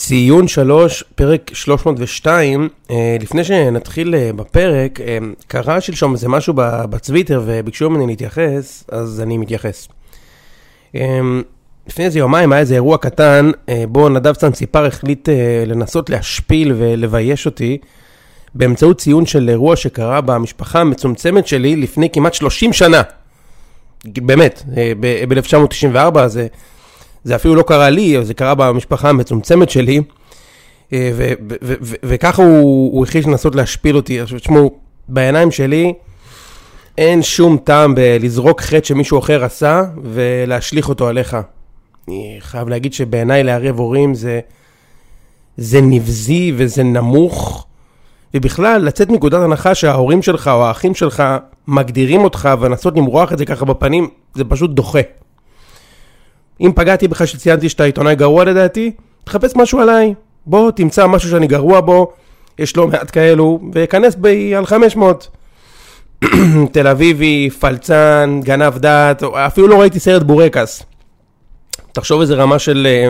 ציון 3, פרק 302, לפני שנתחיל בפרק, קרה שלשום איזה משהו בצוויטר וביקשו ממני להתייחס, אז אני מתייחס. לפני איזה יומיים היה איזה אירוע קטן, בו נדב צנציפר החליט לנסות להשפיל ולבייש אותי, באמצעות ציון של אירוע שקרה במשפחה המצומצמת שלי לפני כמעט 30 שנה. באמת, ב-1994, זה אפילו לא קרה לי, זה קרה במשפחה המצומצמת שלי, וככה הוא החליט לנסות להשפיל אותי. עכשיו, תשמעו, בעיניים שלי אין שום טעם בלזרוק חטא שמישהו אחר עשה ולהשליך אותו עליך. אני חייב להגיד שבעיניי לערב הורים זה נבזי וזה נמוך, ובכלל לצאת מנקודת הנחה שההורים שלך או האחים שלך מגדירים אותך ונסות למרוח את זה ככה בפנים, זה פשוט דוחה. אם פגעתי בך שציינתי שאתה עיתונאי גרוע לדעתי, תחפש משהו עליי. בוא, תמצא משהו שאני גרוע בו, יש לא מעט כאלו, וכנס בי על 500. תל אביבי, פלצן, גנב דת, אפילו לא ראיתי סרט בורקס. תחשוב איזה רמה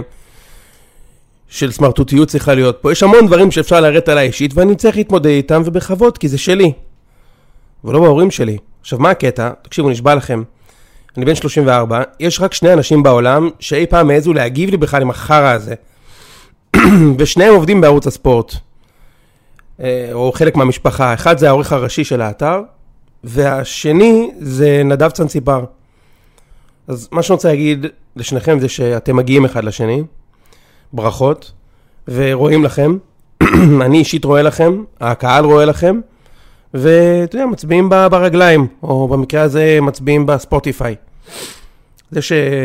של סמרטוטיות צריכה להיות פה. יש המון דברים שאפשר להראות עליי אישית, ואני צריך להתמודד איתם ובכבוד, כי זה שלי. ולא בהורים שלי. עכשיו, מה הקטע? תקשיבו, נשבע לכם. אני בן 34, יש רק שני אנשים בעולם שאי פעם מעזו להגיב לי בכלל עם החרא הזה. ושניהם עובדים בערוץ הספורט. או חלק מהמשפחה. אחד זה העורך הראשי של האתר, והשני זה נדב צנציפר. אז מה שאני רוצה להגיד לשניכם זה שאתם מגיעים אחד לשני, ברכות, ורואים לכם. אני אישית רואה לכם, הקהל רואה לכם, ואתה יודע, מצביעים ברגליים, או במקרה הזה מצביעים בספוטיפיי. זה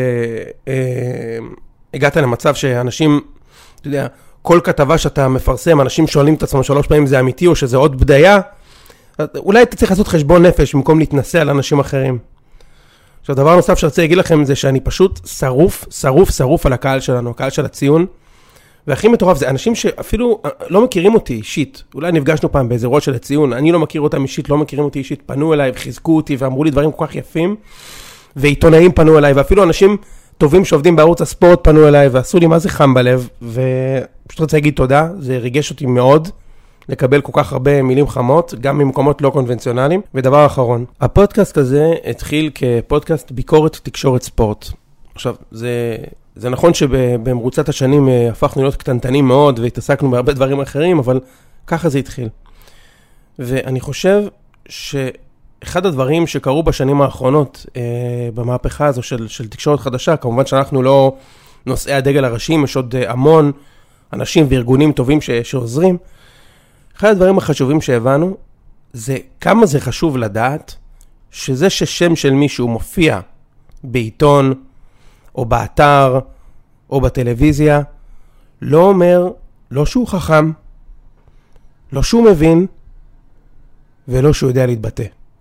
שהגעת למצב שאנשים, אתה יודע, כל כתבה שאתה מפרסם, אנשים שואלים את עצמם 3 פעמים זה אמיתי או שזה עוד בדיה, אולי אתה צריך לעשות חשבון נפש במקום להתנסה על אנשים אחרים. עכשיו, דבר נוסף שרציתי להגיד לכם זה שאני פשוט שרוף על הקהל שלנו, הקהל של הציון, והכי מטורף זה אנשים שאפילו לא מכירים אותי אישית, אולי נפגשנו פעם באיזה אירוע של הציון, אני לא מכיר אותם אישית, לא מכירים אותי אישית, פנו אליי וחיזקו אותי ואמרו לי דברים כל כך יפים, ועיתונאים פנו אליי, ואפילו אנשים טובים שעובדים בערוץ הספורט פנו אליי, ועשו לי מה זה חם בלב, ופשוט רוצה להגיד תודה, זה ריגש אותי מאוד, לקבל כל כך הרבה מילים חמות, גם ממקומות לא קונבנציונליים. ודבר אחרון, הפודקאסט הזה התחיל כפודקאסט ביקורת תקשורת ספורט. עכשיו, זה נכון שבמרוצת השנים הפכנו להיות קטנטנים מאוד, והתעסקנו בהרבה דברים אחרים, אבל ככה זה התחיל. ואני חושב שאחד הדברים שקרו בשנים האחרונות, במהפכה הזו של תקשורת חדשה, כמובן שאנחנו לא נושאי הדגל הראשיים, יש עוד המון אנשים וארגונים טובים שעוזרים. אחד הדברים החשובים שהבנו, זה כמה זה חשוב לדעת, שזה ששם של מישהו מופיע בעיתון, או באתר, או בטלוויזיה, לא אומר, לא שהוא חכם, לא שהוא מבין, ולא שהוא יודע להתבטא.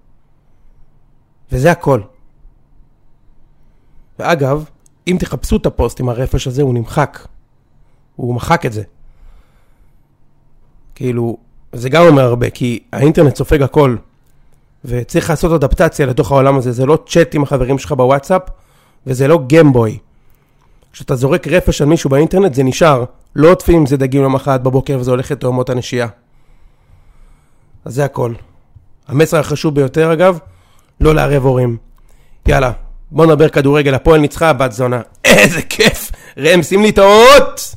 וזה הכל. ואגב, אם תחפשו את הפוסט עם הרפש הזה, הוא נמחק. הוא מחק את זה. כאילו, זה גם אומר הרבה, כי האינטרנט סופג הכל, וצריך לעשות אדפטציה לתוך העולם הזה. זה לא צ'אט עם החברים שלך בוואטסאפ, וזה לא גיימבוי. כשאתה זורק רפש על מישהו באינטרנט, זה נשאר. לא עוטפים זה דגים למחרת בבוקר, וזה הולך לתאומות הנשייה. אז זה הכל. המסר החשוב ביותר, אגב, לא לערב הורים. יאללה, בוא נדבר כדורגל. הפועל ניצחה, בת זונה. איזה כיף! רם, שים לי את האות!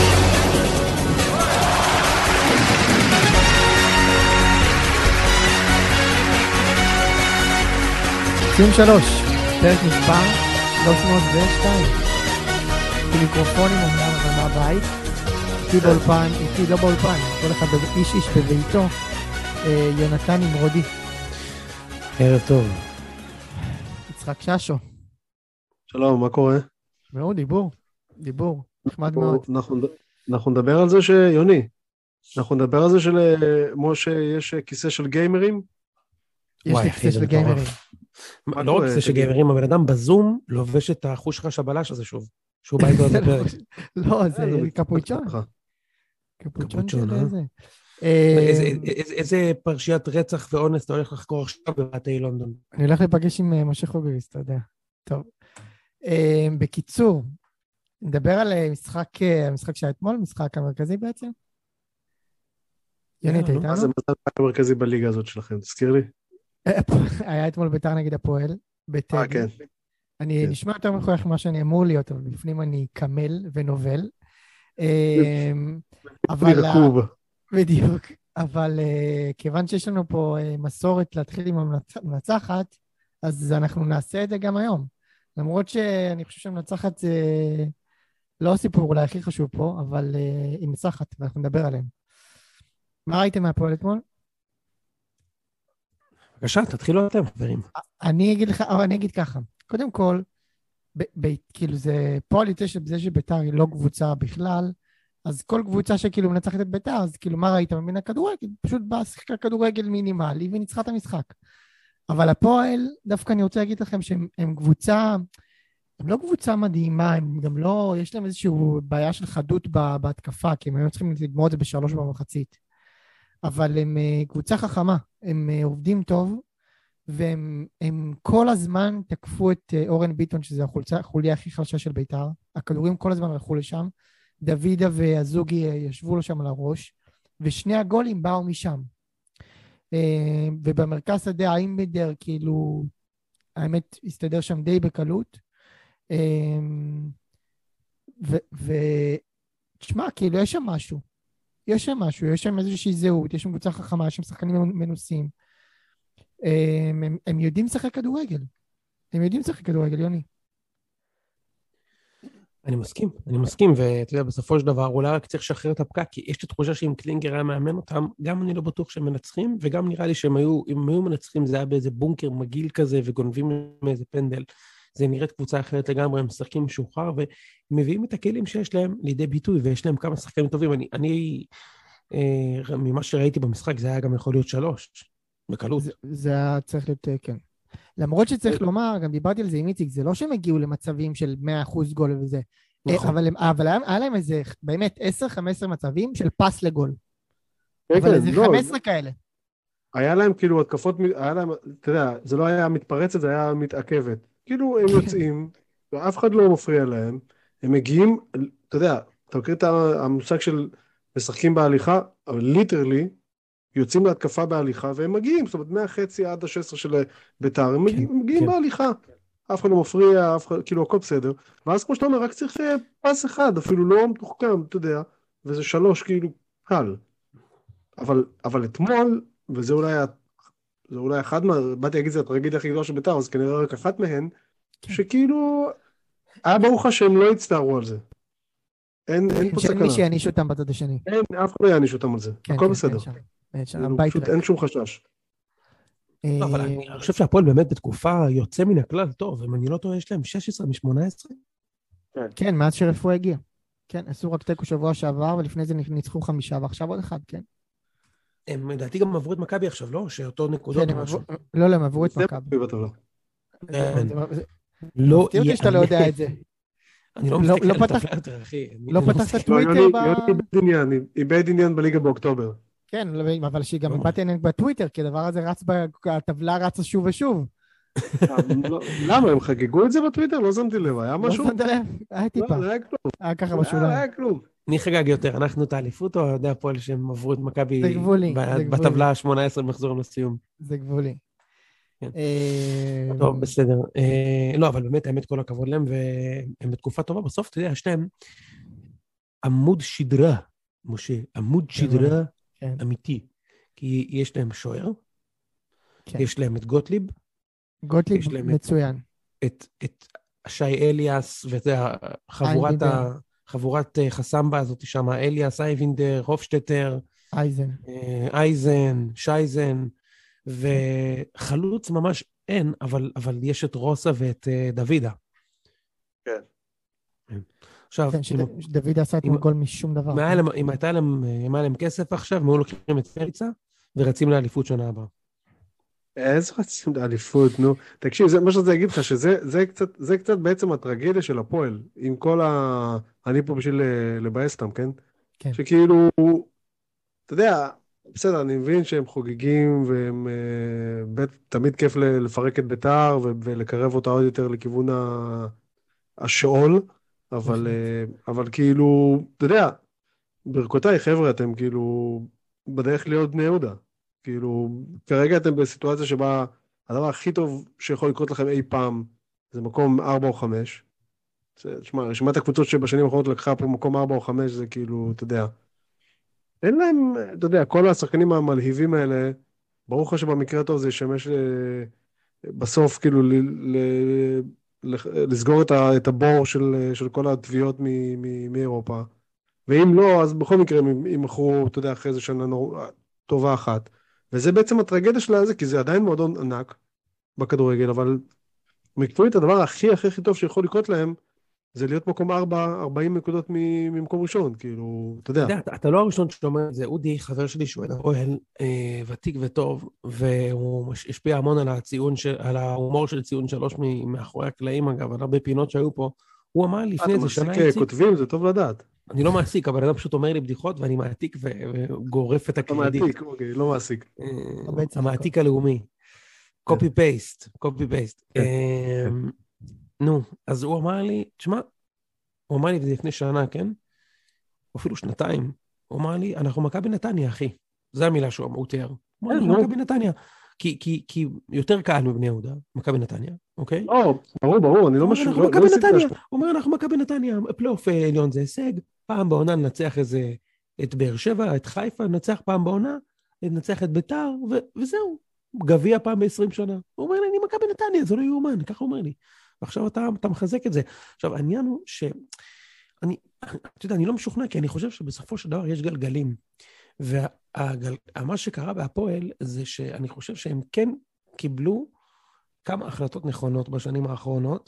ציון 3, פרק מספר 302. מיקרופונים אומנם, אבל מהבית. איתי לא באולפן, כל אחד איש בביתו. יונתן נמרודי. ערב טוב. יצחק ששו. שלום, מה קורה? מאוד, דיבור. נחמד מאוד. אנחנו נדבר על זה שיוני, אנחנו נדבר על זה שלמשה יש כיסא של גיימרים? יש לי כיסא של גיימרים. לא רק כיסא של גיימרים, הבן אדם בזום לובש את החוש חש הבלש הזה שוב. שהוא בא איתו לדבר. לא, זה קפוצ'ון. קפוצ'ון של איזה. איזה פרשיית רצח ואונס אתה הולך לחקור עכשיו בבתי לונדון? אני הולך לפגש עם משה חוגריס, אתה יודע. טוב. בקיצור, נדבר על המשחק שהיה אתמול, משחק המרכזי בעצם. יוני, אתה נו. מה זה איתנו? מזל המרכזי בליגה הזאת שלכם, תזכיר לי? היה אתמול ביתר נגד הפועל, בטדי. כן. אני כן. נשמע יותר מכוח ממה שאני אמור להיות, אבל בפנים אני קמל ונובל. אני רקוב. בדיוק, אבל כיוון שיש לנו פה מסורת להתחיל עם המנצחת, אז אנחנו נעשה את זה גם היום. למרות שאני חושב שהמנצחת זה לא הסיפור אולי הכי חשוב פה, אבל היא מנצחת, ואנחנו נדבר עליהם. מה ראיתם מהפועל אתמול? בבקשה, תתחילו אתם, חברים. אני אגיד ככה. קודם כל, כאילו זה פועל יוצא שבזה שביתר היא לא קבוצה בכלל, אז כל קבוצה שכאילו מנצחת את ביתר, אז כאילו מה ראית ממין הכדורגל? פשוט באה שיחקה כדורגל מינימלי וניצחה את המשחק. אבל הפועל, דווקא אני רוצה להגיד לכם שהם קבוצה, הם לא קבוצה מדהימה, הם גם לא, יש להם איזושהי בעיה של חדות בהתקפה, כי הם היו צריכים לגמור את זה ב3 במחצית. אבל הם קבוצה חכמה, הם עובדים טוב, והם כל הזמן תקפו את אורן ביטון, שזה החוליה הכי חלשה של ביתר. הכדורים כל הזמן הלכו לשם. דוידה והזוגי ישבו לו שם על הראש, ושני הגולים באו משם. ובמרכז שדה האימבדר, כאילו, האמת הסתדר שם די בקלות. ותשמע, כאילו, יש שם משהו. יש שם איזושהי זהות, יש שם קבוצה חכמה, יש שם שחקנים מנוסים. הם יודעים לשחק כדורגל. יוני. אני מסכים, ואתה יודע, בסופו של דבר, אולי רק צריך לשחרר את הפקק, כי יש לי תחושה שאם קלינגר היה מאמן אותם, גם אני לא בטוח שהם מנצחים, וגם נראה לי שהם היו, אם הם היו מנצחים, זה היה באיזה בונקר מגעיל כזה, וגונבים מאיזה פנדל. זה נראית קבוצה אחרת לגמרי, הם משחקים משוחרר, ומביאים את הכלים שיש להם לידי ביטוי, ויש להם כמה שחקנים טובים. אני ממה שראיתי במשחק, זה היה גם יכול להיות 3, בקלות. זה היה צריך להיות, כן. למרות שצריך לומר, גם דיברתי על זה עם איציק, זה לא שהם הגיעו למצבים של 100% גול וזה. נכון. אבל היה להם איזה, באמת, 10-15 מצבים של פס לגול. אבל איזה 15 כאלה. היה להם כאילו התקפות, היה להם, אתה יודע, זה לא היה מתפרצת, זה היה מתעכבת. כאילו הם יוצאים, ואף אחד לא מפריע להם, הם מגיעים, אתה יודע, אתה מכיר את המושג של משחקים בהליכה, אבל ליטרלי, יוצאים להתקפה בהליכה, והם מגיעים, זאת אומרת, מהחצי עד ה-16 של ביתר, הם מגיעים בהליכה. אף אחד לא מפריע, כאילו, הכל בסדר. ואז כמו שאתה אומר, רק צריך פס אחד, אפילו לא מתוחכם, אתה יודע, וזה 3, כאילו, קל. אבל אתמול, וזה אולי אחד באתי להגיד, זה הטרגדיה הכי גדולה של ביתר, אז כנראה רק אחת מהן, שכאילו, היה ברוך השם לא הצטערו על זה. אין פה סכנה. שאין מי שיעניש אותם בצד השני. אף אחד לא יעניש אותם על זה. הכל בסדר. פשוט אין שום חשש. אבל אני חושב שהפועל באמת בתקופה יוצא מן הכלל טוב, אם אני לא טועה, יש להם 16 מ-18? כן, מאז שרפואה הגיע. כן, עשו רק תיקו שבוע שעבר, ולפני זה ניצחו 5, ועכשיו עוד 1, כן. הם לדעתי גם עברו את מכבי עכשיו, לא? שאותו נקודות או משהו. לא, הם עברו את מכבי. לא, תראי אותי שאתה לא יודע את זה. אני לא מסתכל על טבלת, אחי. לא פתחת טוויטר יוני איבד עניין בליגה באוקטובר. כן, אבל שגם איבד עניין בטוויטר, כי הדבר הזה הטבלה רצה שוב ושוב. למה? הם חגגו את זה בטוויטר? לא שמתי לב, היה משהו? לא שמת לב? היה טיפה. לא, היה כלום. היה ככה בשוליים. היה כלום. מי חגג יותר? אנחנו את האליפות או יודע הפועל שהם עברו את מכבי בטבלה ה-18 מחזור לסיום? זה גבולי. טוב, בסדר. לא, אבל באמת, האמת כל הכבוד להם, והם בתקופה טובה. בסוף, אתה יודע, יש להם עמוד שדרה, משה, עמוד שדרה אמיתי. כי יש להם שוער, יש להם את גוטליב, מצוין. את שי אליאס, וזה חבורת חסמבה הזאת שם, אליאס, אייבינדר, הופשטטר, אייזן, שייזן, וחלוץ ממש אין, אבל יש את רוסה ואת דוידה. כן. עכשיו, דוידה עשה את גול משום דבר. אם היה להם כסף עכשיו, הם היו לוקחים את פריצה, ורצים לאליפות שנה הבאה. איזה רצים לאליפות, נו. תקשיב, מה שזה יגיד לך, שזה קצת בעצם הטרגדיה של הפועל, עם כל אני פה בשביל לבאס אותם, כן? כן. שכאילו, אתה יודע, בסדר, אני מבין שהם חוגגים, והם תמיד כיף לפרק את ביתר, ולקרב אותה עוד יותר לכיוון השאול, אבל כאילו, אתה יודע, ברכותיי, חבר'ה, אתם כאילו בדרך להיות בני יהודה. כאילו, כרגע אתם בסיטואציה שבה הדבר הכי טוב שיכול לקרות לכם אי פעם, זה מקום 4 או 5. תשמע, רשימת הקבוצות שבשנים האחרונות לקחה פה מקום 4 או 5, זה כאילו, אתה יודע, אין להם, אתה יודע, כל השחקנים המלהיבים האלה, ברור לך שבמקרה הטוב זה ישמש בסוף, כאילו, לסגור את הבור של כל התביעות מאירופה. ואם לא, אז בכל מקרה הם ימחרו, אתה יודע, אחרי זה שנה טובה אחת. וזה בעצם הטרגדיה שלה זה, כי זה עדיין מועדון ענק בכדורגל, אבל מקצועית הדבר הכי הכי הכי טוב שיכול לקרות להם, זה להיות מקום 4, 40 נקודות ממקום ראשון, כאילו, אתה יודע. אתה לא הראשון שאומר את זה, אודי, חבר שלי שהוא אוהל ותיק וטוב, והוא השפיע המון על על ההומור של ציון 3 מאחורי הקלעים, אגב, על הרבה פינות שהיו פה. הוא אמר לפני איזה שנה... אתה מעסיק כותבים, זה טוב לדעת. אני לא מעסיק, אבל אדם פשוט אומר לי בדיחות, ואני מעתיק וגורף את הקרדיט. אתה מעתיק, אוקיי, לא מעסיק. המעתיק הלאומי. קופי פייסט, קופי פייסט. נו, אז הוא אמר לי, תשמע, הוא אמר לי לפני שנה, כן? אפילו שנתיים. הוא אמר לי, אנחנו מכבי נתניה, אחי. זו המילה שהוא תיאר. הוא אמר לי, מכבי נתניה. כי יותר קהל מבני יהודה, מכבי נתניה, אוקיי? לא, ברור, אני לא משהו... אנחנו מכבי נתניה. הוא אומר, אנחנו מכבי נתניה. פלייאוף עליון זה הישג. פעם בעונה ננצח איזה... את באר שבע, את חיפה, ננצח פעם בעונה, ננצח את ביתר, וזהו. גביע פעם ב-20 שנה. הוא אומר לי, אני מכבי נתניה, זה לא יאומן, ככה הוא אומר לי. ועכשיו אתה מחזק את זה. עכשיו, העניין הוא אתה יודע, אני לא משוכנע, כי אני חושב שבסופו של דבר יש גלגלים. ומה שקרה בהפועל, זה שאני חושב שהם כן קיבלו כמה החלטות נכונות בשנים האחרונות,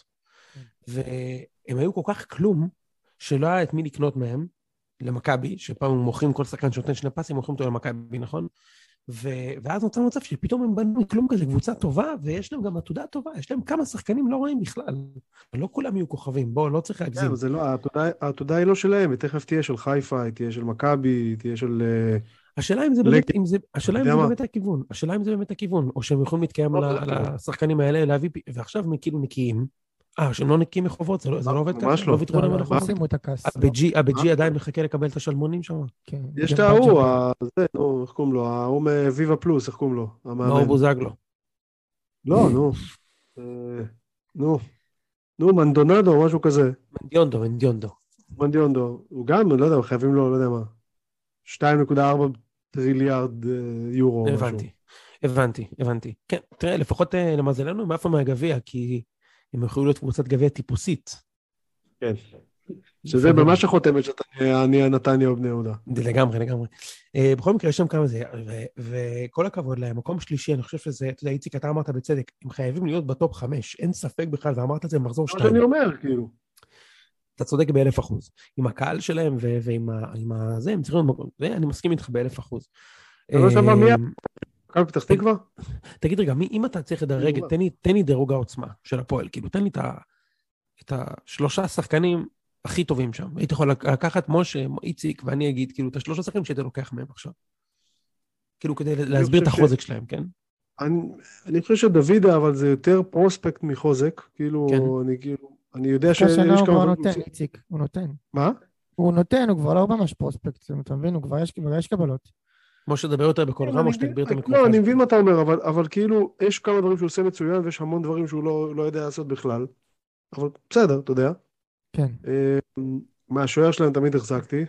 והם היו כל כך כלום, שלא היה את מי לקנות מהם, למכבי, שפעם הם מוכרים כל שחקן שנותן 2 פסים, מוכרים אותו למכבי, נכון? ואז נוצר מצב שפתאום הם בנו כלום כזה, קבוצה טובה, ויש להם גם עתודה טובה, יש להם כמה שחקנים לא רואים בכלל. לא כולם יהיו כוכבים, בואו, לא צריך להגזים. כן, זה לא, העתודה היא לא שלהם, היא תכף תהיה של חיפה, היא תהיה של מכבי, היא תהיה של... השאלה אם זה באמת הכיוון, השאלה אם זה באמת הכיוון, או שהם יכולים להתקיים על השחקנים האלה, להביא, ועכשיו הם כאילו נקיים, שהם לא נקיים מחובות, זה לא עובד ככה, לא ויתרו להם על החובות. שימו את הכס. הבג'י עדיין מחכה לקבל את השלמונים שם. יש את ההוא, איך קוראים לו, ההוא מוויבה פלוס, איך קוראים לו? מאור בוזגלו. לא, נו, מנדונדו, משהו כזה. מנדיונדו. הוא גם, לא יודע, חייבים לו, לא יודע מה. 2.4 טריליארד יורו. הבנתי. כן, תראה, לפחות למזלנו, הם אף מהגביע, כי הם יכולים להיות קבוצת גביע טיפוסית. כן. שזה ממש החותמת שאתה אני נתניה או בני יהודה. לגמרי. בכל מקרה, יש שם כמה זה, וכל הכבוד להם, מקום שלישי, אני חושב שזה, אתה יודע, איציק, אתה אמרת בצדק, הם חייבים להיות בטופ 5, אין ספק בכלל, ואמרת את זה במחזור 2. מה שאני אומר, כאילו. אתה צודק ב1,000%. עם הקהל שלהם ועם זה, הם צריכים להיות, אני מסכים איתך ב1,000%. אתה לא שמע מי? קהל פתח תקווה? תגיד רגע, אם אתה צריך לדרג, תן לי דירוג העוצמה של הפועל, כאילו, תן לי את 3 שחקנים הכי טובים שם. הייתי יכול לקחת משה, איציק, ואני אגיד, כאילו, את 3 שחקנים שהייתי לוקח מהם עכשיו. כאילו, כדי להסביר את החוזק שלהם, כן? אני חושב שדוידה, אבל זה יותר פרוספקט מחוזק, כאילו, אני יודע שיש כמה... הוא כבר נותן, איציק, הוא נותן. מה? הוא נותן, הוא כבר לא ממש פרוספקט, אתה מבין? הוא כבר יש קבלות. משה, דבר יותר בכל רם, או שתגביר את המיקרופון. לא, אני מבין מה אתה אומר, אבל כאילו, יש כמה דברים שהוא עושה מצוין, ויש המון דברים שהוא לא יודע לעשות בכלל. אבל בסדר, אתה יודע. כן. מהשוער שלהם תמיד החזקתי.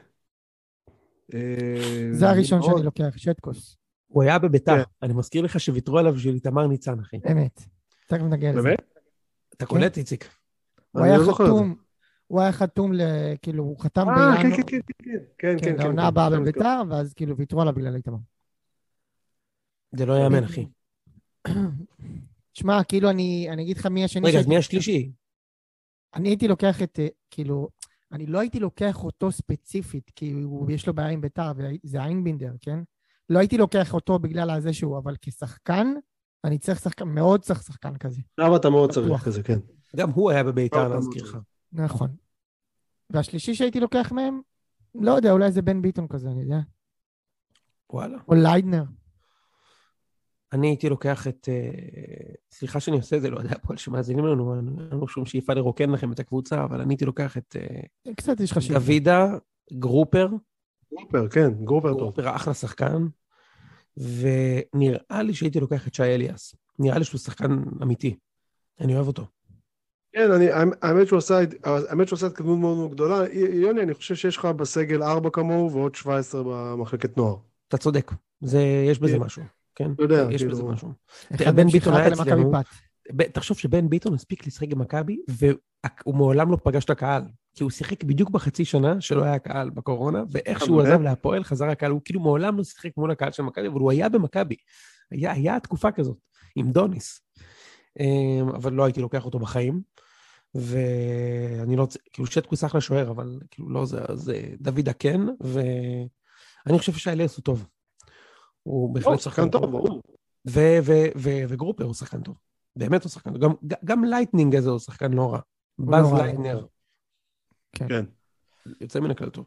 זה הראשון שאני לוקח, שטקוס. הוא היה בביתר, אני מזכיר לך שוויתרו עליו בשביל איתמר ניצן, אחי. אמת. תכף נגיע לזה. באמת? אתה קולט, איציק? הוא היה חתום, כאילו, הוא חתם בינואר. כן. לעונה הבאה בביתר, ואז כאילו ויתרו עליו בגלל איתמר. זה לא יאמן, אחי. תשמע, כאילו, אני אגיד לך מי השני... רגע, אז מי השלישי? אני הייתי לוקח כאילו, אני לא הייתי לוקח אותו ספציפית, כי יש לו בעיה עם ביתר, וזה איינבינדר, כן? לא הייתי לוקח אותו בגלל הזה שהוא, אבל כשחקן, אני צריך שחקן, מאוד צריך שחקן כזה. למה אתה מאוד צריך כזה, כן. גם הוא היה בביתר, להזכיר לך. נכון. והשלישי שהייתי לוקח מהם, לא יודע, אולי זה בן ביטון כזה, אני יודע. וואלה. או ליידנר. אני הייתי לוקח את, סליחה שאני עושה את זה, לא יודע, הפועל שמאזינים לנו, אין לנו שום שאיפה לרוקן לכם את הקבוצה, אבל אני הייתי לוקח את קצת יש לך שאיפה. דוידה, גרופר, גרופר, כן, גרופר טוב. גרופר אחלה שחקן, ונראה לי שהייתי לוקח את שי אליאס. נראה לי שהוא שחקן אמיתי. אני אוהב אותו. כן, האמת שהוא עשה התקדמות מאוד מאוד גדולה. יוני, אני חושב שיש לך בסגל 4 כמוהו ועוד 17 במחלקת נוער. אתה צודק. יש בזה משהו. כן? יש בזה משהו. בן ביטון היה אצלנו. תחשוב שבן ביטון הספיק לשחק עם מכבי, והוא מעולם לא פגש את הקהל. כי הוא שיחק בדיוק בחצי שנה שלא היה קהל בקורונה, ואיך שהוא עזב להפועל, חזר הקהל, הוא כאילו מעולם לא שיחק מול הקהל של מכבי, אבל הוא היה במכבי. היה תקופה כזאת, עם דוניס. אבל לא הייתי לוקח אותו בחיים. ואני לא, כאילו שטקוס אחלה שוער, אבל כאילו לא זה דוד הקן, ואני חושב שאליאס הוא טוב. הוא בהחלט שחקן טוב, ברור. וגרופר הוא שחקן טוב. באמת הוא שחקן טוב. גם לייטנינג הזה הוא שחקן לא רע. באז לייטנר. כן. יוצא מן הכלל טוב.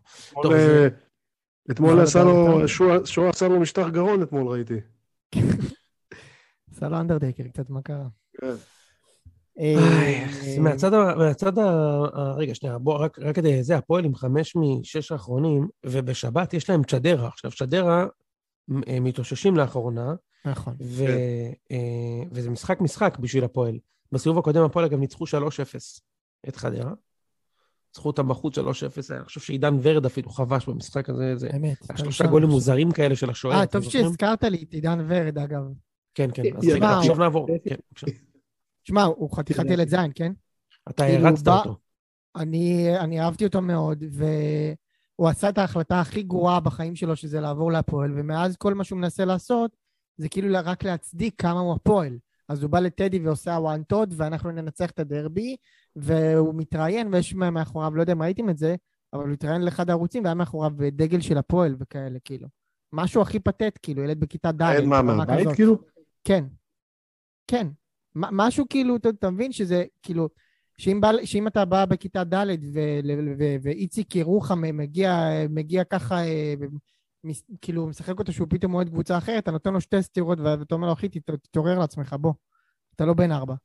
אתמול שואה עשה לו משטח גרון, אתמול ראיתי. עשה לו אנדרדייקר, קצת מה קרה. כן. מהצד רגע, שנייה, בוא, רק כדי זה, הפועל עם 5 מ-6 האחרונים, ובשבת יש להם צ'דרה. עכשיו, צ'דרה מתאוששים לאחרונה, נכון. וזה משחק בשביל הפועל. בסיבוב הקודם הפועל גם ניצחו 3-0 את חדרה. ניצחו אותם בחוץ 3-0, אני חושב שעידן ורד אפילו חבש במשחק הזה, זה 3 גולים מוזרים כאלה של השוער. טוב שהזכרת לי את עידן ורד, אגב. כן, אז רגע, עכשיו נעבור. שמע, הוא חתיכת ילד זין, כן? אתה הרצת אותו. אני אהבתי אותו מאוד, והוא עשה את ההחלטה הכי גרועה בחיים שלו, שזה לעבור להפועל, ומאז כל מה שהוא מנסה לעשות, זה כאילו רק להצדיק כמה הוא הפועל. אז הוא בא לטדי ועושה הוואנטות, ואנחנו ננצח את הדרבי, והוא מתראיין, ויש מאחוריו, לא יודע אם ראיתם את זה, אבל הוא התראיין לאחד הערוצים, והיה מאחוריו דגל של הפועל וכאלה, כאילו. משהו הכי פתט, כאילו, ילד בכיתה ד'. מה, מהבית, כאילו? כן. משהו כאילו, אתה מבין שזה, כאילו, שאם אתה בא בכיתה ד' ואיציק ירוחם מגיע ככה, כאילו, משחק אותו שהוא פתאום מועד קבוצה אחרת, אתה נותן לו 2 סטירות, ואתה אומר לו, אחי, תתעורר לעצמך, בוא. אתה לא בן 4.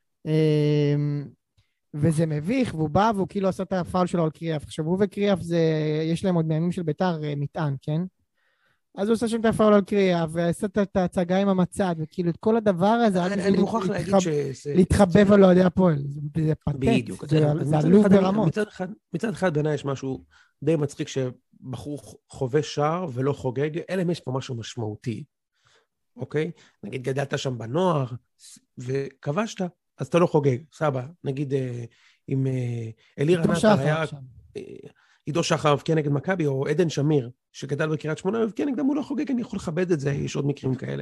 וזה מביך, והוא בא, והוא כאילו עושה את הפאול שלו על קריאף. עכשיו, הוא וקריאף, יש להם עוד מימים של ביתר מטען, כן? אז הוא עושה שם את הפאול על קריאף, ועשה את ההצגה עם המצד, וכאילו, את כל הדבר הזה, אני מוכרח להגיד להתחבב על אוהדי הפועל. זה פתט, בדיוק. זה עלוב ברמות. מצד אחד, בעיניי יש משהו די מצחיק, שבחור חווה שער ולא חוגג, אלא אם יש פה משהו משמעותי, אוקיי? נגיד, גדלת שם בנוער, וכבשת, אז אתה לא חוגג, סבא. נגיד, עם אלירן עטר היה... עידו שחר כן נגד מכבי, או עדן שמיר, שגדל בקריית שמונה, כן נגדם הוא לא חוגג, אני יכול לכבד את זה, יש עוד מקרים כאלה.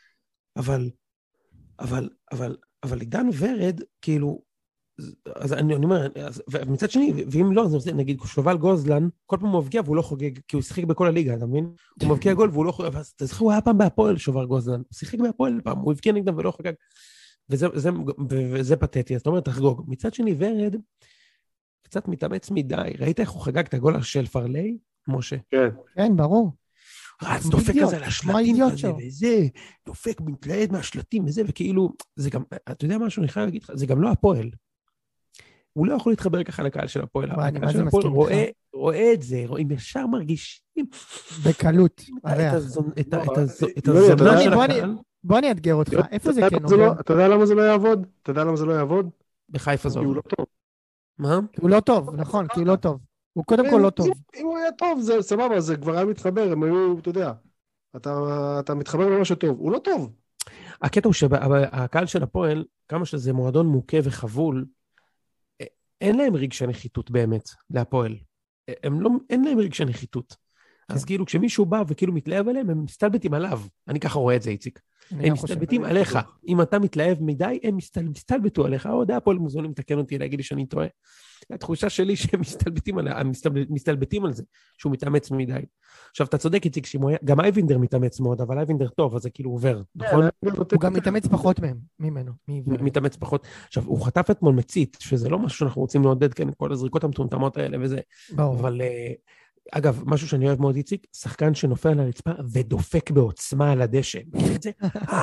אבל עידן ורד, כאילו, אז אני אומר, ומצד שני, ואם לא, נגיד, שובל גוזלן, כל פעם הוא מבקיע והוא לא חוגג, כי הוא שיחק בכל הליגה, אתה מבין? הוא מבקיע גול והוא לא חוגג, אז תזכרו, הוא היה פעם בהפועל שובל גוזלן, הוא שיחק בהפועל פעם, הוא הבקיע נגדם ולא חוגג, וזה פתטי, אז אתה אומר, תחגוג. מצד שני, ורד, קצת מתאמץ מדי. ראית איך הוא חגג את הגול של פרלי, משה? כן, ברור. רץ, דופק כזה על השלטים כזה, וזה, דופק, מתלעד מהשלטים וזה, וכאילו, זה גם, אתה יודע משהו, אני חייב להגיד לך, זה גם לא הפועל. הוא לא יכול להתחבר ככה לקהל של הפועל. הקהל של הפועל רואה את זה, הם ישר מרגישים. בקלות. את הזונה של הקהל. בוא אני אתגר אותך, איפה זה כן עובד? אתה יודע למה זה לא יעבוד? בחיפה זו. כי הוא לא טוב. מה? הוא לא טוב, נכון, כי הוא לא טוב. הוא קודם כל לא טוב. אם הוא היה טוב, זה סבבה, זה כבר היה מתחבר, הם היו, אתה יודע, אתה מתחבר למה שטוב, הוא לא טוב. הקטע הוא שהקהל של הפועל, כמה שזה מועדון מוכה וחבול, אין להם רגשי נחיתות באמת, להפועל. אין להם רגשי נחיתות. אז כאילו כשמישהו בא וכאילו מתלהב עליהם, הם מסתלבטים עליו. אני ככה רואה את זה, איציק. הם מסתלבטים עליך. אם אתה מתלהב מדי, הם מסתלבטו עליך. עוד הפועל מוזיאונים תקן אותי להגיד לי שאני טועה. התחושה שלי שהם מסתלבטים על זה, שהוא מתאמץ מדי. עכשיו, אתה צודק, איציק, גם אייבינדר מתאמץ מאוד, אבל אייבינדר טוב, אז זה כאילו עובר, נכון? הוא גם מתאמץ פחות ממנו. מתאמץ פחות. עכשיו, הוא חטף אתמול מצית, שזה לא משהו שאנחנו רוצים לעודד, כן, כל הזריקות המטומטמות האלה וזה. אבל אגב, משהו שאני אוהב מאוד, איציק, שחקן שנופל על הרצפה ודופק בעוצמה על הדשא. מכיר את זה?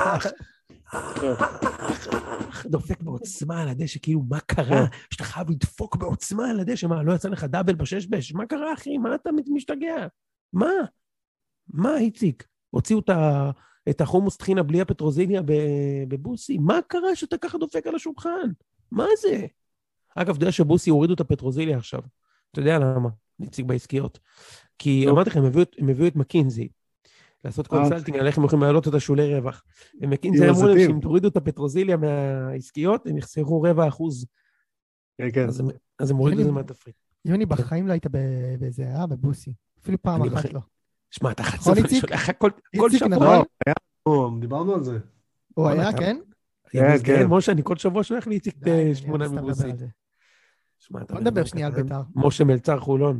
דופק בעוצמה על הדשא, כאילו, מה קרה? שאתה חייב לדפוק בעוצמה על הדשא, מה, לא יצא לך דאבל בשש? מה קרה, אחי? מה אתה משתגע? מה, איציק? הוציאו את החומוס טחינה בלי הפטרוזיליה בבוסי? מה קרה שאתה ככה דופק על השולחן? מה זה? אגב, אתה יודע שבוסי הורידו את הפטרוזיליה עכשיו. אתה יודע למה? נציג בעסקיות. כי אמרתי לכם, הם הביאו את מקינזי, לעשות קונסלטינג, על איך הם יכולים להעלות את השולי רווח. ומקינזי אמרו להם שאם תורידו את הפטרוזיליה מהעסקיות, הם יחסרו 4%. כן. אז הם הורידו את זה מהתפריט. יוני, בחיים לא היית בזה, בבוסי. אפילו פעם אחת לא. שמע, אתה חצוף, אני שולח כל שבוע. דיברנו על זה. הוא היה, כן? כן, משה, אני כל שבוע שולח לי איציק 8 מבוסי. בוא נדבר שנייה על בית"ר. משה מלצר חולון.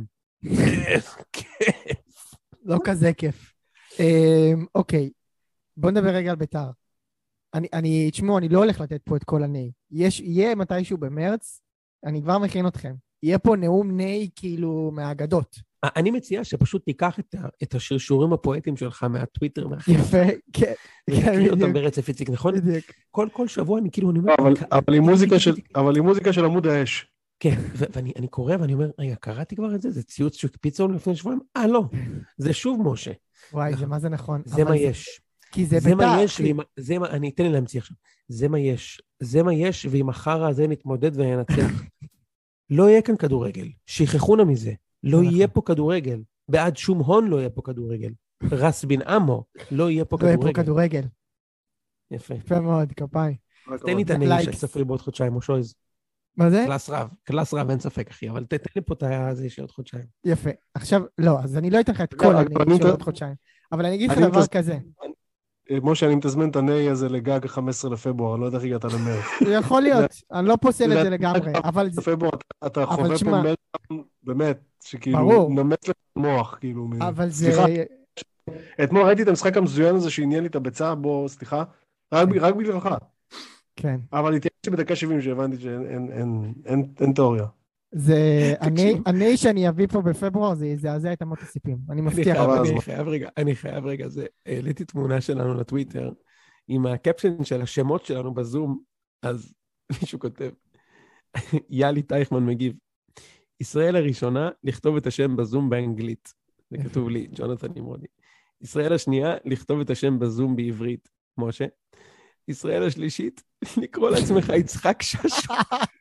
לא כזה כיף. אוקיי, בוא נדבר רגע על בית"ר. תשמעו, אני לא הולך לתת פה את כל הני. יהיה מתישהו במרץ, אני כבר מכין אתכם. יהיה פה נאום ני כאילו מהאגדות. אני מציע שפשוט תיקח את השרשורים הפואטיים שלך מהטוויטר. יפה, כן. תקריא אותם ברצף איציק, נכון? כל שבוע אני כאילו... אבל היא מוזיקה של עמוד האש. כן, ואני קורא ואני אומר, רגע, קראתי כבר את זה? זה ציוץ שקפיצון לפני שבועיים? לא, זה שוב משה. וואי, זה מה זה נכון. זה מה יש. כי זה בית"ר. אני אתן לי להמציא עכשיו. זה מה יש, ועם החרא הזה נתמודד וננצח. לא יהיה כאן כדורגל. שכחונה מזה. לא יהיה פה כדורגל. בעד שום הון לא יהיה פה כדורגל. רס בן אמו לא יהיה פה כדורגל. לא יהיה פה כדורגל. יפה. יפה מאוד, כפיים. תן לי את הנהי שצפוי בעוד חודשיים, או שויז. מה זה? קלאס רב, אין ספק, אחי, אבל תן לי פה את הזה של עוד חודשיים. יפה. עכשיו, לא, אז אני לא אתן לך את כל הנהי של עוד חודשיים. אבל אני אגיד לך דבר כזה. משה, אני מתזמן את הנהי הזה לגג 15 לפברואר, אני לא יודע איך הגעת למרץ. יכול להיות, אני לא פוסל את זה לגמרי, אבל... לפברואר, אתה חווה פה מלטאון, באמת, שכאילו, נמס לך מוח, כאילו... אבל זה... אתמול ראיתי את המשחק המזוין הזה שעניין לי את הביצה, בוא, סליחה, רק בגללך. כן. אבל התייחסתי בדקה 70 שהבנתי שאין תיאוריה. זה, אני שאני אביא פה בפברואר, זה יזעזע את אמות הסיפים. אני מבטיח. אני חייב רגע, העליתי תמונה שלנו לטוויטר, עם הקפשן של השמות שלנו בזום, אז מישהו כותב, יאלי טייכמן מגיב, ישראל הראשונה לכתוב את השם בזום באנגלית. זה כתוב לי, ג'ונתן נמרודי. ישראל השנייה לכתוב את השם בזום בעברית, משה. ישראל השלישית, לקרוא לעצמך יצחק ששו.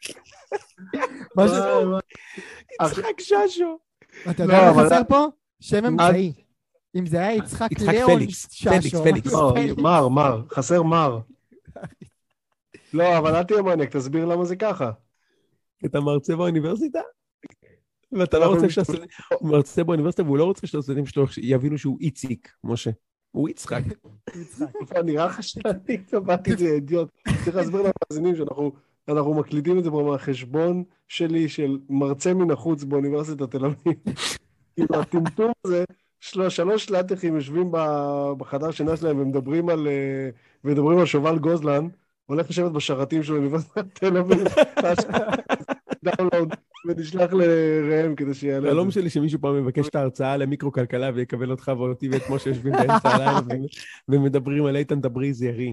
יצחק ששו. אתה יודע מה חסר פה? שם אמצעי. אם זה היה יצחק ליאון ששו. פליקס. מר, חסר מר. לא, אבל אל תהיה מעניק, תסביר למה זה ככה. אתה מרצה באוניברסיטה? ואתה לא רוצה שהסטודנטים, הוא מרצה באוניברסיטה והוא לא רוצה שהסטודנטים שלו יבינו שהוא איציק, משה. הוא יצחק. נראה לך שאני קבעתי את זה אידיוט. צריך להסביר למאזינים שאנחנו מקליטים את זה פה מהחשבון שלי של מרצה מן החוץ באוניברסיטת תל אביב. כאילו הטמטום הזה, 3 לטחים יושבים בחדר שינה שלהם ומדברים על שובל גוזלן, הולך לשבת בשרתים של אוניברסיטת תל אביב, דאונלוד, ונשלח לראם כדי שיעלה את זה. הלום שלי שמישהו פעם מבקש את ההרצאה למיקרו-כלכלה ויקבל אותך ואותי ואת משה שיושבים באמצע הלילה ומדברים על איתן דבריז ירי.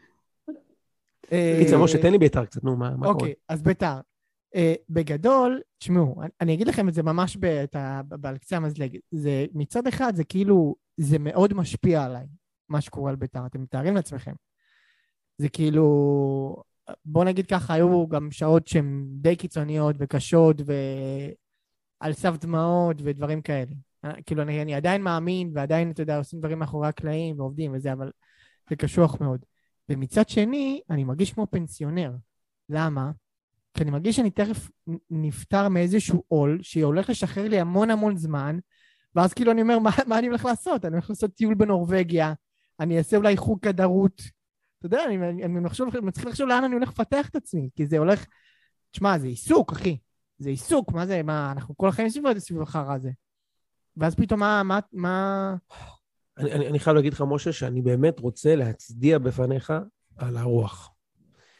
קיצר, משה, תן לי בית"ר קצת, נו, מה קורה? אוקיי, אז בית"ר. בגדול, תשמעו, אני אגיד לכם את זה ממש על קצה המזלג. מצד אחד זה כאילו, זה מאוד משפיע עליי, מה שקורה על בית"ר. אתם מתארים לעצמכם. זה כאילו... בוא נגיד ככה, היו גם שעות שהן די קיצוניות וקשות ועל סף דמעות ודברים כאלה. כאילו אני עדיין מאמין ועדיין, אתה יודע, עושים דברים מאחורי הקלעים ועובדים וזה, אבל זה קשוח מאוד. ומצד שני, אני מרגיש כמו פנסיונר. למה? כי אני מרגיש שאני תכף נפטר מאיזשהו עול, שהולך לשחרר לי המון זמן, ואז כאילו אני אומר, מה אני הולך לעשות? אני הולך לעשות טיול בנורווגיה, אני אעשה אולי חוג כדרות, אתה יודע, אני מצליח לחשוב לאן אני הולך לפתח את עצמי, כי זה הולך, תשמע, זה עיסוק, אחי, זה עיסוק, מה זה, אנחנו כל החיים סביב החרא הזה. ואז פתאום מה... אני חייב להגיד לך, משה, שאני באמת רוצה להצדיע בפניך על הרוח.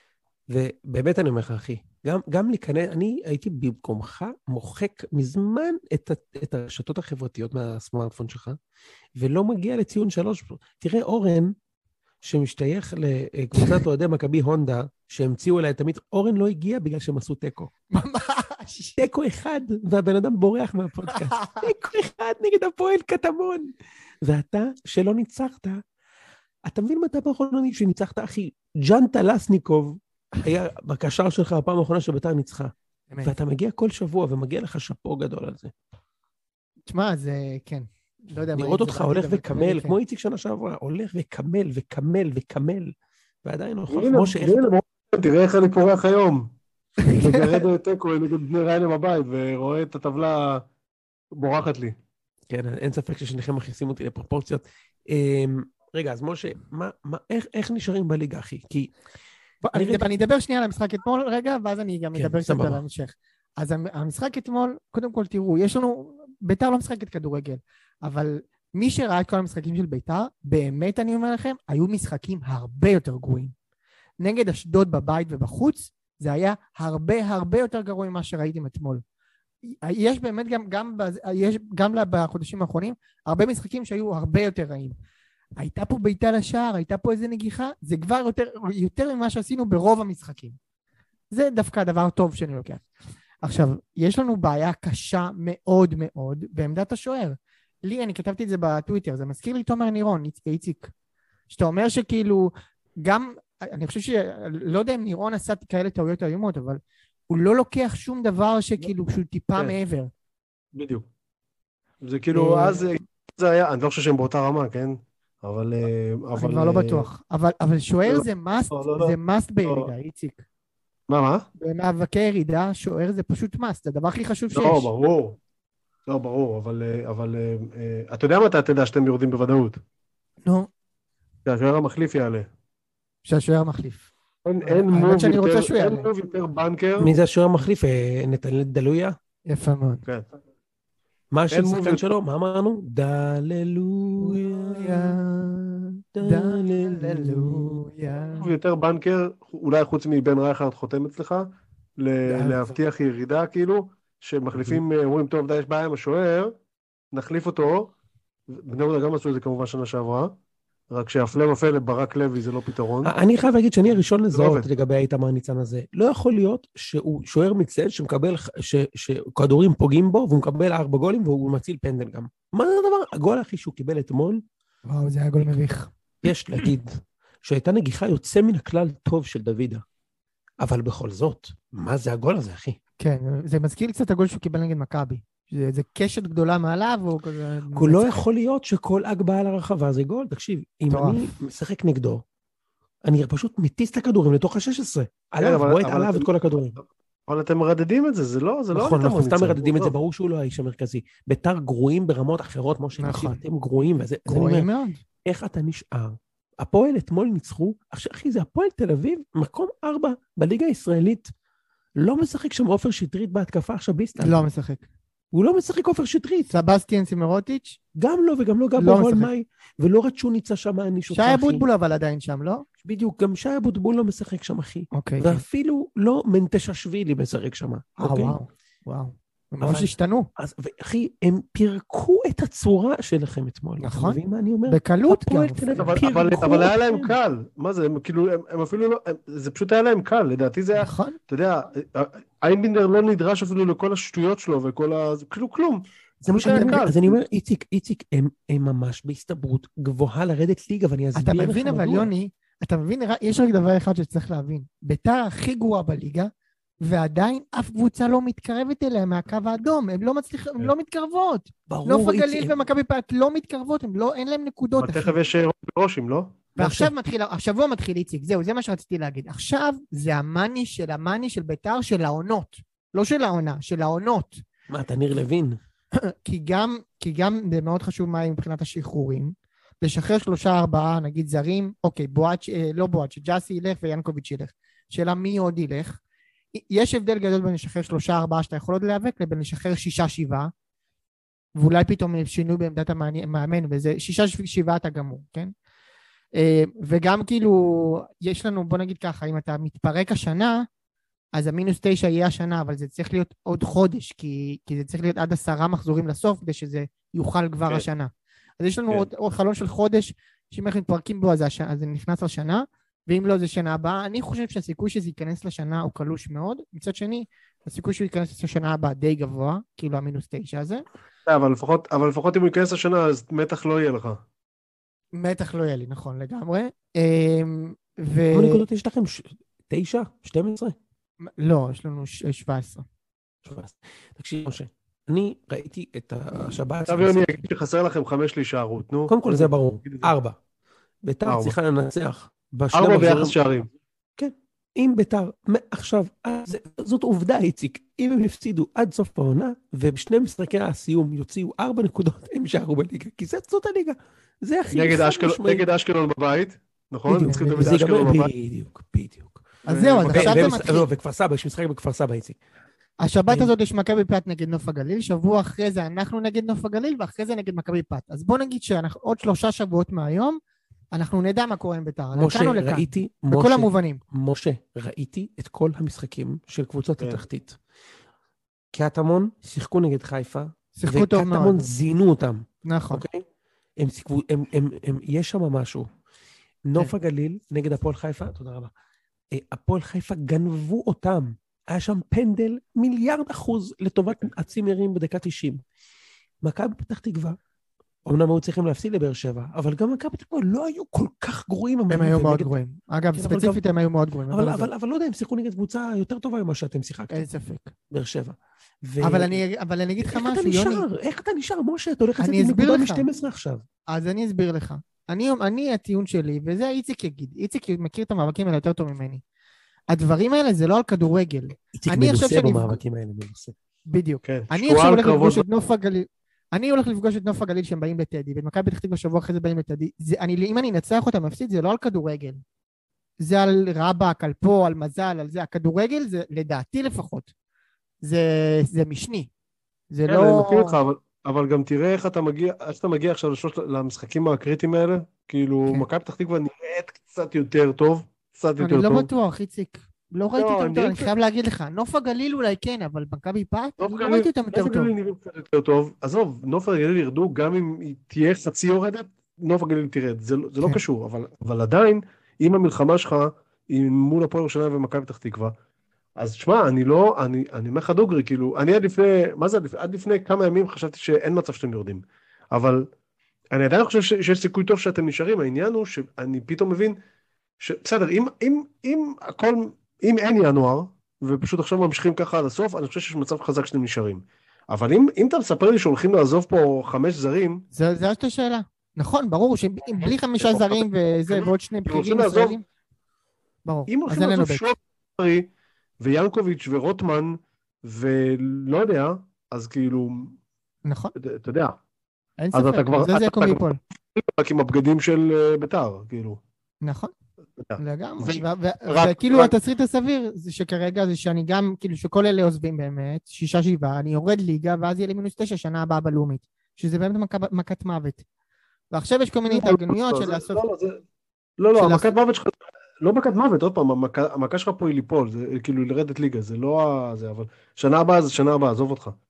ובאמת אני אומר לך, אחי, גם להיכנס, אני הייתי במקומך מוחק מזמן את הרשתות החברתיות מהסמארטפון שלך, ולא מגיע לציון 3. תראה, אורן, שמשתייך לקבוצת אוהדי מכבי הונדה, שהמציאו אליי תמיד, אורן לא הגיע בגלל שהם עשו טקו. ממש. טקו אחד, והבן אדם בורח מהפודקאסט. טקו אחד נגד הפועל קטמון. ואתה, שלא ניצחת, אתה מבין מתי באחרונה שניצחת, אחי? ג'אן טלסניקוב היה בקשר שלך הפעם האחרונה שביתר ניצחה. ואתה מגיע כל שבוע, ומגיע לך שפו גדול על זה. תשמע, זה כן. לא יודע מה... לראות אותך הולך וקמל, כמו איציק שנה שעברה, הולך וקמל וקמל וקמל, ועדיין לא יכול... תראה איך אני פורח היום. מגרד טקו נגד בני ריינה בבית, ורואה את הטבלה בורחת לי. כן, אין ספק ששניכם מכניסים אותי לפרופורציות. רגע, אז משה, איך נשארים בליגה, אחי? כי... אני אדבר שנייה על המשחק אתמול, רגע, ואז אני גם אדבר קצת על המשך. אז המשחק אתמול, קודם כל תראו, יש לנו... ביתר לא משחקת כדורגל, אבל מי שראה את כל המשחקים של ביתר, באמת אני אומר לכם, היו משחקים הרבה יותר גרועים. נגד אשדוד בבית ובחוץ, זה היה הרבה יותר גרוע ממה שראיתם אתמול. יש באמת גם בחודשים האחרונים, הרבה משחקים שהיו הרבה יותר רעים. הייתה פה ביתה לשער, הייתה פה איזה נגיחה, זה כבר יותר ממה שעשינו ברוב המשחקים. זה דווקא הדבר טוב שאני לוקח. עכשיו, יש לנו בעיה קשה מאוד מאוד בעמדת השוער. לי, אני כתבתי את זה בטוויטר, זה מזכיר לי תומר נירון, איציק, שאתה אומר שכאילו, גם, אני חושב שלא יודע אם נירון עשה כאלה טעויות איומות, אבל הוא לא לוקח שום דבר שכאילו, שהוא טיפה מעבר. בדיוק. זה כאילו, אז זה היה, אני לא חושב שהם באותה רמה, כן? אבל... אני כבר לא בטוח. אבל שוער זה must בירידה, איציק. מה? במאבקי ירידה, שוער זה פשוט must, זה הדבר הכי חשוב שיש. לא, ברור, אבל אתה יודע מתי אתה יודע שאתם יורדים בוודאות? נו. שהשוער המחליף יעלה. שהשוער המחליף. אין מוב יותר בנקר. מי זה השוער המחליף? נתנאל דלויה? יפה מאוד. כן. מה השם שחקן שלו? מה אמרנו? דללויה. יותר בנקר, אולי חוץ מבן רייכרד חותם אצלך, להבטיח ירידה כאילו, שמחליפים, אומרים טוב, די יש בעיה עם השוער, נחליף אותו, בני יהודה גם עשו את זה כמובן שנה שעברה, רק שהפלא ופלא לברק לוי זה לא פתרון. אני חייב להגיד שאני הראשון לזהות לגבי איתמר ניצן הזה. לא יכול להיות שהוא שוער מצטיין שמקבל, שכדורים פוגעים בו, והוא מקבל 4 גולים והוא מציל פנדל גם. מה זה הדבר? הגול הכי שהוא קיבל אתמול, וואו, זה היה גול מביך. יש להגיד שהייתה נגיחה יוצא מן הכלל טוב של דוידה. אבל בכל זאת, מה זה הגול הזה, אחי? כן, זה מזכיר קצת הגול שהוא קיבל נגד מכבי. זה קשת גדולה מעליו, או כזה... לא יכול להיות שכל הגבהה על הרחבה זה גול. תקשיב, אם אני משחק נגדו, אני פשוט מטיס את הכדורים לתוך ה-16. עליו, בועט עליו את כל הכדורים. אבל אתם מרדדים את זה, זה לא... נכון, אנחנו סתם מרדדים את זה, ברור שהוא לא האיש המרכזי. ביתר גרועים ברמות אחרות, כמו שתקשיב, אתם גרועים, גרועים מאוד. איך אתה נשאר? הפועל אתמול ניצחו, עכשיו אחי, זה הפועל תל אביב, מקום 4 בליגה הישראלית. לא משחק שם עופר שטרית בהתקפה עכשיו ביסטן. לא משחק. הוא לא משחק עופר שטרית. סבסטיאן סימרוטיץ'? גם לא, וגם לא גבו הולמאי, ולא רצו ניצה שם העניש אותך, אחי. שי אבוטבול אבל עדיין שם, לא? בדיוק, גם שי אבוטבול לא משחק שם, אחי. אוקיי. ואפילו לא מנטששווילי משחק שם. וואו. ממש השתנו. אחי, הם פירקו את הצורה שלכם אתמול. נכון. אתה מבין מה אני אומר? בקלות גם. אבל היה להם קל. מה זה? הם אפילו לא... זה פשוט היה להם קל. לדעתי זה היה... נכון. אתה יודע, איינבינדר לא נדרש אפילו לכל השטויות שלו וכל ה... כאילו כלום. זה מה שאני אומר. אז אני אומר, איציק, הם ממש בהסתברות גבוהה לרדת ליגה, ואני אסביר לך מדוע. אתה מבין אבל, יוני, אתה מבין, יש רק דבר אחד שצריך להבין. ביתר הכי גרועה בליגה, ועדיין אף קבוצה לא מתקרבת אליה מהקו האדום, הן לא מתקרבות. נוף הגליל ומכבי פת לא מתקרבות, אין להם נקודות. תכף יש ראשים, לא? והשבוע מתחיל איציק, זה מה שרציתי להגיד. עכשיו זה המאני של ביתר של העונות, לא של העונה, של העונות. מה, אתה ניר לוין? כי גם זה מאוד חשוב מה מבחינת השחרורים, לשחרר 3-4 נגיד זרים, אוקיי, לא בואץ', ג'אסי ילך וינקוביץ' ילך. שאלה מי עוד ילך? יש הבדל גדול בין לשחרר 3-4 שאתה יכול עוד להיאבק, לבין לשחרר 6-7, ואולי פתאום שינוי בעמדת המאמן, וזה 6-7 אתה גמור, כן? וגם כאילו, יש לנו, בוא נגיד ככה, אם אתה מתפרק השנה, אז המינוס 9 יהיה השנה, אבל זה צריך להיות עוד חודש, כי זה צריך להיות עד 10 מחזורים לסוף, כדי שזה יוכל כבר השנה. אז יש לנו עוד חלון של חודש, שאם אנחנו מתפרקים בו, אז זה נכנס לשנה, ואם לא, זה שנה הבאה. אני חושב שהסיכוי שזה ייכנס לשנה הוא קלוש מאוד. מצד שני, הסיכוי שהוא ייכנס לשנה הבאה די גבוה, כאילו המינוס 9 הזה. אבל לפחות אם הוא ייכנס לשנה, אז מתח לא יהיה לך. מתח לא יהיה לי, נכון, לגמרי. כמה נקודות יש לכם? 9? 12? לא, יש לנו 17. תקשיב, משה, אני ראיתי את השבת... עכשיו יוני אגיד שחסר לכם 5 להישארות, נו. קודם כל זה ברור, 4. ביתר צריכה לנצח. 4 ביחס שערים. כן, אם ביתר, עכשיו, זאת עובדה, איציק, אם הם הפסידו עד סוף העונה, ובשני משחקי הסיום יוציאו 4 נקודות, הם יישארו בליגה, כי זאת הליגה. זה הכי נגד אשקלון בבית, נכון? הם צריכים תמיד אשקלון בבית. בדיוק. אז זהו, אז עכשיו זה מתחיל. וכפר סבא, יש משחק בכפר סבא, איציק. השבת הזאת יש מכבי פת נגד נוף הגליל, שבוע אחרי זה אנחנו נגד נוף הגליל, ואחרי זה נגד מכבי פת. אז בוא נגיד שאנחנו עוד 3 שבועות מהיום, אנחנו נדע מה קורה עם ביתר. משה, ראיתי, בכל המובנים. משה, ראיתי את כל המשחקים של קבוצות התחתית. קטמון שיחקו נגד חיפה, שיחקו טוב מאוד. וקטמון זינו אותם. נכון. יש שם משהו. נוף הגליל נגד הפועל חיפה, תודה רבה. הפועל חיפה גנבו אותם. היה שם פנדל 1,000,000,000% לטובת הצימרים בדקה 90. מכבי פתח תקווה, אמנם היו צריכים להפסיד לבאר שבע, אבל גם מכבי פתח תקווה לא היו כל כך גרועים. הם היו מאוד גרועים. אגב, ספציפית הם היו מאוד גרועים. אבל לא יודע, הם שיחקו נגד קבוצה יותר טובה ממה שאתם שיחקתם. אין ספק. באר שבע. אבל אני אגיד לך משהו, יוני. איך אתה נשאר, משה? אתה הולך לצאת עם נקודה מ-12 עכשיו. אז אני אסביר לך. אני הטיעון שלי, וזה איציק יגיד. איציק מכיר את המאבקים האלה יותר טוב ממני. הדברים האלה זה לא על כדורגל. איציק מנוסה במאבקים האלה, מנוסה. בדיוק. אני עכשיו הולך לפגוש את נוף הגליל. אני הולך לפגוש את נוף הגליל שהם באים לטדי, ומכבי פתח תקווה בשבוע אחרי זה באים לטדי. אם אני אנצח אותם מפסיד, זה לא על כדורגל. זה על רבק, על פה, על מזל, על זה. הכדורגל זה, לדעתי לפחות, זה משני. זה לא... אני מכיר אותך, אבל גם תראה איך אתה מגיע עכשיו למשחקים הקריטיים האלה. כאילו, מכבי פתח תקווה נראית קצת יותר טוב. אני לא בטוח, איציק. לא ראיתי אותם טוב, אני חייב להגיד לך. נוף הגליל אולי כן, אבל מכבי פת, אני לא ראיתי אותם יותר טוב. נוף הגליל נראים קצת יותר טוב. עזוב, נוף הגליל ירדו, גם אם היא תהיה חצי יורדת, נוף הגליל תרד. זה לא קשור, אבל עדיין, אם המלחמה שלך היא מול הפועל ירושלים ומכבי פתח תקווה, אז שמע, אני אומר לך דוגרי, כאילו, אני עד לפני כמה ימים חשבתי שאין מצב שאתם יורדים. אבל אני עדיין חושב שיש סיכוי טוב שאתם נשארים. העניין הוא שאני פתאום מבין בסדר, אם אין ינואר, ופשוט עכשיו ממשיכים ככה עד הסוף, אני חושב שיש מצב חזק שאתם נשארים. אבל אם אתה מספר לי שהולכים לעזוב פה 5 זרים... זה השת השאלה. נכון, ברור, שבלי 5 זרים וזה, ועוד 2 בכירים ישראלים... ברור. אם הולכים לעזוב שרי, ויאנקוביץ' ורוטמן, ולא יודע, אז כאילו... נכון. אתה יודע. אין ספק, זה יקום ליפול. רק עם הבגדים של ביתר, כאילו. נכון. לגמרי, וכאילו התסריט הסביר זה שכרגע זה שאני גם, כאילו שכל אלה עוזבים באמת, 6-7, אני יורד ליגה ואז יהיה לי מינוס 9 שנה הבאה בלאומית, שזה באמת מכת מוות. ועכשיו יש כל מיני התארגנויות של לעשות... לא, המכת מוות שלך, לא מכת מוות, עוד פעם, המכה שלך פה היא ליפול, זה כאילו לרדת ליגה, זה לא זה, אבל שנה הבאה זה שנה הבאה, עזוב אותך.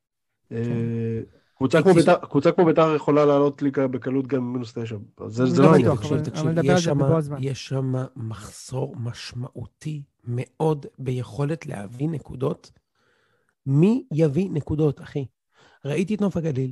קבוצה כמו ביתר יכולה לעלות ליגה בקלות גם מינוס 9. זה לא העניין. יש שם מחסור משמעותי מאוד ביכולת להביא נקודות. מי יביא נקודות, אחי? ראיתי את נוף הגליל.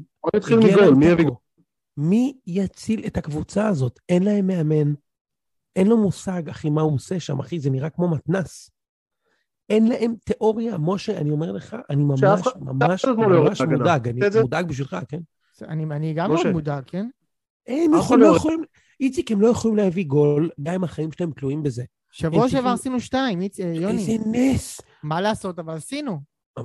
מי יציל את הקבוצה הזאת? אין להם מאמן. אין לו מושג, אחי, מה הוא עושה שם, אחי? זה נראה כמו מתנס. אין להם תיאוריה, משה, אני אומר לך, אני ממש מודאג, אני מודאג בשבילך, כן? אני גם מאוד מודאג, כן? הם לא יכולים, איציק, הם לא יכולים להביא גול, גם החיים שלהם תלויים בזה. שבוע שעבר עשינו 2, יוני. איזה נס. מה לעשות, אבל עשינו.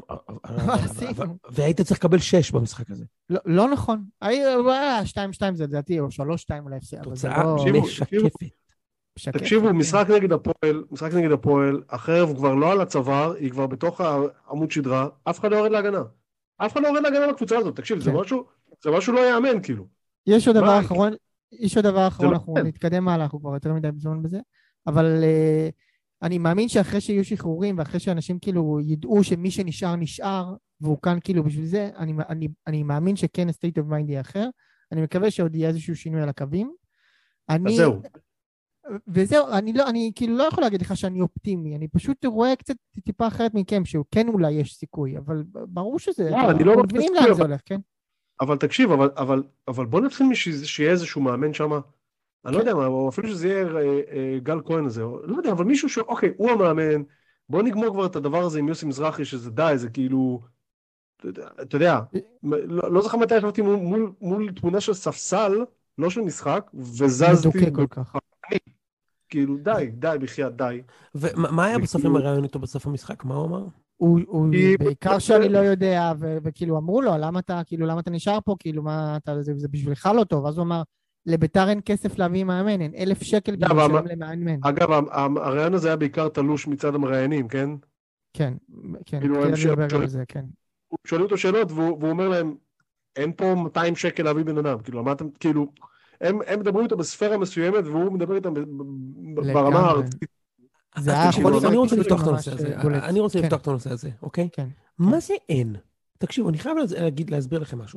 והיית צריך לקבל 6 במשחק הזה. לא נכון. 2-2 זה לדעתי, או 3-2 אולי הפסד. תוצאה משקפת. תקשיבו, משחק נגד הפועל, החרב כבר לא על הצוואר, היא כבר בתוך העמוד שדרה, אף אחד לא יורד להגנה. אף אחד לא יורד להגנה בקבוצה הזאת, תקשיב, זה משהו לא יאמן, כאילו. יש עוד דבר אחרון, יש עוד דבר אחרון, לא אנחנו כן. נתקדם הלאה, אנחנו כבר יותר מדי בזמן בזה, אבל אני מאמין שאחרי שיהיו שחרורים, ואחרי שאנשים כאילו ידעו שמי שנשאר נשאר, והוא כאן כאילו בשביל זה, אני מאמין שכן ה-state of mind יהיה אחר, אני מקווה שעוד יהיה איזשהו שינוי על הקווים. אז זהו. וזהו, אני כאילו לא יכול להגיד לך שאני אופטימי, אני פשוט רואה קצת טיפה אחרת מכם, שהוא כן אולי יש סיכוי, אבל ברור שזה, אני לא מבינים לאן זה הולך, כן? אבל תקשיב, אבל בוא נתחיל שיהיה איזשהו מאמן שם, אני לא יודע מה, או אפילו שזה יהיה גל כהן הזה, לא יודע, אבל מישהו אוקיי, הוא המאמן, בוא נגמור כבר את הדבר הזה עם יוסי מזרחי, שזה די, זה כאילו, אתה יודע, לא זוכר מתי החלטתי מול תמונה של ספסל, לא של משחק, וזזתי, מדוקה כל כך. כאילו די, בחייאת, די. ומה היה בסוף עם הרעיון איתו בסוף המשחק? מה הוא אמר? הוא בעיקר שאני לא יודע, וכאילו אמרו לו, למה אתה נשאר פה, כאילו מה, זה בשבילך לא טוב, אז הוא אמר, לביתר אין כסף להביא מאמן, אין 1,000 שקל בשביל לשלם למאמן. אגב, הרעיון הזה היה בעיקר תלוש מצד המראיינים, כן? כן, הוא שואל אותו שאלות, והוא אומר להם, אין פה 200 שקל להביא בן אדם, כאילו, אמרתם, כאילו, הם מדברים איתו בספירה מסוימת, והוא מדבר איתם ברמה הארצית. אני רוצה לפתוח את הנושא הזה, אני רוצה לפתוח את הנושא הזה, אוקיי? מה זה אין? תקשיבו, אני חייב להסביר לכם משהו.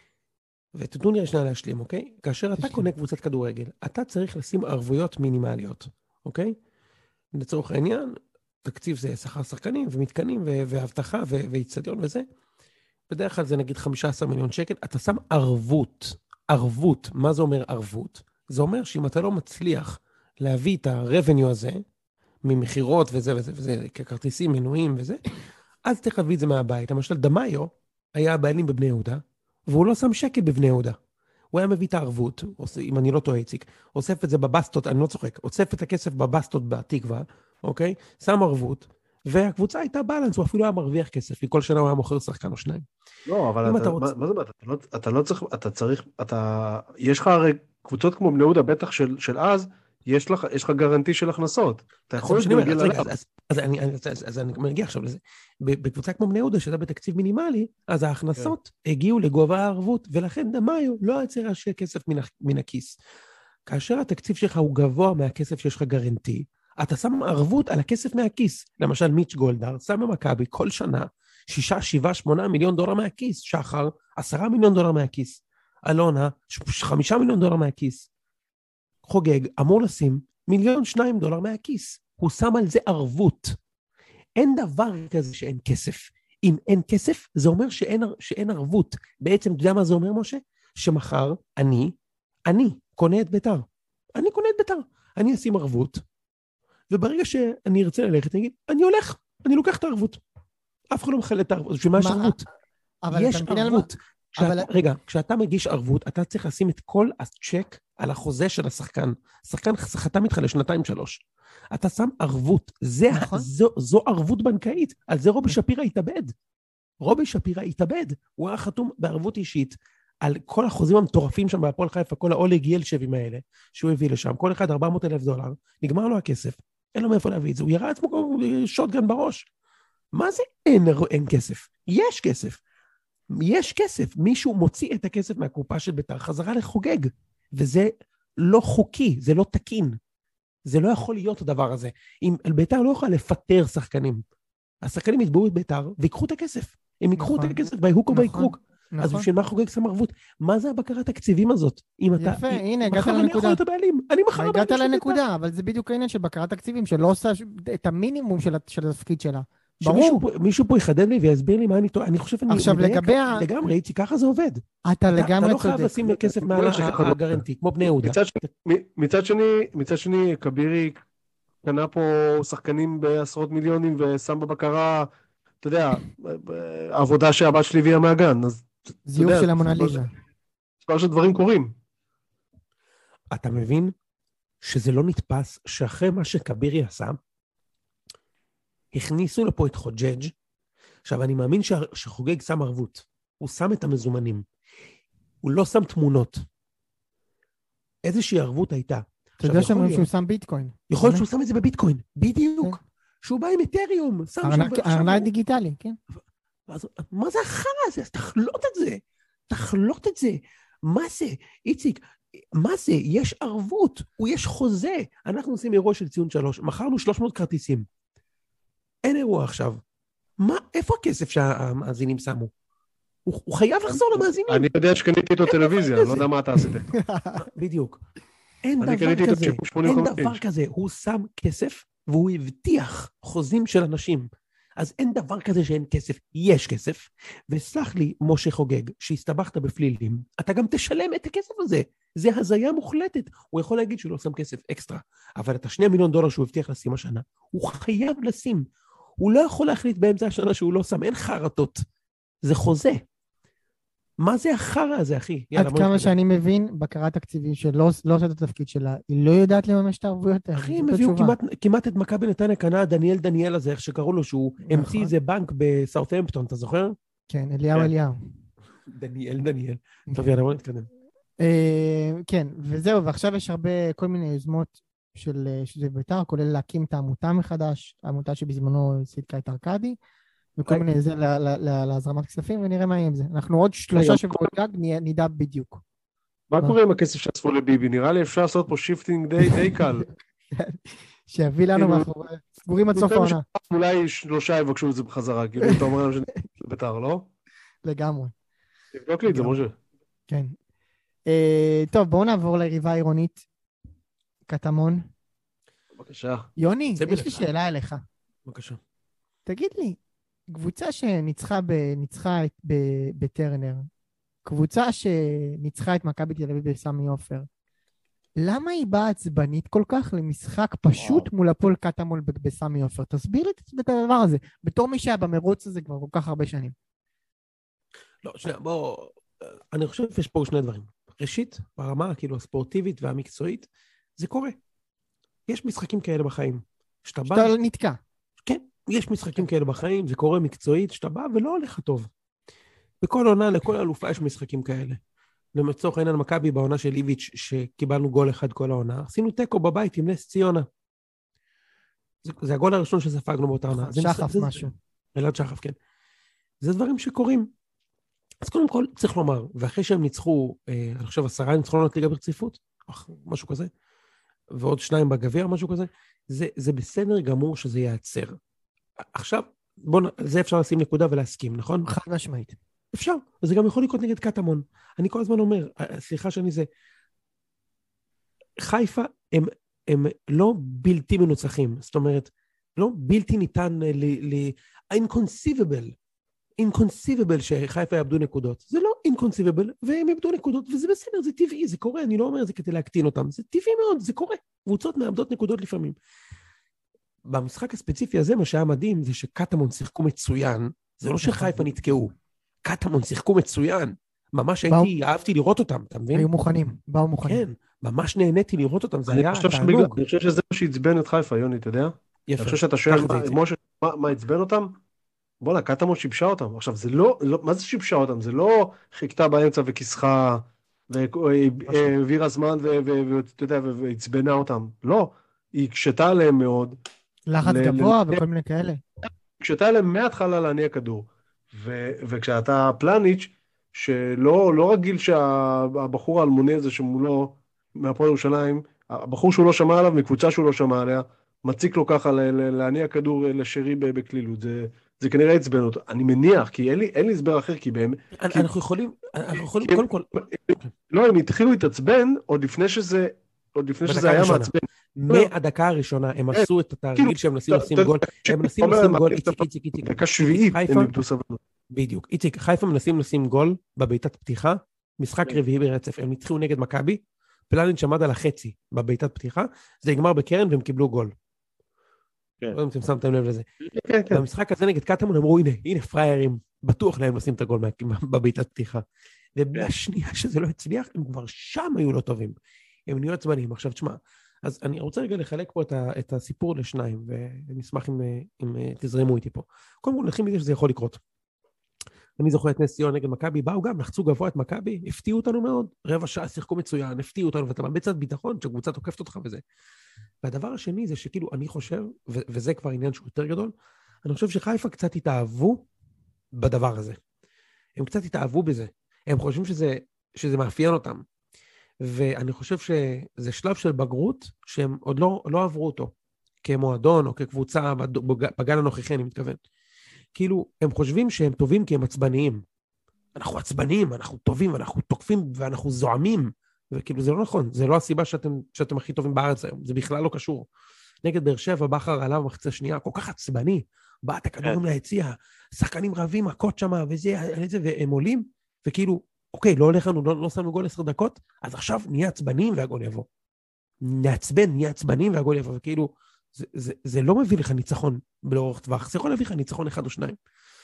ותתנו לי שנייה להשלים, אוקיי? כאשר אתה קונה קבוצת כדורגל, אתה צריך לשים ערבויות מינימליות, אוקיי? לצורך העניין, תקציב זה שכר שחקנים ומתקנים והבטחה ואיצטדיון וזה. בדרך כלל זה נגיד 15 מיליון שקל, אתה שם ערבות. ערבות, מה זה אומר ערבות? זה אומר שאם אתה לא מצליח להביא את הרבניו הזה, ממחירות וזה, ככרטיסים, מנויים וזה, אז צריך להביא את זה מהבית. למשל, דמאיו היה הבעלים בבני יהודה, והוא לא שם שקל בבני יהודה. הוא היה מביא את הערבות, אם אני לא טועה איציק, אוסף את זה בבסטות, אני לא צוחק, אוסף את הכסף בבסטות בתקווה, אוקיי? שם ערבות, והקבוצה הייתה בלנס, הוא אפילו היה מרוויח כסף, כי כל שנה הוא היה מוכר שחקן או שניים. לא, אבל מה זה אומרת? אתה לא צריך, אתה צריך, יש לך הרי קבוצות כמו בני יהודה, בטח של אז, יש לך גרנטי של הכנסות. אתה יכול להתגלגל עליו. אז אני מגיע עכשיו לזה. בקבוצה כמו בני יהודה, שזה בתקציב מינימלי, אז ההכנסות הגיעו לגובה הערבות, ולכן דמאיו לא יצא להשקיע כסף מן הכיס. כאשר התקציב שלך הוא גבוה מהכסף שיש לך גרנטי, אתה שם ערבות על הכסף מהכיס. למשל, מיץ' גולדהר שם במכבי כל שנה 6, 7, 8 מיליון דולר מהכיס. שחר, 10 מיליון דולר מהכיס. אלונה, 5 מיליון דולר מהכיס. חוגג אמור לשים 1,2 מיליון מהכיס. הוא שם על זה ערבות. אין דבר כזה שאין כסף. אם אין כסף, זה אומר שאין ערבות. בעצם, אתה יודע מה זה אומר, משה? שמחר אני קונה את ביתר. אני קונה את ביתר. אני אשים ערבות, וברגע שאני ארצה ללכת, אני אגיד, אני הולך, אני לוקח את הערבות. אף אחד לא מחלל את הערבות. בשביל מה יש ערבות? יש ערבות. רגע, כשאתה מגיש ערבות, אתה צריך לשים את כל הצ'ק על החוזה של השחקן. השחקן חתם איתך ל2-3. אתה שם ערבות. זו ערבות בנקאית. על זה רובי שפירא התאבד. רובי שפירא התאבד. הוא היה חתום בערבות אישית על כל החוזים המטורפים שם בהפועל חיפה, כל האולג ילשבים האלה, שהוא הביא לשם. כל אחד $400,000. נגמר לו הכסף. אין לו מאיפה להביא את זה. הוא ירה עצמו שוטגן בראש. מה זה אין כסף? יש כסף. יש כסף, מישהו מוציא את הכסף מהקופה של ביתר, חזרה לחוגג, וזה לא חוקי, זה לא תקין, זה לא יכול להיות הדבר הזה, אם ביתר לא יכולה לפטר שחקנים, השחקנים יתבעו את ביתר, ויקחו את הכסף, הם ייקחו את הכסף, בהיהוק או בהיקרוק, אז בשביל מה חוגג שם ערבות? מה זה הבקרה התקציבים הזאת? יפה, הנה, הגעת לנקודה. הגעת לנקודה, אבל זה בדיוק העניין של בקרת תקציבים, שלא עושה את המינימום של התפקיד שלה. מישהו פה יחדד לי ויסביר לי מה אני טועה, אני חושב עכשיו לגבי לגמרי, איתי, ככה זה עובד. אתה לגמרי צודק. אתה לא חייב לשים כסף מעל הגרנטי, כמו בני יהודה. מצד שני, כבירי קנה פה שחקנים בעשרות מיליונים ושם בבקרה, אתה יודע, העבודה שהבת שלי הביאה מהגן, אז זיוף של המונליזה. כבר שדברים קורים. אתה מבין שזה לא נתפס שאחרי מה שכבירי עשה, הכניסו לפה את חוג'ג'. עכשיו, אני מאמין שחוגג שם ערבות. הוא שם את המזומנים. הוא לא שם תמונות. איזושהי ערבות הייתה. אתה יודע שאומרים שהוא שם ביטקוין. יכול להיות שהוא שם את זה בביטקוין. בדיוק. שהוא בא עם אתריום. ארנק דיגיטלי, כן. מה זה החרא הזה? אז תחלוט את זה. תחלוט את זה. מה זה? איציק, מה זה? יש ערבות, יש חוזה. אנחנו עושים אירוע של ציון 3, מכרנו 300 כרטיסים. אין אירוע עכשיו. איפה הכסף שהמאזינים שמו? הוא חייב לחזור למאזינים. אני יודע שקניתי איתו טלוויזיה, לא יודע מה אתה עשית. בדיוק. אין אני דבר קניתי איתו כזה, 85 אין דבר כזה. הוא שם כסף, והוא הבטיח חוזים של אנשים. אז אין דבר כזה שאין כסף. יש כסף. וסלח לי, משה חוגג, שהסתבכת בפלילים, אתה גם תשלם את הכסף הזה. זה הזיה מוחלטת. הוא יכול להגיד שהוא לא שם כסף אקסטרה, אבל את $2 מיליון שהוא הבטיח לשים השנה, הוא חייב לשים. הוא לא יכול להחליט באמצע השנה שהוא לא שם. אין חרטות. זה חוזה. מה זה החרא הזה, אחי? עד כמה שאני מבין, בקרת תקציבים שלא עושה את התפקיד שלה, היא לא יודעת לממש את הערבויות האלה. אחי, הם הביאו כמעט את מכבי נתניה קנה, דניאל הזה, איך שקראו לו, שהוא המציא איזה בנק בסאות'המפטון, אתה זוכר? כן, אליהו. דניאל. טוב, יאללה, בוא נתקדם. כן, וזהו, ועכשיו יש הרבה, כל מיני יוזמות שזה בית"ר, כולל להקים את העמותה מחדש, העמותה שבזמנו סידקה את ארקדי, וכל מיני זה להזרמת כספים, ונראה מה יהיה עם זה. אנחנו עוד 3 שבועות גג נדע בדיוק. מה קורה עם הכסף שאספו לביבי? נראה לי אפשר לעשות פה שיפטינג די קל. שיביא לנו מאחורי, סגורים עד סוף העונה. אולי 3 יבקשו את זה בחזרה, כאילו אתה אומר לנו שזה בית"ר, לא? לגמרי. תבדוק לי את זה, משה. כן. טוב, בואו נעבור ליריבה העירונית. קטמון. בבקשה. יוני, יש לי שאלה אליך. בבקשה. תגיד לי, קבוצה שניצחה בטרנר, קבוצה שניצחה את מכבי תל אביב בסמי עופר, למה היא באה עצבנית כל כך למשחק פשוט מול הפועל קטמון בסמי עופר? תסביר לי את הדבר הזה, בתור מי שהיה במרוץ הזה כבר כל כך הרבה שנים. לא, שנייה, אני חושב שיש פה 2 דברים. ראשית, ברמה כאילו הספורטיבית והמקצועית, זה קורה. יש משחקים כאלה בחיים. שאתה נתקע. כן, יש משחקים כאלה בחיים, זה קורה מקצועית, שאתה בא ולא הולך טוב. בכל עונה, לכל אלופה יש משחקים כאלה. לצורך העניין מכבי בעונה של איביץ' שקיבלנו גול אחד כל העונה, עשינו טקו בבית עם נס ציונה. זה הגול הראשון שספגנו באותה עונה. שחף משהו. אלעד שחף, כן. זה דברים שקורים. אז קודם כל צריך לומר, ואחרי שהם ניצחו, אני חושב 10 ניצחונות ליגה ברציפות, משהו כזה, ועוד 2 בגביע, משהו כזה, זה בסדר גמור שזה ייעצר. עכשיו, זה אפשר לשים נקודה ולהסכים, נכון? חד משמעית. אפשר, וזה גם יכול לקרות נגד קטמון. אני כל הזמן אומר, סליחה שאני זה, חיפה הם לא בלתי מנוצחים, זאת אומרת, לא בלתי ניתן inconceivable שחיפה יאבדו נקודות. זה לא inconceivable, והם יאבדו נקודות, וזה בסדר, זה טבעי, זה קורה, אני לא אומר זה כדי להקטין אותם, זה טבעי מאוד, זה קורה. קבוצות מאבדות נקודות לפעמים. במשחק הספציפי הזה, מה שהיה מדהים, זה שקטמון שיחקו מצוין, זה לא שחיפה נתקעו, קטמון שיחקו מצוין, ממש אהבתי לראות אותם, אתה מבין? היו מוכנים, באו מוכנים. כן, ממש נהניתי לראות אותם, זה היה תענוג. אני חושב שזה מה שהצבן את חיפה, יוני, אתה יודע? יפה. אני חושב שאתה שואל, משה, מה הצבן אותם? בוא'נה, קטמון שיבשה אותם. עכשיו, זה לא, מה זה שיבשה אותם? זה לא חיכתה באמצע וכיסחה, והעבירה זמן, ואתה יודע, והצבנה אותם. לא, היא הקשתה עליהם מאוד. לחץ גבוה וכל מיני כאלה. הקשתה עליהם מההתחלה להניע כדור. וכשאתה פלניץ', שלא רגיל שהבחור האלמוני הזה שמולו, מהפועל ירושלים, הבחור שהוא לא שמע עליו, מקבוצה שהוא לא שמע עליה, מציק לו ככה להניע כדור לשרי בכלילות. זה כנראה עצבן אותו. אני מניח, כי אין לי הסבר אחר, כי באמת... אנחנו יכולים קודם כל... לא, הם התחילו להתעצבן, עוד לפני שזה היה מעצבן. מהדקה הראשונה, הם עשו את התרגיל שהם מנסים לשים גול, הם מנסים לשים גול, איציק. דקה שביעית, הם איבדו סבלנות. בדיוק, איציק, חיפה מנסים לשים גול בביתת פתיחה, משחק רביעי ברצף, הם ניצחו נגד מכבי, פלניץ' עמד על החצי בביתת פתיחה, זה נגמר בקרן והם קיבלו גול. לא אם אתם שמתם לב לזה. במשחק הזה נגד קטמון אמרו, הנה פריירים, בטוח להם לשים את הגול בביתת פתיחה. ובשנייה שזה לא הצליח, הם כבר שם היו לא טובים. הם נהיו עצבניים. עכשיו תשמע, אז אני רוצה רגע לחלק פה את הסיפור לשניים, ונשמח אם תזרמו איתי פה. קודם כל נתחיל מזה שזה יכול לקרות. אני זוכר את נס ציונה נגד מכבי, באו גם, לחצו גבוה את מכבי, הפתיעו אותנו מאוד, רבע שעה שיחקו מצוין, הפתיעו אותנו, ואתה מאבד קצת ביטחון, שקבוצה תוקפת אותך וזה. והדבר השני זה שכאילו, אני חושב, וזה כבר עניין שהוא יותר גדול, אני חושב שחיפה קצת התאהבו בדבר הזה. הם קצת התאהבו בזה. הם חושבים שזה מאפיין אותם. ואני חושב שזה שלב של בגרות שהם עוד לא עברו אותו, כמועדון או כקבוצה בגל הנוכחי, אני מתכוון. כאילו, הם חושבים שהם טובים כי הם עצבניים. אנחנו עצבניים, אנחנו טובים, אנחנו תוקפים ואנחנו זועמים, וכאילו זה לא נכון, זה לא הסיבה שאתם הכי טובים בארץ היום, זה בכלל לא קשור. נגד באר שבע, בכר עליו מחצה שנייה, כל כך עצבני, באת הכדורים ליציאה, שחקנים רבים, מכות שמה, וזה, והם עולים, וכאילו, אוקיי, לא הולך לנו, לא שמנו גול 10 דקות, אז עכשיו נהיה עצבנים והגול יבוא. נהיה עצבנים והגול יבוא, וכאילו, זה לא מביא לך ניצחון לאורך טווח, זה יכול להביא לך ניצחון 1 או 2.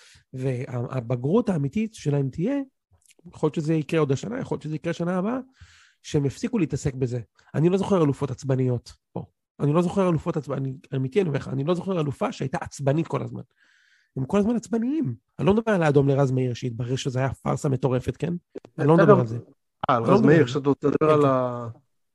והבגרות האמיתית שלהם תהיה, יכול להיות שזה יקרה עוד השנה, יכול להיות שזה יקרה שנה הבאה, שהם יפסיקו להתעסק בזה. אני לא זוכר אלופות עצבניות פה. אני לא זוכר אלופות עצבניות, אני לא זוכר אלופה שהייתה עצבנית כל הזמן. הם כל הזמן עצבניים. אני לא מדבר על האדום לרז מאיר, שהתברר שזה היה פרסה מטורפת, כן? אני לא מדבר על זה. על רז מאיר, שאתה רוצה לדבר על ה...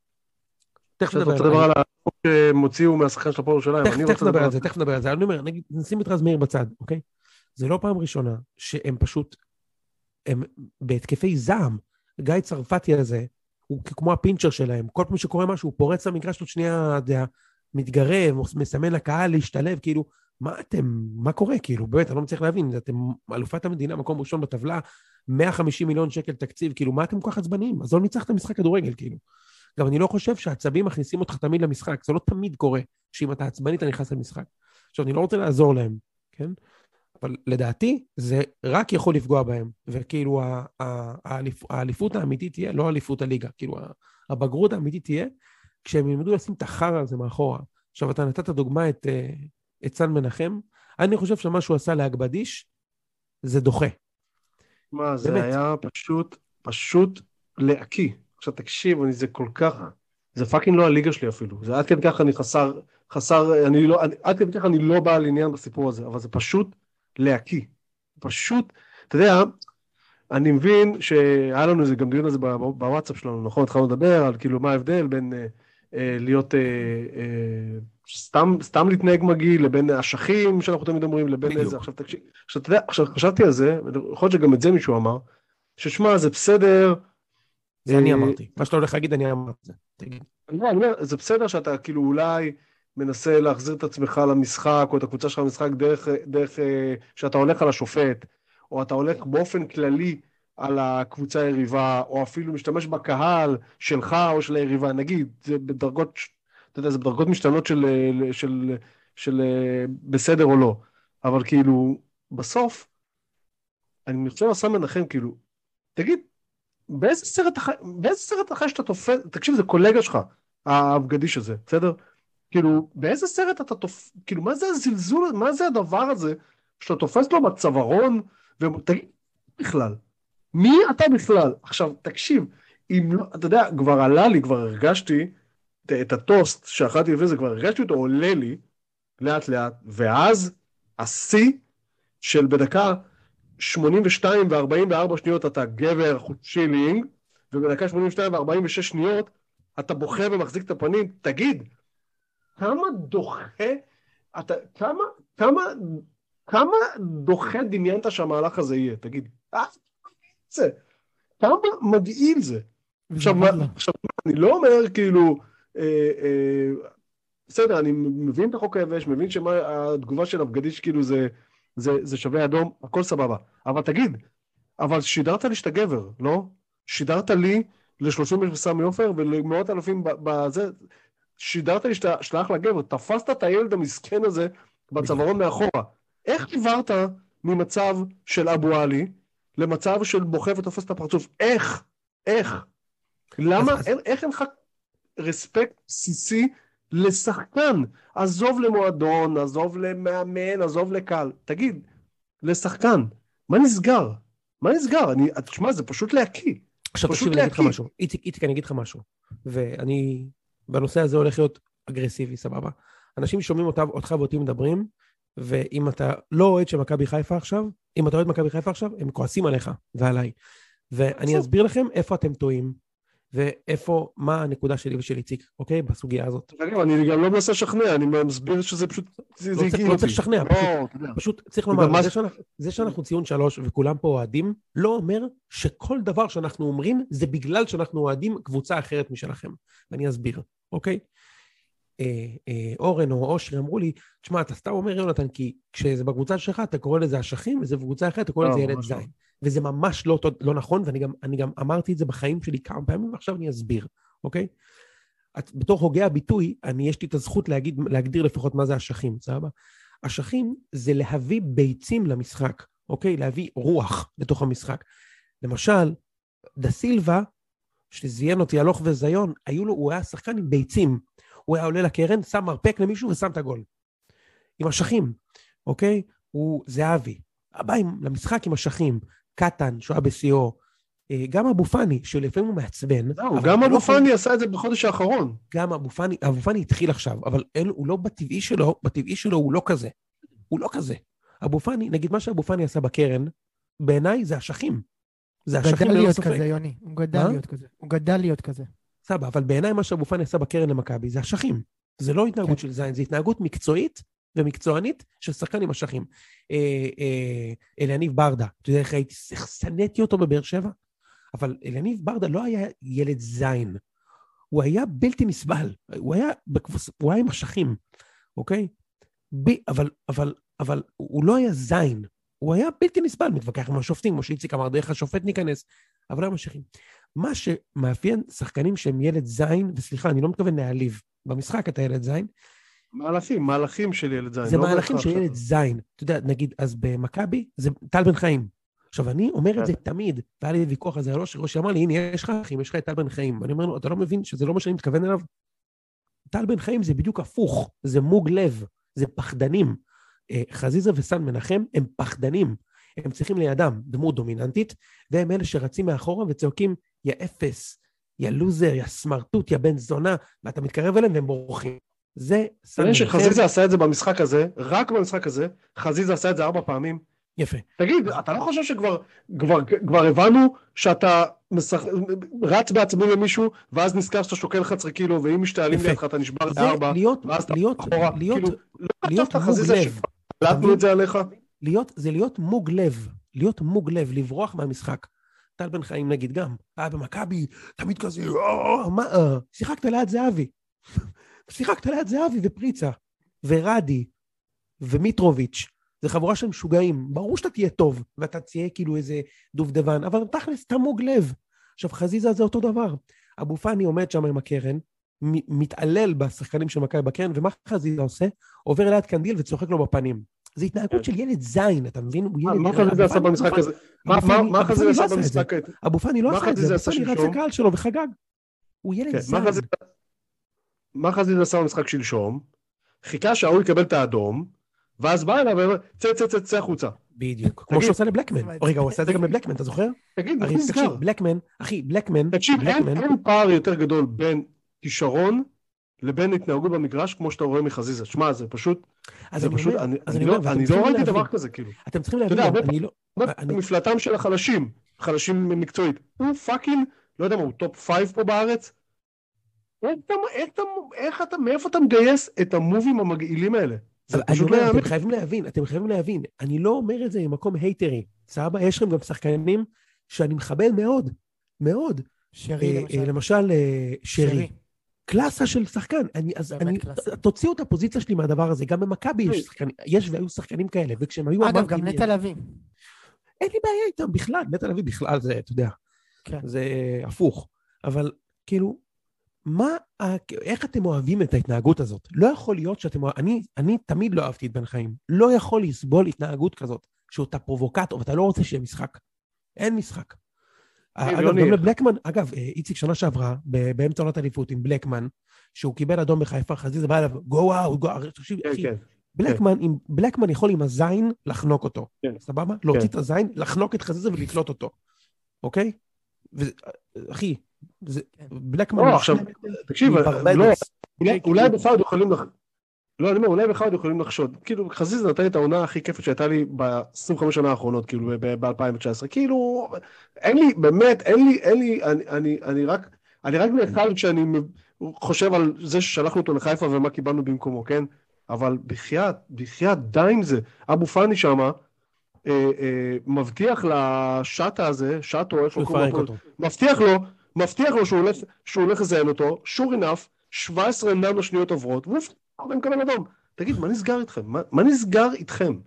תכף נדבר על החוק שהם הוציאו מהשחקן של הפועל ירושלים. תכף נדבר על זה. אני אומר, נשים את רז מאיר בצד, אוקיי? זה לא פעם ראשונה שהם פשוט, הם בהתקפי זעם. גיא צרפתי הזה, הוא כמו הפינצ'ר שלהם. כל פעם שקורה משהו, הוא פורץ למגרש, עוד שנייה מתגרב, מסמן לקהל להשתלב, כאילו, מה קורה? כאילו, באמת, אני לא מצליח להבין, אתם אלופת המדינה, מקום ראשון בטבלה, 150 מיליון שקל תקציב, כאילו, מה אתם כל כך עצבניים? אז לא ניצחתם משחק כדורגל, כאילו. גם אני לא חושב שהעצבים מכניסים אותך תמיד למשחק, זה לא תמיד קורה, שאם אתה עצבני, אתה נכנס למשחק. עכשיו, אני לא רוצה לעזור להם, כן? אבל לדעתי, זה רק יכול לפגוע בהם, וכאילו, האליפות האמיתית תהיה, לא האליפות הליגה, כאילו, הבגרות האמיתית תהיה, כשהם ילמדו לשים את החרא הזה מאחורה. עכשיו, אתה נתת דוגמה את סן מנחם, אני חושב שמה שהוא עשה להגבדיש, זה דוחה. מה, זה באמת. היה פשוט להקיא. עכשיו תקשיב, זה כל כך, זה פאקינג לא הליגה שלי אפילו, זה עד כדי כך אני עד כדי כך אני לא בא על עניין בסיפור הזה, אבל זה פשוט להקיא. פשוט, אתה יודע, אני מבין שהיה לנו איזה גם דיון הזה בוואטסאפ שלנו, נכון? התחלנו לדבר על כאילו מה ההבדל בין להיות סתם להתנהג מגעיל, לבין אשכים שאנחנו תמיד אומרים, לבין איזה, עכשיו תקשיב, עכשיו חשבתי על זה, יכול להיות שגם את זה מישהו אמר, ששמע, זה בסדר, זה אני אמרתי, מה שאתה הולך להגיד, אני אמרתי, תגיד. אני אומר, זה בסדר שאתה כאילו אולי מנסה להחזיר את עצמך למשחק, או את הקבוצה שלך למשחק דרך שאתה הולך על השופט, או אתה הולך באופן כללי על הקבוצה היריבה, או אפילו משתמש בקהל שלך או של היריבה, נגיד, זה בדרגות, אתה יודע, זה בדרגות משתנות של בסדר או לא, אבל כאילו, בסוף, אני חושב לסם מנחם, כאילו, תגיד, באיזה סרט אחרי שאתה תופס, תקשיב, זה קולגה שלך, הבגדיש הזה, בסדר? כאילו, באיזה סרט אתה תופס, כאילו, מה זה הזלזול, מה זה הדבר הזה, שאתה תופס לו בצווארון, ותגיד, בכלל, מי אתה בכלל? עכשיו, תקשיב, אם לא, אתה יודע, כבר עלה לי, כבר הרגשתי את הטוסט שאכלתי לפני זה, כבר הרגשתי אותו, עולה לי, לאט לאט, ואז, השיא של בדקה 82 ו-44 שניות אתה גבר שילינג, ובדקה 82 ו-46 שניות אתה בוכה ומחזיק את הפנים, תגיד, כמה דוחה, כמה דוחה דמיינת שהמהלך הזה יהיה, תגיד, כמה מגעיל זה. עכשיו, אני לא אומר כאילו, בסדר, אני מבין את החוק היבש, מבין שמה התגובה של הבגדיש כאילו זה שווה אדום, הכל סבבה. אבל תגיד, אבל שידרת לי שאתה גבר, לא? שידרת לי ל-30 בסמי עופר ולמאות אלפים בזה, שידרת לי שאתה שלח לגבר, תפסת את הילד המסכן הזה בצווארון מאחורה. איך עברת ממצב של אבו עלי למצב של בוכה ותופס את הפרצוף? איך? למה? איך אין לך רספקט בסיסי לשחקן? עזוב למועדון, עזוב למאמן, עזוב לקהל. תגיד, לשחקן, מה נסגר? תשמע, זה פשוט להקיא. עכשיו תקשיב, אני אגיד לך משהו. איציק, אני אגיד לך משהו. ואני, בנושא הזה הולך להיות אגרסיבי, סבבה. אנשים שומעים אותך ואותי מדברים, ואם אתה לא אוהד של מכבי חיפה עכשיו, אם אתה אוהד מכבי חיפה עכשיו, הם כועסים עליך ועליי. ואני אסביר לכם איפה אתם טועים. ואיפה, מה הנקודה שלי ושל איציק, אוקיי? בסוגיה הזאת. אגב, אני גם לא מנסה לשכנע, אני מסביר שזה פשוט, זה לא הגעיל אותי. צריך לשכנע, פשוט צריך לומר, זה שאנחנו ציון 3 וכולם פה אוהדים, לא אומר שכל דבר שאנחנו אומרים, זה בגלל שאנחנו אוהדים קבוצה אחרת משלכם. ואני אסביר, אוקיי? אורן או אושרי אמרו לי, תשמע, אתה סתם אומר יונתן, כי כשזה בקבוצה שלך, אתה קורא לזה אשכים, וזה בקבוצה אחרת, אתה קורא לזה ילד זין. וזה ממש לא נכון, ואני גם אמרתי את זה בחיים שלי כמה פעמים, ועכשיו אני אסביר, אוקיי? בתור הוגה הביטוי, יש לי את הזכות להגדיר לפחות מה זה אשכים, סבבה? אשכים זה להביא ביצים למשחק, אוקיי? להביא רוח לתוך המשחק. למשל, דה סילבה, שזיין אותי הלוך וזיון, הוא היה שחקן עם ביצים, הוא היה עולה לקרן, שם מרפק למישהו ושם את הגול. עם אשכים, אוקיי? הוא זהבי. הבא למשחק עם אשכים, קטן, שהוא היה בשיאו, גם אבו פאני, שלפעמים הוא מעצבן. גם אבו פאני עשה את זה בחודש האחרון. גם אבו פאני התחיל עכשיו, אבל הוא לא בטבעי שלו הוא לא כזה. הוא לא כזה. אבו פאני, נגיד מה שאבו פאני עשה בקרן, בעיניי זה אשכים. זה אשכים ללא ספק. כזה, יוני. הוא גדל להיות כזה. סבא, אבל בעיניי מה שאבו פאני עשה בקרן למכבי, זה אשכים. זה לא התנהגות של זין, זה התנהגות מקצועית ומקצוענית של שחקן עם אשכים. אליניב ברדה, אתה יודע איך הייתי סנאתי אותו בבאר שבע? אבל אליניב ברדה לא היה ילד זין. הוא היה בלתי נסבל. הוא היה עם אשכים, אוקיי? אבל הוא לא היה זין. הוא היה בלתי נסבל, מתווכח עם השופטים, כמו שאיציק אמר, דרך השופט ניכנס, אבל לא היה אשכים. מה שמאפיין שחקנים שהם ילד זין, וסליחה, אני לא מתכוון להעליב, במשחק אתה ילד זין. מהלכים של ילד זין. זה מהלכים של ילד זין. אתה יודע, נגיד, אז במכבי, זה טל בן חיים. עכשיו, אני אומר את זה תמיד, והיה לי ויכוח על זה, ראשי אמר לי, הנה, יש לך אחים, יש לך את טל בן חיים. ואני אומר לו, אתה לא מבין שזה לא מה שאני מתכוון אליו? טל בן חיים זה בדיוק הפוך, זה מוג לב, זה פחדנים. חזיזה וסן מנחם הם פחדנים. הם צריכים לידם דמות דומיננטית, והם אלה שרצים מאחורה וצועקים, יא אפס, יא לוזר, יא סמרטוט, יא בן זונה, ואתה מתקרב אליהם והם בורחים. זה סן מנחם. שחזיזה עשה את זה במשחק הזה, רק במשחק הזה, חזיזה עשה את זה 4 פעמים. יפה. תגיד, אתה לא חושב שכבר הבנו שאתה רץ בעצמי למישהו, ואז נזכר שאתה שוקל 11 קילו, ואם משתעלים לידך אתה נשבר ל4, ואז אתה אחורה, כאילו, לא חשבת חזיזה שקלטנו את זה עליך? זה להיות מוג לב, לברוח מהמשחק. טל בן חיים נגיד גם, במכבי, תמיד כזה, שיחקת ליד זהבי ופריצה, ורדי, ומיטרוביץ', זה חבורה של משוגעים, ברור שאתה תהיה טוב, ואתה תהיה כאילו איזה דובדבן, אבל תכלס, אתה מוג לב. עכשיו, חזיזה זה אותו דבר. אבו פאני עומד שם עם הקרן, מתעלל בשחקנים של מכבי בקרן, ומה חזיזה עושה? עובר ליד קנדיל וצוחק לו בפנים. זה התנהגות של ילד זין, אתה מבין? מה חזיזה עשה במשחק הזה? מה חזיזה עשה במשחק הזה? אבו פאני לא עשה את זה, אבו פאני רץ לקהל שלו וחגג. הוא ילד זין. מה חזיזה עשה במשחק שלשום? חיכה שההוא יקבל את האדום, ואז בא אליו ואומר, צא החוצה. בדיוק. כמו שהוא עושה לבלקמן. רגע, הוא עשה את זה גם לבלקמן, אתה זוכר? תגיד, תקשיב, בלקמן. תקשיב, אין פער יותר גדול בין כישרון לבין התנהגות במגרש, כמו שאתה רואה מחזיזה. שמע, זה פשוט, אני לא ראיתי דבר כזה, כאילו. אתם צריכים להבין, אני לא... מפלטם של חלשים מקצועית. הוא פאקינג, לא יודע מה, הוא טופ 5 פה בארץ. מאיפה אתה מגייס את המובים המגעילים האלה? אתם חייבים להבין, אני לא אומר את זה ממקום הייטרי, סבבה? יש לכם גם שחקנים שאני מכבד מאוד, מאוד. שרי, למשל, שרי. קלאסה של שחקן. תוציאו את הפוזיציה שלי מהדבר הזה, גם במכבי יש והיו שחקנים כאלה, וכשהם היו... אגב, גם נטע לביא. אין לי בעיה איתם בכלל, נטע לביא בכלל זה, אתה יודע, זה הפוך. אבל כאילו, איך אתם אוהבים את ההתנהגות הזאת? לא יכול להיות שאתם... אני תמיד לא אהבתי את בן חיים. לא יכול לסבול התנהגות כזאת, שאותה פרובוקטור, ואתה לא רוצה שיהיה משחק. אין משחק. אגב, גם לבלקמן, אגב, איציק שנה שעברה, באמצע עונת אליפות עם בלקמן, שהוא קיבל אדום בחיפה, חזיזה בא אליו, גו וואו, תקשיב, אחי, בלקמן יכול עם הזין לחנוק אותו. סבבה? להוציא את הזין, לחנוק את חזיזה ולתלות אותו. אוקיי? אחי, בלקמן... לא, עכשיו, תקשיב, אולי בכלל יכולים לא, אני אומר, אולי בכלל יכולים לחשוד. כאילו, חזיזה נתן לי את העונה הכי כיפת שהייתה לי ב-25 שנה האחרונות, כאילו, ב-2019. כאילו, אין לי, באמת, אני רק אני רק נאכל כשאני חושב על זה ששלחנו אותו לחיפה ומה קיבלנו במקומו, כן? אבל בחייאת, די עם זה. אבו פאני שמה, מבטיח לשאטה הזה, שאטו, איך קוראים לו, מבטיח לו שהוא הולך לזיין אותו, sure enough, 17 ננו שניות עוברות, והוא מקבל אדום. תגיד, מה נסגר איתכם? מה נסגר איתכם?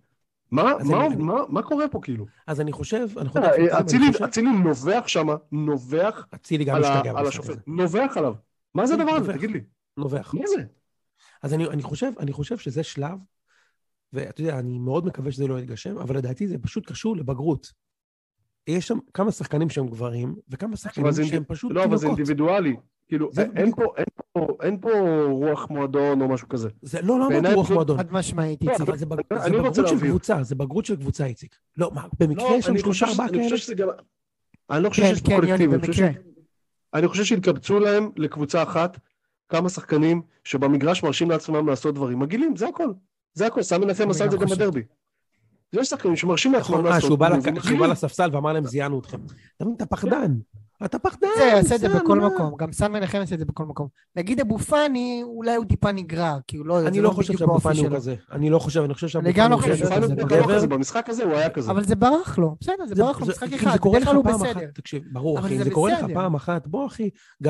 מה קורה פה כאילו? אז אני חושב... אצילי נובח שמה, נובח על השופט. נובח עליו. מה זה הדבר הזה? תגיד לי. נובח. מה זה? אז אני חושב שזה שלב, ואתה יודע, אני מאוד מקווה שזה לא יתגשם, אבל לדעתי זה פשוט קשור לבגרות. יש שם כמה שחקנים שהם גברים, וכמה שחקנים שהם פשוט תינוקות. לא, אבל זה אינדיבידואלי. כאילו, אין פה רוח מועדון או משהו כזה. לא אמרתי רוח מועדון. עד משמעית, איציק. אבל זה בגרות של קבוצה, זה בגרות של קבוצה, איציק. לא, מה, במקרה יש שם 3-4 כאלה? אני לא חושב שיש קולקטיב. אני חושב שהתקבצו להם לקבוצה אחת, כמה שחקנים שבמגרש מרשים לעצמם לעשות דברים מגעילים, זה הכל. זה הכל, סמי נחם עשה את זה גם בדרבי. יש שחקנים שמרשים לעצמם לעשות. שהוא בא לספסל ואמר להם, זיינו אתכם. אתה פחדן. אתה פחדן. זה יעשה את זה בכל מקום. גם סמי נחם יעשה את זה בכל מקום. נגיד אבו פאני, אולי הוא טיפה נגרע, כי הוא לא... אני לא חושב שאבו פאני הוא כזה. אני לא חושב שאבו פאני הוא כזה. במשחק הזה הוא היה כזה. אבל זה ברח לו. בסדר, זה ברח לו משחק אחד. זה קורה לך פעם אחת. תקשיב, ברור, אחי. זה קורה לך פעם אחת. בוא, אחי.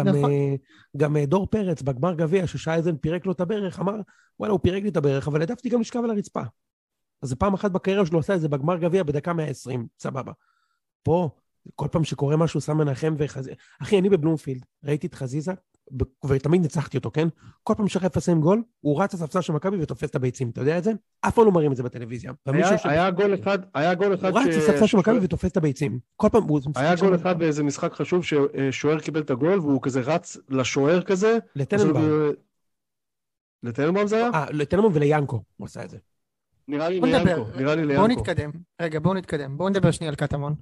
גם דור פרץ בגמר גביע, ששייזן פירק לו את הברך, אמר, וואלה, הוא פירק לי את הברך, אבל העדפתי גם לשכב על הרצפה. אז זה פעם אחת בקריירה שלו עושה את זה בגמר גביע בדקה 120, סבבה. פה, כל פעם שקורה משהו, שם מנחם וחזיזה. אחי, אני בבלומפילד, ראיתי את חזיזה, ותמיד ניצחתי אותו, כן? כל פעם שחיפה עושים גול, הוא רץ לספסל של מכבי ותופס את הביצים, אתה יודע את זה? אף פעם לא מראים את זה בטלוויזיה. היה גול אחד הוא רץ לספסל של מכבי ותופס את הביצים. כל פעם הוא... היה גול אחד באיזה משחק חשוב, ששוער קיבל את הגול, והוא כזה רץ לשוער כזה. לטננבאום זה היה? לטננבאום וליאנקו, הוא עשה את זה. נראה לי ליאנקו. בואו נתקדם. רגע, בואו נתקדם. בואו נדבר שנייה על קטמון.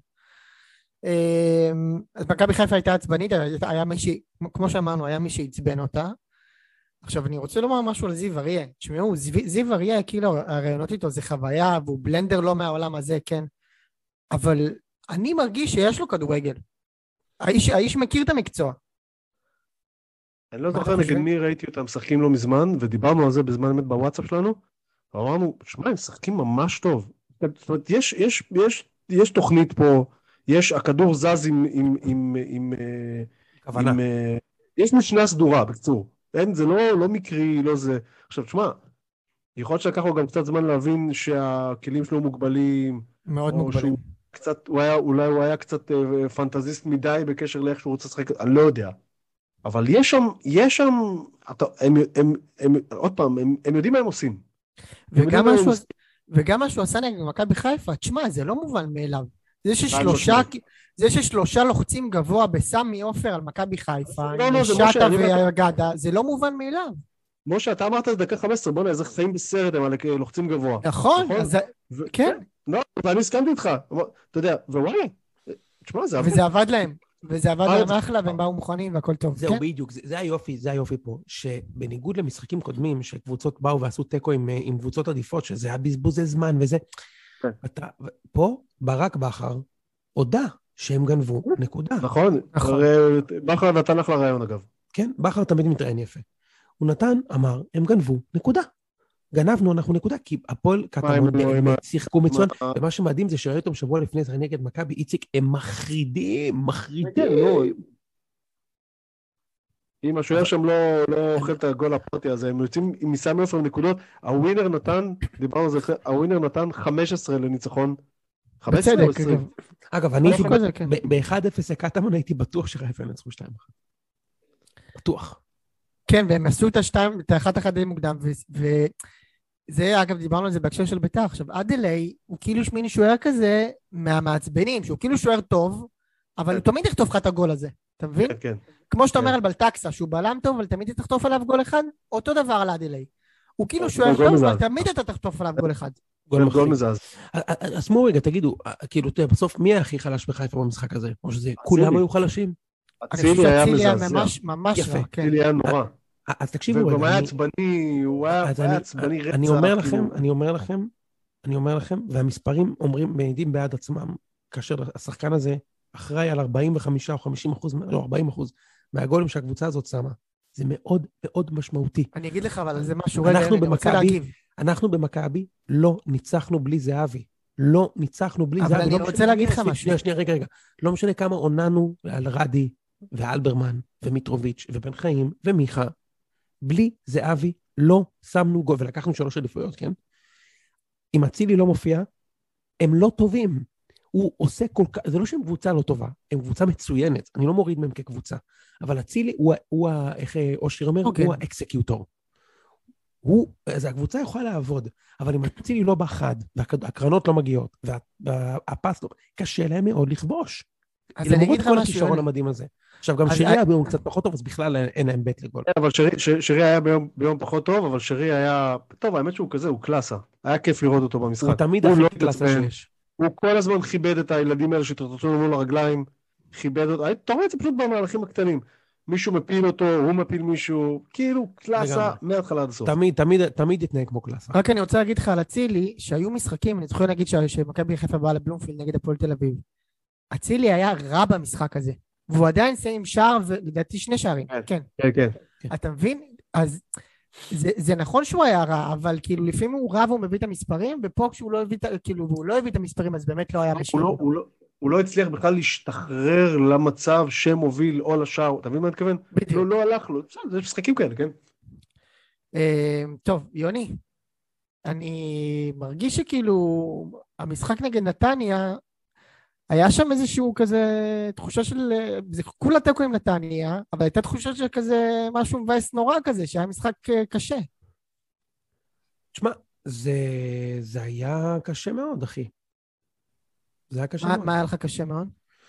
אז מכבי חיפה הייתה עצבנית, היה מישהי, כמו שאמרנו, היה מי שעצבן אותה. עכשיו, אני רוצה לומר משהו על זיו אריה. תשמעו, זיו אריה, כאילו, הרעיונות איתו זה חוויה, והוא בלנדר לא מהעולם הזה, כן. אבל אני מרגיש שיש לו כדורגל. האיש מכיר את המקצוע. אני לא זוכר נגד מי ראיתי אותם משחקים לא מזמן, ודיברנו על זה בזמן אמת בוואטסאפ שלנו, ואמרנו, שמע, הם משחקים ממש טוב. זאת אומרת, יש תוכנית פה, הכדור זז עם כוונה. יש משנה סדורה, בקצור. זה לא מקרי, לא זה. עכשיו, תשמע, יכול להיות שלקח לו גם קצת זמן להבין שהכלים שלו מוגבלים. מאוד מוגבלים. אולי הוא היה קצת פנטזיסט מדי בקשר לאיך שהוא רוצה לשחק, אני לא יודע. אבל יש שם, עוד פעם, הם יודעים מה הם עושים. וגם מה שהוא עשה נגד מכבי חיפה, תשמע, זה לא מובן מאליו. זה ששלושה לוחצים גבוה בסמי עופר על מכבי חיפה, שטה ואגדה, זה לא מובן מאליו. משה, אתה אמרת את דקה 15, בוא נעזר חיים בסרט, הם לוחצים גבוה. נכון, כן. לא, ואני הסכמתי איתך, אתה יודע, ווואלה, תשמע, זה עבוד. וזה עבד להם. וזה עבד להם אחלה, והם באו מוכנים והכל טוב. זהו, בדיוק, זה היופי פה, שבניגוד למשחקים קודמים, שקבוצות באו ועשו טקו עם קבוצות עדיפות, שזה היה בזבוזי זמן וזה, פה ברק בכר הודע שהם גנבו, נקודה. נכון, בכר נתן לך לרעיון אגב. כן, בכר תמיד מתראיין יפה. הוא נתן, אמר, הם גנבו, נקודה. גנבנו, אנחנו נקודה, כי הפועל קטמון שיחקו מצוין, ומה שמדהים זה שראיתם שבוע לפני זה נגד מכבי איציק, הם מחרידים. אם השוער שם לא אוכל את הגול הפרטי הזה, הם יוצאים עם מסמי עופר נקודות, הווינר נתן 15 לניצחון, 15 או 20? אגב, אני ב-1-0 קטמון הייתי בטוח שחיפה ינצחו 2-1. בטוח. כן, והם עשו את ה-1-1 די מוקדם, וזה, אגב, דיברנו על זה בהקשר של בית"ר. עכשיו, אדלי הוא כאילו שמיני שוער כזה מהמעצבנים, שהוא כאילו שוער טוב, אבל הוא תמיד יחטוף לך את הגול הזה, אתה מבין? כן. כמו שאתה אומר על בלטקסה, שהוא בלם טוב, אבל תמיד תחטוף עליו גול אחד, אותו דבר על אדלי. הוא כאילו שוער טוב, אבל תמיד אתה תחטוף עליו גול אחד. גול מזז. אז מו רגע, תגידו, כאילו, בסוף מי הכי חלש בחיפה במשחק הזה? או שזה כולם היו חלשים? אצילי היה ממש רע, כן. אצילי היה נורא. אז תקשיבו, וגם היה עצבני, הוא היה עצבני רצח. אני אומר לכם, והמספרים מעידים בעד עצמם, כאשר השחקן הזה אחראי על 45 או 50%, לא 40% מהגולים שהקבוצה הזאת שמה. זה מאוד מאוד משמעותי. אני אגיד לך, אבל זה משהו, רגע, אני רוצה להגיב. אנחנו במכבי לא ניצחנו בלי זהבי. לא ניצחנו בלי זהבי. אבל אני רוצה להגיד לך משהו. שנייה, רגע. לא משנה כמה עוננו על רדי ואלברמן ומיטרוביץ' ובן חיים ומיכה. בלי זהבי לא שמנו גול, ולקחנו 3 אליפויות, כן? אם אצילי לא מופיע, הם לא טובים. הוא עושה כל כך, זה לא שהם קבוצה לא טובה, הם קבוצה מצוינת, אני לא מוריד מהם כקבוצה, אבל אצילי הוא איך אושרי אומר, הוא האקסקיוטור. אז הקבוצה יכולה לעבוד, אבל אם אצילי לא בחד, והקרנות לא מגיעות, והפס לא, קשה להם מאוד לכבוש. אז אני אגיד לך כל משהו. הכישרון המדהים הזה. עכשיו, גם שרי היה ביום קצת פחות טוב, אז בכלל אין להם בית לגול. אבל שרי היה ביום פחות טוב, אבל שרי היה, טוב, האמת שהוא כזה, הוא קלאסה. היה כיף לראות אותו במשחק. הוא תמיד הכי קלאסה שיש. הוא כל הזמן כיבד את הילדים האלה שתרצו לנו לרגליים, כיבד אותו, אתה רואה את זה פשוט במהלכים הקטנים. מישהו מפיל אותו, הוא מפיל מישהו, כאילו קלאסה מההתחלה עד הסוף. תמיד יתנהג כמו קלאסה. רק אני רוצה להגיד לך על אצילי, שהיו משחקים, אני זוכר להגיד שמכבי חיפה באה לבלומפילד נגד הפועל תל אביב. אצילי היה רע במשחק הזה, והוא עדיין סיים שער, ולדעתי 2 שערים. כן. אתה מבין? אז זה נכון שהוא היה רע, אבל כאילו לפעמים הוא רע והוא מביא את המספרים, ופה כשהוא לא הביא, כאילו, הוא לא הביא את המספרים, אז באמת לא היה משהו. הוא לא הצליח בכלל להשתחרר למצב שמוביל או לשער, אתה מבין מה אני מתכוון? בדיוק. לא הלך לו, זה משחקים כאלה, כן? טוב, יוני, אני מרגיש שכאילו המשחק נגד נתניה, היה שם איזשהו כזה תחושה של, זה כולה תיקו עם נתניה, אבל הייתה תחושה של כזה משהו מבאס נורא כזה, שהיה משחק קשה. תשמע, זה היה קשה מאוד, אחי. זה היה קשה מאוד. מה היה לך קשה מאוד?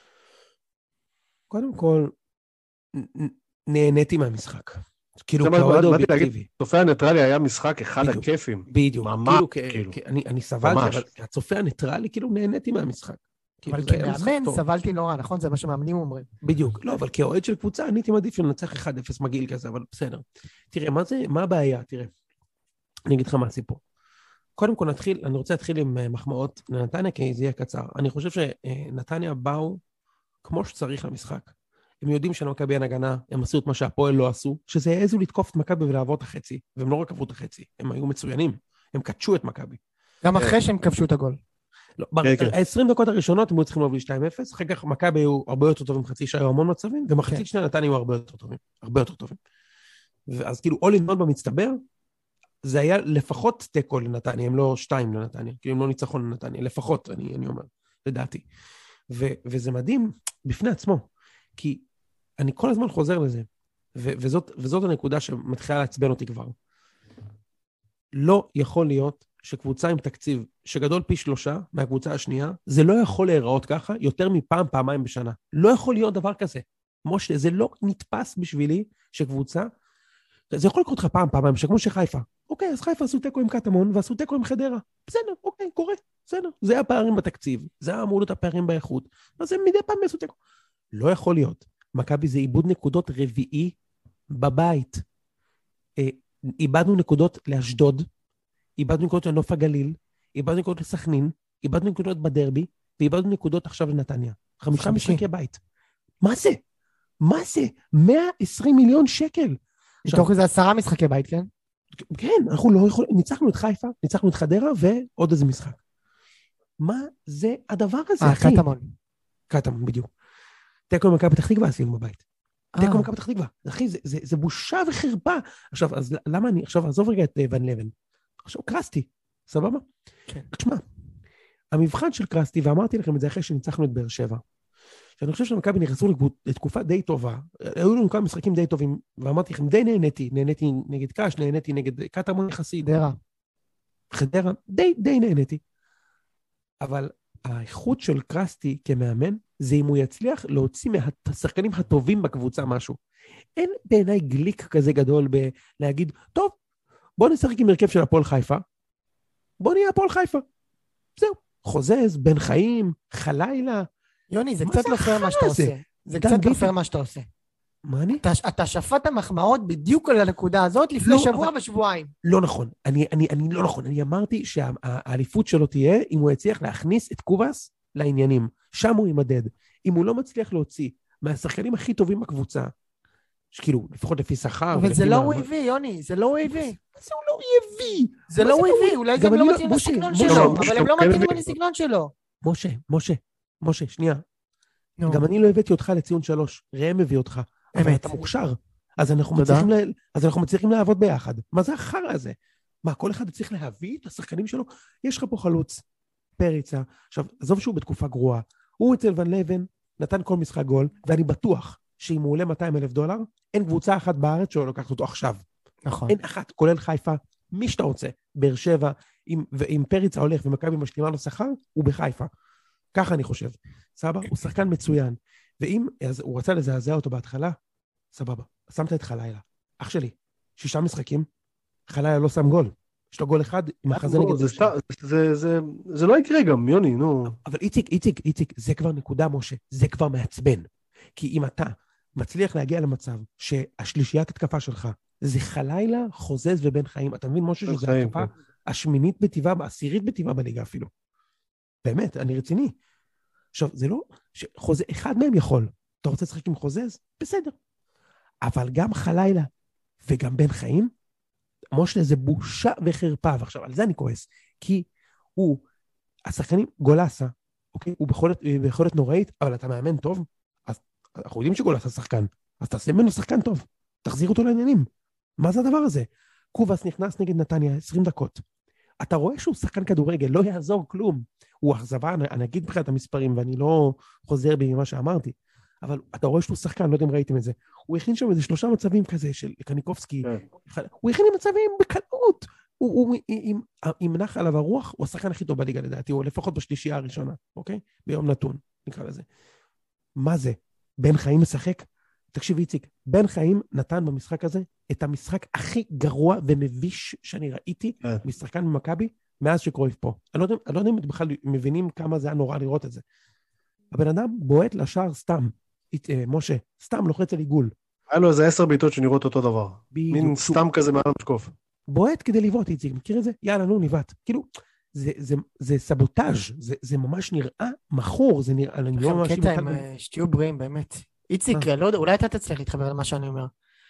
קודם כל, נהניתי מהמשחק. כאילו, כאוהד אובייקטיבי. הצופה הניטרלי היה משחק אחד הכיפים. בדיוק. כאילו. אני סבלתי, אבל הצופה הניטרלי, כאילו, נהניתי מהמשחק. אבל כמאמן סבלתי נורא, נכון? זה מה שמאמנים אומרים. בדיוק, לא, אבל כאוהד של קבוצה, אני הייתי מעדיף לנצח 1-0 מגעיל כזה, אבל בסדר. תראה, מה הבעיה? תראה, אני אגיד לך מה הסיפור. קודם כל אני רוצה להתחיל עם מחמאות לנתניה, כי זה יהיה קצר. אני חושב שנתניה באו כמו שצריך למשחק. הם יודעים שלמכבי אין הגנה, הם עשו את מה שהפועל לא עשו, שזה העזו לתקוף את מכבי ולעבור את החצי, והם לא רק עברו את החצי, הם היו מצוינים, הם קדשו את מכבי. גם אחרי שהם כבשו את הגול. לא, ב-20 דקות הראשונות הם היו צריכים להוביל 2-0, אחר כך מכבי היו הרבה יותר טובים, חצי שעה היו המון מצבים, ומחצית שנייה נתניה היו הרבה יותר טובים. אז כאילו, all in all במצטבר, זה היה לפחות תיקו לנתניה, הם לא 2 לנתניה, כאילו הם לא ניצחון לנתניה, לפחות, אני אומר, לדעתי. וזה מדהים בפני עצמו, כי אני כל הזמן חוזר לזה, וזאת הנקודה שמתחילה לעצבן אותי כבר. לא יכול להיות שקבוצה עם תקציב שגדול פי 3 מהקבוצה השנייה, זה לא יכול להיראות ככה יותר מפעם, פעמיים בשנה. לא יכול להיות דבר כזה. משה, זה לא נתפס בשבילי שקבוצה, זה יכול לקרות לך פעם, פעמיים, שכמו שחיפה. אוקיי, אז חיפה עשו תיקו עם קטמון, ועשו תיקו עם חדרה. בסדר, אוקיי, קורה, בסדר. זה הפערים בתקציב, זה אמור להיות הפערים באיכות, אז הם מדי פעם יעשו תיקו. לא יכול להיות. מכבי זה איבוד נקודות רביעי בבית. איבדנו נקודות לאשדוד, איבדנו נקודות לנוף הגליל, איבדנו נקודות לסכנין, איבדנו נקודות בדרבי, ואיבדנו נקודות עכשיו לנתניה. 5 משחקי בית. מה זה? מה זה? 120 מיליון שקל. מתוך איזה 10 משחקי בית, כן? כן, אנחנו לא יכולים, ניצחנו את חיפה, ניצחנו את חדרה, ועוד איזה משחק. מה זה הדבר הזה, אחי? קטמון, בדיוק. תיקו עם מכבי פתח תקווה עשינו בבית. תיקו עם מכבי פתח תקווה. אחי, זה בושה וחרפה. עכשיו, אז למה אני, עכשיו, עזוב רגע את ון לבן. עכשיו, קרסטי, סבבה? כן. תשמע, המבחן של קרסטי, ואמרתי לכם את זה אחרי שניצחנו את באר שבע, שאני חושב שמכבי נכנסו לתקופה די טובה, היו לנו כמה משחקים די טובים, ואמרתי לכם, די נהניתי נגד קש, נהניתי נגד קטמון יחסי, חדרה, די נהניתי. אבל האיכות של קרסטי כמאמן, זה אם הוא יצליח להוציא מהשחקנים הטובים בקבוצה משהו. אין בעיניי גליק כזה גדול בלהגיד, טוב, בוא נשחק עם הרכב של הפועל חיפה, בוא נהיה הפועל חיפה. זהו, חוזז, בן חיים, חלילה. יוני, זה קצת לא פייר מה שאתה עושה. זה קצת לא פייר מה שאתה עושה. מה אני? אתה שפט המחמאות בדיוק על הנקודה הזאת לפני שבוע ושבועיים. לא נכון, אני לא נכון. אני אמרתי שהאליפות שלו תהיה אם הוא יצליח להכניס את קובס לעניינים. שם הוא יימדד. אם הוא לא מצליח להוציא מהשחקנים הכי טובים בקבוצה, שכאילו, לפחות לפי שכר. אבל זה לא הוא הביא, יוני, זה לא הוא הביא. זה הוא לא הביא. זה לא הוא הביא, אולי גם לא מתאים לסגנון שלו, אבל הם לא מתאים לסגנון שלו. משה, שנייה. גם אני לא הבאתי אותך לציון 3, ראם הביא אותך, אבל אתה מוכשר. אז אנחנו מצליחים לעבוד ביחד. מה זה החרא הזה? מה, כל אחד צריך להביא את השחקנים שלו? יש לך פה חלוץ, פריצה. עכשיו, עזוב שהוא בתקופה גרועה. הוא אצל ון לבן, נתן כל משחק גול, ואני בטוח שאם הוא עולה $200,000, אין קבוצה אחת בארץ שלא לוקחת אותו עכשיו. נכון. אין אחת, כולל חיפה, מי שאתה רוצה, באר שבע, אם פריצה הולך ומכבי משלימה לו שכר, הוא בחיפה. ככה אני חושב. סבבה? הוא שחקן מצוין. ואם אז הוא רצה לזעזע אותו בהתחלה, סבבה. שמת את חלילה. אח שלי, 6 משחקים, חלילה לא שם גול. יש לו גול אחד עם החזה נגד... זה לא יקרה גם, יוני, נו. אבל איציק, זה כבר נקודה, משה. זה כבר מעצבן. כי אם אתה מצליח להגיע למצב שהשלישיית התקפה שלך זה חלילה, חוזז ובן חיים, אתה מבין, משה, שזה התקפה השמינית בטבעה, העשירית בטבעה בליגה אפילו. באמת, אני רציני. עכשיו, זה לא שחוזה, אחד מהם יכול. אתה רוצה לשחק עם חוזז? בסדר. אבל גם חלילה וגם בן חיים, משה, זה בושה וחרפה. ועכשיו, על זה אני כועס. כי הוא, השחקנים, גולסה, אוקיי? הוא ביכולת נוראית, אבל אתה מאמן טוב, אז אנחנו יודעים שגולסה שחקן, אז תעשה ממנו שחקן טוב. תחזיר אותו לעניינים. מה זה הדבר הזה? קובס נכנס נגד נתניה 20 דקות. אתה רואה שהוא שחקן כדורגל, לא יעזור כלום. הוא אכזבה, אני אגיד בכלל את המספרים, ואני לא חוזר בי ממה שאמרתי, אבל אתה רואה שהוא שחקן, לא יודע אם ראיתם את זה. הוא הכין שם איזה 3 מצבים כזה של קניקובסקי. הוא הכין מצבים בקלות. אם נח עליו הרוח, הוא השחקן הכי טוב בליגה לדעתי, הוא לפחות בשלישייה הראשונה, אוקיי? ביום נתון, נקרא לזה. מה זה? בן חיים משחק? תקשיב איציק, בן חיים נתן במשחק הזה את המשחק הכי גרוע ומביש שאני ראיתי משחקן במכבי מאז שקרויף פה. אני לא יודע אם בכלל מבינים כמה זה היה נורא לראות את זה. הבן אדם בועט לשער סתם, משה, סתם לוחץ על עיגול. היה לו איזה 10 בעיטות שנראות אותו דבר. מין סתם כזה מעל המשקוף. בועט כדי לבעוט, איציק, מכיר את זה? יאללה, נו, ניבט. כאילו, זה סבוטאז', זה ממש נראה מכור, זה נראה... קטע עם שתהיו בריאים, באמת. איציק, לא יודע, אולי אתה תצליח להתחבר למה שאני אומר.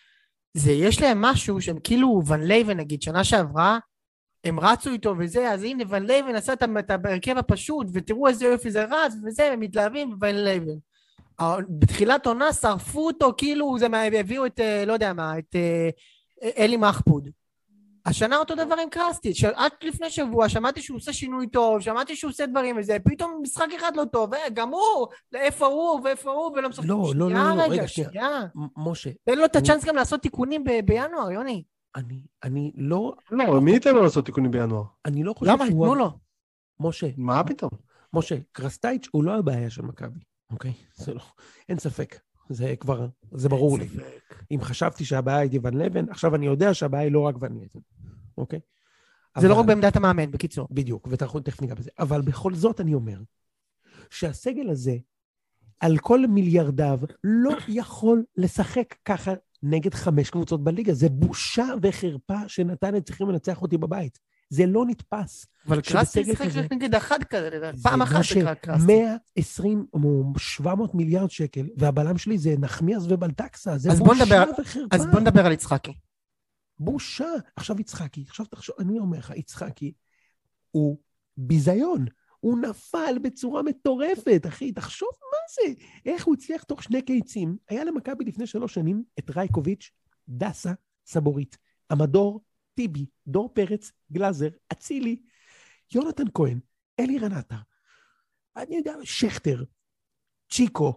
יש להם משהו שהם כאילו ון לייבן, נגיד, שנה שעברה, הם רצו איתו וזה, אז הנה ון לייבן עשה את ההרכב הפשוט, ותראו איזה יופי זה רץ, וזה, הם מתלהבים ון לייבן. בתחילת עונה שרפו אותו, כאילו זה הביאו את, לא יודע מה, את אלי מחפוד. השנה אותו דבר עם קרסטי, עד לפני שבוע שמעתי שהוא עושה שינוי טוב, שמעתי שהוא עושה דברים וזה, פתאום משחק אחד לא טוב, גם הוא, איפה הוא, ולא משחק. לא, רגע, שנייה. משה. תן לו את הצ'אנס גם לעשות תיקונים בינואר, יוני. אני לא... לא, מי ייתן לו לעשות תיקונים בינואר? אני לא חושב למה? תנו לו. משה. מה פתאום? משה, קרסטייץ' הוא לא הבעיה של מכבי, אוקיי? זה לא, אין ספק. זה כבר, זה ברור לי. אם חשבתי שהבעיה היא ון לבן, עכשיו אני יודע שהבעיה היא לא רק ון לבן, אוקיי? זה לא רק בעמדת המאמן, בקיצור. בדיוק, ואנחנו תכף ניגע בזה. אבל בכל זאת אני אומר, שהסגל הזה, על כל מיליארדיו, לא יכול לשחק ככה נגד 5 קבוצות בליגה. זה בושה וחרפה שנתניה צריכים לנצח אותי בבית. זה לא נתפס. אבל קרסטי שחק רק נגד אחד כזה, פעם אחת שקרה קרסטי. 120 או 700 מיליארד שקל, והבלם שלי זה נחמיאס ובלטקסה, זה בושה וחרפה. אז בוא נדבר על יצחקי. בושה. עכשיו יצחקי, עכשיו תחשוב, אני אומר לך, יצחקי הוא ביזיון. הוא נפל בצורה מטורפת, אחי, תחשוב מה זה. איך הוא הצליח תוך 2 קיצים. היה למכבי לפני 3 שנים את רייקוביץ', דסה, סבורית, המדור, טיבי, דור פרץ, גלזר, אצילי, יונתן כהן, אלי רנטה, אני יודע, שכטר, צ'יקו.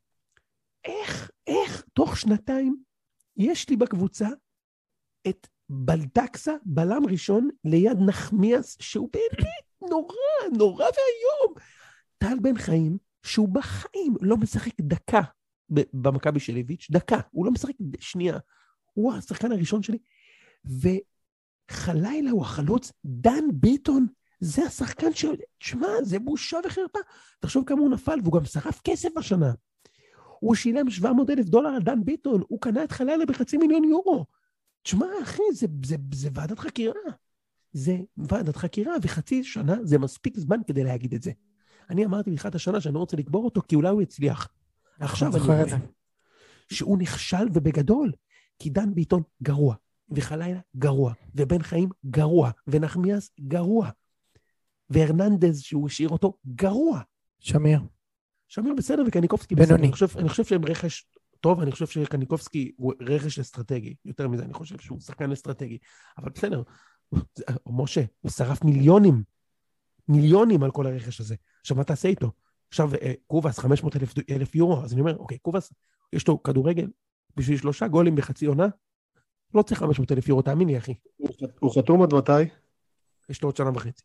איך תוך 2 יש לי בקבוצה את בלטקסה, בלם ראשון, ליד נחמיאס, שהוא באמת נורא והיום. טל בן חיים, שהוא בחיים לא משחק דקה במכבי של איביץ', דקה, הוא לא משחק שנייה. הוא השחקן הראשון שלי, וחלילה הוא החלוץ, דן ביטון, זה השחקן שמה, זה בושה וחרפה. תחשוב כמה הוא נפל, והוא גם שרף כסף השנה. הוא שילם $700,000 על דן ביטון, הוא קנה את חלילה ב500,000 €. תשמע, אחי, זה ועדת חקירה. זה ועדת חקירה, וחצי שנה זה מספיק זמן כדי להגיד את זה. אני אמרתי בתחילת השנה שאני לא רוצה לקבור אותו, כי אולי הוא יצליח. עכשיו אני אומר שהוא נכשל ובגדול. כי דן ביטון גרוע, וחלילה גרוע, ובן חיים גרוע, ונחמיאס גרוע, והרננדז שהוא השאיר אותו גרוע. שמיר בסדר, וקניקובסקי בסדר. בינוני. אני חושב שהם רכש טוב, אני חושב שקניקובסקי הוא רכש אסטרטגי, יותר מזה, אני חושב שהוא שחקן אסטרטגי, אבל בסדר, משה, הוא שרף מיליונים על כל הרכש הזה. עכשיו, מה תעשה איתו? עכשיו, קובס, 500,000 יורו, אז אני אומר, אוקיי, קובס, יש לו כדורגל, בשביל 3 גולים בחצי עונה, לא צריך 500,000 יורו, תאמין לי, אחי. הוא חתום עד מתי? יש לו עוד 1.5 שנה.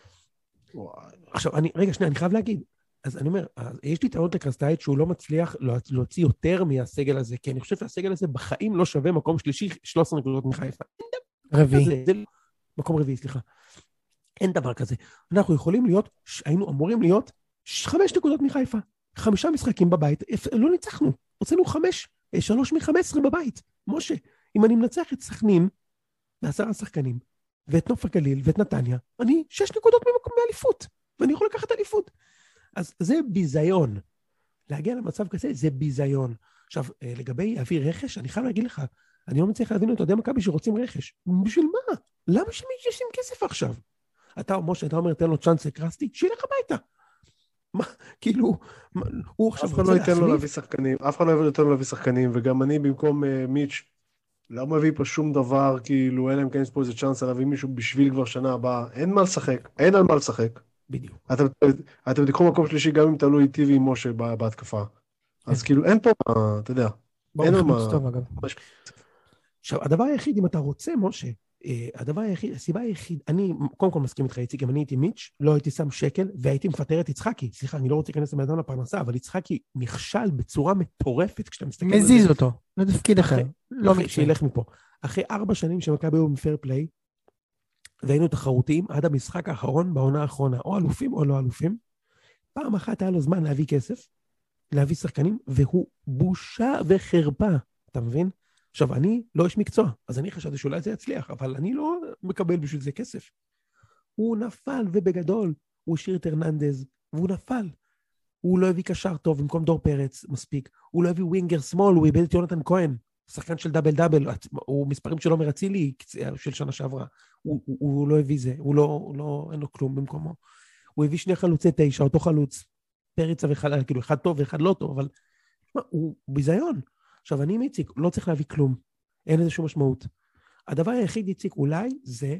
עכשיו, רגע, אני חייב להגיד, אז אני אומר, יש לי טענות לקרסטייץ' שהוא לא מצליח להוציא יותר מהסגל הזה, כי אני חושב שהסגל הזה בחיים לא שווה מקום שלישי, 13 נקודות מחיפה. רביעי. מקום רביעי, סליחה. אין דבר כזה. אנחנו יכולים להיות, היינו אמורים להיות 5 נקודות מחיפה. 5 משחקים בבית, לא ניצחנו. הוצאנו 3 מ-15 בבית. משה, אם אני מנצח את סכנין, 10 שחקנים, ואת נוף הגליל, ואת נתניה, אני 6 נקודות מאליפות, ואני יכול לקחת אליפות. אז זה ביזיון. להגיע למצב כזה, זה ביזיון. עכשיו, לגבי להביא רכש, אני חייב להגיד לך, אני לא מצליח להבין את אוהדי מכבי שרוצים רכש. בשביל מה? למה שמישהו ישים כסף עכשיו? אתה, משה, אתה אומר, תן לו צ'אנס לקרסטי, שילך הביתה. מה, כאילו, הוא עכשיו רוצה להחליף? אף אחד לא ייתן לו להביא שחקנים, וגם אני במקום מיץ' לא מביא פה שום דבר, כאילו, אין להם כן פה איזה צ'אנס להביא מישהו בשביל כבר שנה הבאה. אין מה לשחק, אין על מה לשחק. בדיוק. אתם תיקחו מקום שלישי גם אם תלו איתי ועם משה בהתקפה. אז כאילו, אין פה, אתה יודע. אין על מה. עכשיו, הדבר היחיד, אם אתה רוצה, משה, הסיבה היחיד, אני קודם כל מסכים איתך, איציק, אם אני הייתי מיץ', לא הייתי שם שקל, והייתי מפטר את יצחקי. סליחה, אני לא רוצה להיכנס לבן אדם לפרנסה, אבל יצחקי נכשל בצורה מטורפת, כשאתה מסתכל... מזיז אותו, לתפקיד אחר. לא מקצועי. שילך מפה. אחרי 4 שנים שמכבי היו בפייר פליי, והיינו תחרותיים עד המשחק האחרון, בעונה האחרונה, או אלופים או לא אלופים, פעם אחת היה לו זמן להביא כסף, להביא שחקנים, והוא בושה וחרפה, אתה מבין? עכשיו, אני לא איש מקצוע, אז אני חשבתי שאולי זה יצליח, אבל אני לא מקבל בשביל זה כסף. הוא נפל, ובגדול, הוא השאיר את הרננדז, והוא נפל. הוא לא הביא קשר טוב במקום דור פרץ, מספיק. הוא לא הביא ווינגר שמאל, הוא איבד את יונתן כהן, שחקן של דאבל, הוא מספרים שלא מרצי לי, של שנה שעברה. הוא לא הביא זה, אין לו כלום במקומו. הוא הביא 2 חלוצי 9, אותו חלוץ, פריצה וחלל, כאילו אחד טוב ואחד לא טוב, אבל הוא ביזיון. עכשיו, אני מציק, לא צריך להביא כלום, אין איזה שום משמעות. הדבר היחיד יציק אולי זה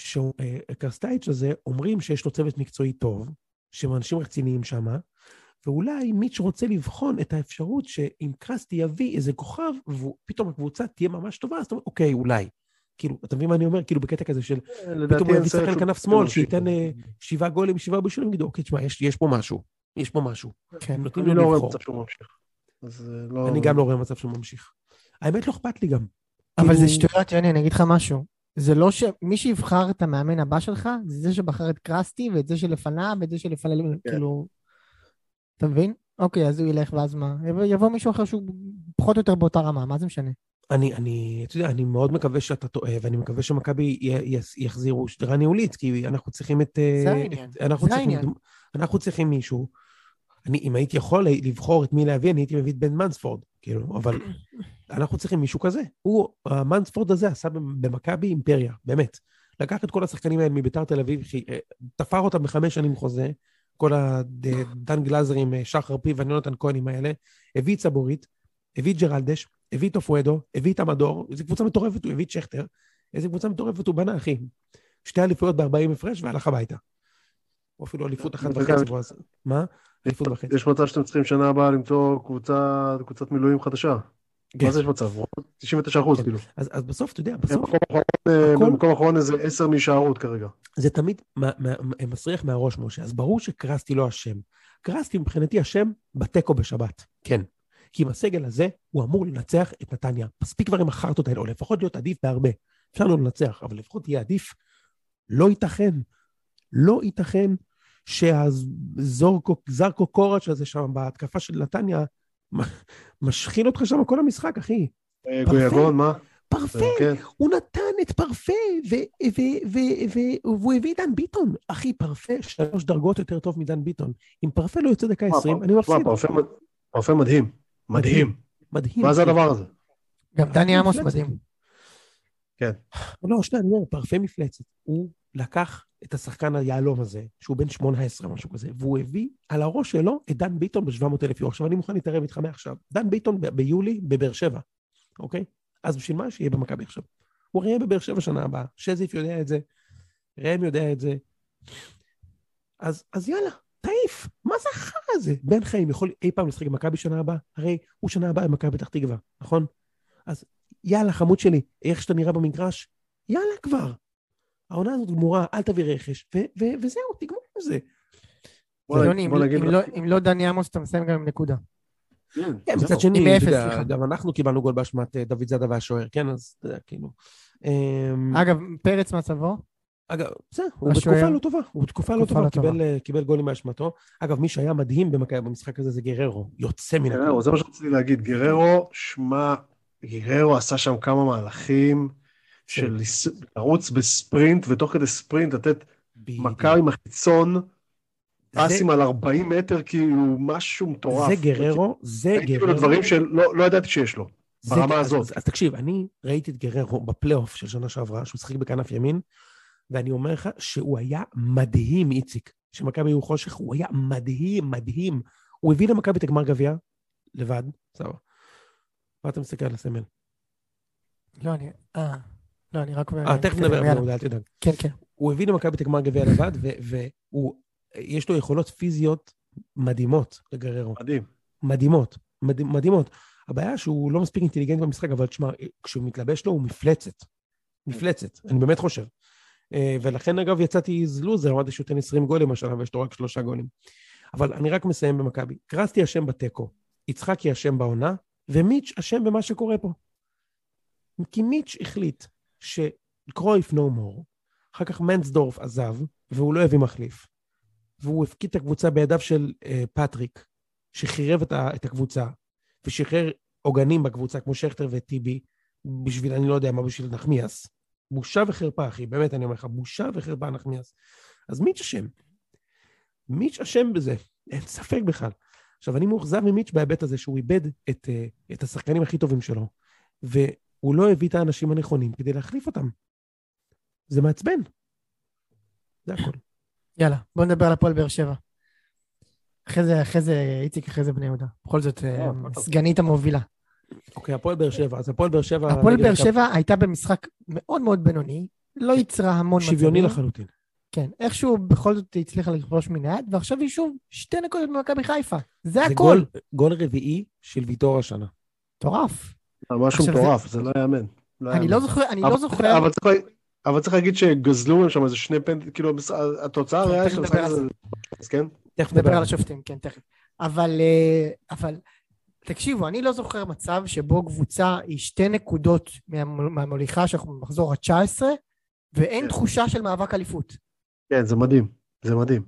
שקרסטייץ' הזה אומרים שיש לו צוות מקצועי טוב, שהם אנשים רציניים שם, ואולי מיץ' רוצה לבחון את האפשרות שאם קרסטי יביא איזה כוכב, ופתאום הקבוצה תהיה ממש טובה, אז אתה אומר, אוקיי, אולי. כאילו, אתה מבין מה אני אומר? כאילו, בקטע כזה של, פתאום הוא יביא שחקן כנף שמאל, שייתן 7 גולים, 7 בישולים, יגידו, אוקיי, תשמע, יש פה משהו. כן, אני לא רואה מצב שהוא ממשיך. אני גם לא רואה מצב שהוא ממשיך. האמת לא אכפת לי גם. אבל זה שטויות, יוני, אני אגיד לך משהו. זה לא שמי שיבחר את המאמן הבא שלך, זה זה שבחר את קרסטי, ואת זה שלפניו, ואת זה שלפניו, כאילו... אתה מבין? אוקיי, אז הוא ילך, ואז מה? יבוא מישהו אחר שהוא פחות או יותר באותה רמה, מה זה משנה? אני מאוד מקווה שאתה טועה, ואני מקווה שמכבי יחזירו שדרה ניהולית, כי אנחנו צריכים את... זה העניין. אנחנו צריכים מישהו. אם הייתי יכול לבחור את מי להביא, אני הייתי מביא את בן מנספורד, כאילו, אבל אנחנו צריכים מישהו כזה. המנספורד הזה עשה במכבי אימפריה, באמת. לקח את כל השחקנים האלה מביתר תל אביב, תפר אותם ב5 שנים חוזה, כל הדן גלזרים, שחר פי ונונתן כהנים האלה, הביא את סבורית, הביא את ג'רלדש, הביא את אופואדו, הביא את המדור, איזו קבוצה מטורפת, הוא הביא את שכטר, איזו קבוצה מטורפת הוא בנה, אחי. 2 אליפויות ב40 הפרש והלך הביתה. או אפילו אליפות 1.5. מה? אליפות 1.5. יש מצב שאתם צריכים שנה הבאה למצוא קבוצת מילואים חדשה. מה זה יש מצב? 99% כאילו. אז בסוף, אתה יודע, בסוף... במקום האחרון איזה 10 משארות כרגע. זה תמיד מסריח מהראש, משה. אז ברור שקרסטי לא אשם. קרסטי מבחינתי אשם בטקו בשבת. כן. כי עם הסגל הזה הוא אמור לנצח את נתניה. מספיק כבר עם החרטות האלה, או לפחות להיות עדיף בהרבה. אפשר לא לנצח, אבל לפחות יהיה עדיף. לא ייתכן שהזרקו קורץ' הזה שם בהתקפה של נתניה, משכין אותך שם כל המשחק, אחי. גויגון, מה? פרפה, הוא נתן את פרפה, והוא הביא דן ביטון. אחי, פרפה 3 דרגות יותר טוב מדן ביטון. אם פרפה לא יוצא דקה 20, אני מפסיד. פרפה מדהים. מדהים. מה זה הדבר הזה? גם דני עמוס מדהים. כן. לא, שנייה, אני אומר, פרפה מפלצת. הוא לקח את השחקן היעלום הזה, שהוא בן 18, משהו כזה, והוא הביא על הראש שלו את דן ביטון ב-700,000 יורו. עכשיו, אני מוכן להתערב איתך מעכשיו. דן ביטון ביולי בבאר שבע, אוקיי? אז בשביל מה? שיהיה במכבי עכשיו. הוא יהיה בבאר שבע שנה הבאה. שזיף יודע את זה, ראם יודע את זה. אז יאללה, תעיף. מה זה אחר הזה? בן חיים יכול אי פעם לשחק במכבי שנה הבאה? הרי הוא שנה הבאה במכבי פתח תקווה, נכון? אז יאללה, חמוד שלי, איך שאתה נראה במגרש, יאללה כבר. העונה הזאת גמורה, אל תביא רכש, וזהו, תגמור עם זה. אם לא דני עמוס, אתה מסיים גם עם נקודה. כן, מצד שני, גם אנחנו קיבלנו גול באשמת דוד זאדה והשוער, כן, אז אתה יודע, כאילו. אגב, פרץ מצבו? אגב, זה, הוא בתקופה לא טובה, הוא בתקופה לא טובה, קיבל גולים באשמתו. אגב, מי שהיה מדהים במשחק הזה זה גררו, יוצא מן הכלל. זה מה שרציתי להגיד, גררו עשה שם כמה מהלכים של לרוץ בספרינט, ותוך כדי ספרינט לתת מכה עם החיצון, פסים על 40 מטר, כאילו משהו מטורף. זה גררו, הייתי לו דברים שלא ידעתי שיש לו, ברמה הזאת. אז תקשיב, אני ראיתי את גררו בפלייאוף של שנה שעברה, שהוא שחק בכנף ימין, ואני אומר לך שהוא היה מדהים, איציק, שמכבי היו חושך, הוא היה מדהים, מדהים. הוא הביא למכבי את הגמר גביע, לבד, סבבה. מה אתה מסתכל על הסמל? לא, אני רק... תכף נדבר, אל תדאג. כן, כן. הוא הביא למכבי את הגמר גביע לבד, ויש לו יכולות פיזיות מדהימות לגררו. מדהימות, מדהימות. הבעיה שהוא לא מספיק אינטליגנט במשחק, אבל תשמע, כשהוא מתלבש לו הוא מפלצת, אני באמת חושב. ולכן אגב יצאתי זלוזר, אמרתי שהוא תן 20 גולים השנה, ויש לו רק 3 גולים. אבל אני רק מסיים במכבי. קרסטי אשם בטקו, יצחקי אשם בעונה, ומיץ' אשם במה שקורה פה. כי מיץ' החליט שקרויף no more, אחר כך מנסדורף עזב, והוא לא הביא מחליף. והוא הפקיד את הקבוצה בידיו של פטריק, שחירב את הקבוצה, ושחרר עוגנים בקבוצה, כמו שכטר וטיבי, בשביל, אני לא יודע מה, בשביל נחמיאס. בושה וחרפה, אחי, באמת אני אומר לך, בושה וחרפה נחמיאס. אז מיץ' אשם. מיץ' אשם בזה, אין ספק בכלל. עכשיו, אני מאוכזב ממיץ' בהיבט הזה, שהוא איבד את השחקנים הכי טובים שלו, והוא לא הביא את האנשים הנכונים כדי להחליף אותם. זה מעצבן. זה הכל. יאללה, בוא נדבר על הפועל באר שבע. אחרי זה, איציק, אחרי זה בני יהודה. בכל זאת, סגנית המובילה. אוקיי, הפועל באר שבע. אז הפועל באר שבע... הפועל באר שבע הייתה במשחק מאוד מאוד בינוני, לא יצרה המון מצבים. שוויוני לחלוטין. כן, איכשהו בכל זאת הצליחה לכבוש מנעד, ועכשיו היא שוב 2 נקודות במכבי חיפה. זה הכל. גול רביעי של ויטור השנה. מטורף. משהו מטורף, זה לא יאמן. אני לא זוכר... אבל צריך להגיד שגזלו מהם שם איזה 2 פנדלים, כאילו התוצאה הריאה של המשחק הזה, כן? תכף נדבר על השופטים, כן, תכף. אבל תקשיבו, אני לא זוכר מצב שבו קבוצה היא 2 נקודות מהמוליכה שאנחנו במחזור ה-19, ואין תחושה של מאבק אליפות. כן, זה מדהים, זה מדהים.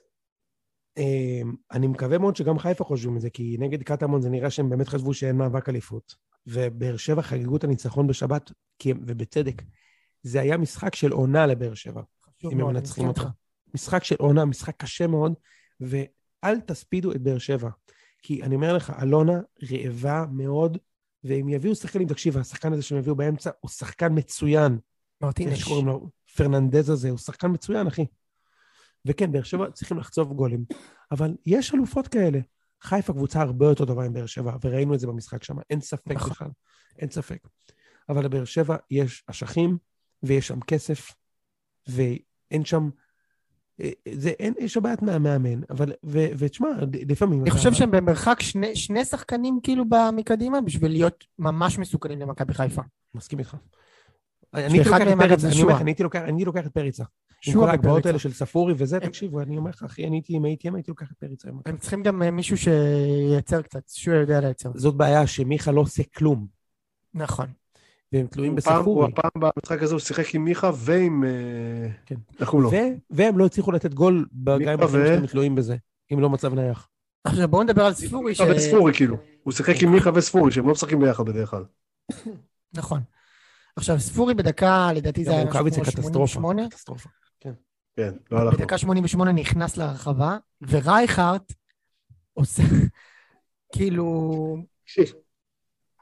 אני מקווה מאוד שגם חיפה חושבים את זה, כי נגד קטמון זה נראה שהם באמת חשבו שאין מאבק אליפות, ובאר שבע חגגו את הניצחון בשבת, ובצדק, זה היה משחק של עונה לבאר שבע, אם הם מנצחים אותך. משחק של עונה, משחק קשה מאוד, ואל תספידו את באר שבע, כי אני אומר לך, אלונה רעבה מאוד, והם יביאו שחקנים, תקשיב, השחקן הזה שהם יביאו באמצע, הוא שחקן מצוין. מרטינש. שקוראים לו פרננדז הזה, הוא שחקן מצוין, אחי. וכן, באר שבע צריכים לחצוב גולים, אבל יש אלופות כאלה. חיפה קבוצה הרבה יותר טובה עם באר שבע, וראינו את זה במשחק שם, אין ספק בכלל, אין ספק. אבל לבאר שבע יש אשכים, ויש שם כסף, ואין שם, יש בעיית מהמאמן, אבל, ותשמע, לפעמים... אני חושב שהם במרחק 2 שחקנים כאילו מקדימה, בשביל להיות ממש מסוכנים למכבי חיפה. מסכים איתך. אני לוקח את פריצה. עם כל ההגבהות האלה של ספורי וזה, תקשיבו, אני אומר לך, אחי, הייתי לוקח את פריצה. הם צריכים גם מישהו שייצר קצת, שהוא יודע לייצר. זאת בעיה שמיכה לא עושה כלום. נכון. והם תלויים בספורי. הפעם במשחק הזה הוא שיחק עם מיכה ועם... כן. והם לא הצליחו לתת גול בגיים בחיים שאתם תלויים בזה, אם לא מצב נייח. עכשיו בואו נדבר על ספורי. מיכה וספורי כאילו. הוא שיחק עם מיכה וספורי, שהם לא משחקים ביחד בדרך כלל. נכון. עכשיו, ספורי בדקה, לדעתי זה היה משהו כמו 88. קטסטרופה. כן, לא הלך. בדקה 88 נכנס לרחבה, ורייכרט עושה, כאילו,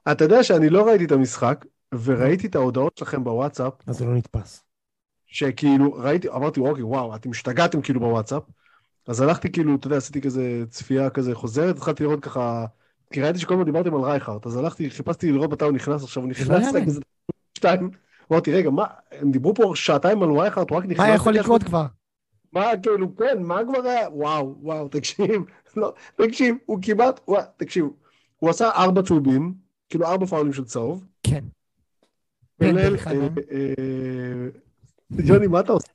אתה יודע שאני לא ראיתי את המשחק, וראיתי את ההודעות שלכם בוואטסאפ, אז זה לא נתפס. שכאילו, ראיתי, אמרתי, אוקיי, וואו, אתם השתגעתם כאילו בוואטסאפ, אז הלכתי כאילו, אתה יודע, עשיתי כזה צפייה כזה חוזרת, התחלתי לראות ככה, כי ראיתי שכל הזמן דיברתם על רייכרט, אז הלכתי, חיפשתי לראות מתי הוא נכנס, עכשיו הוא לא נכנס יאמן. כזה 2, אמרתי, רגע, מה, הם דיברו פה שעתיים על רייכרט, הוא רק נכנס... מה יכול לכך, לקרות כבר? מה, כאילו, כן, מה כבר היה? וואו, וואו, תקשיב, לא, תקשיב, הוא כמעט, וואו, תקשיב, הוא עשה 4 צהובים, כאילו 4 פאולים של צהוב, כן. כולל, אחד מהם. יוני, מה אתה עושה?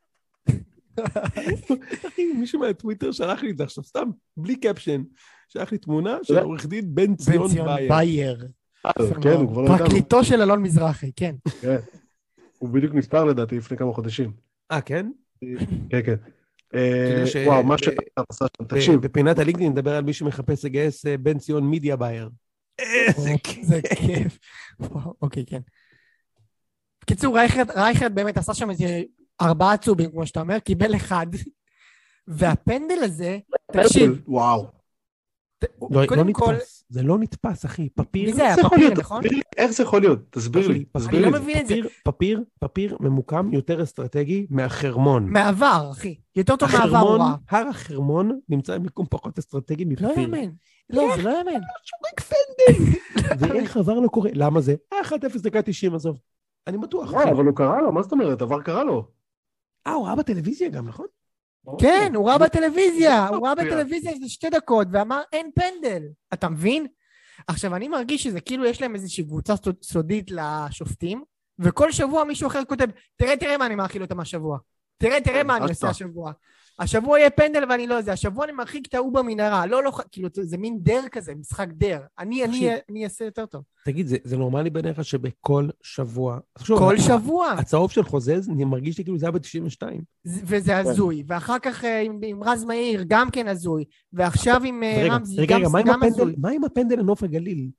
אחי, מישהו מהטוויטר שלח לי את זה עכשיו, סתם, בלי קפשן, שלח לי תמונה של עורך דין בן ציון בייר. בייר. כן, הוא כבר לא איתנו. פרקליטו של אלון מזרחי, כן. כן, הוא בדיוק נפטר לדעתי לפני כמה חודשים. כן? כן, כן. כאילו ש- וואו, מה ב- שאתה עשה שם, תקשיב. בפינת הלינקדאין נדבר על מי שמחפש לגייס בן ציון מידיה בייר. איזה זה כיף. וואו, אוקיי, כן. בקיצור, רייכרד באמת עשה שם איזה 4 צהובים, כמו שאתה אומר, קיבל 1, והפנדל הזה, תקשיב, וואו. קודם כל, זה לא נתפס, אחי. פפיר. מי זה היה? איך זה יכול פפיר, להיות? נכון? תסביר לי, איך זה יכול להיות? תסביר לי. אני תסביר לא לי. מבין את זה. פפיר ממוקם יותר אסטרטגי מהחרמון. מעבר, אחי. יותר טוב מעבר הוא רע. הר החרמון נמצא במיקום פחות אסטרטגי מפפיר. לא יאמן. לא, זה לא יאמן. שורק פנדל. ואיך עבר לא קורה? למה זה? 1-0 דקה 90, עזוב. אני בטוח. אבל הוא קרא לו, מה זאת אומרת? עבר קרה לו. הוא ראה בטלוויזיה גם, נכון? כן, הוא ראה בטלוויזיה, הוא ראה בטלוויזיה איזה 2 דקות, ואמר אין פנדל. אתה מבין? עכשיו, אני מרגיש שזה כאילו יש להם איזושהי קבוצה סודית לשופטים, וכל שבוע מישהו אחר כותב, תראה מה אני מאכיל אותם השבוע. תראה מה אני עושה השבוע. השבוע יהיה פנדל ואני לא יודע, השבוע אני מרחיק את ההוא במנהרה, לא, כאילו, זה מין דר כזה, משחק דר. אני אעשה יותר טוב. תגיד, זה נורמלי בעיניך שבכל שבוע... כל שבוע. הצהוב של חוזז, אני מרגיש לי כאילו זה היה ב-92. וזה הזוי, ואחר כך עם רז מאיר גם כן הזוי, ועכשיו עם רמזי רגע, גם הזוי. מה עם הפנדל לנוף הגליל?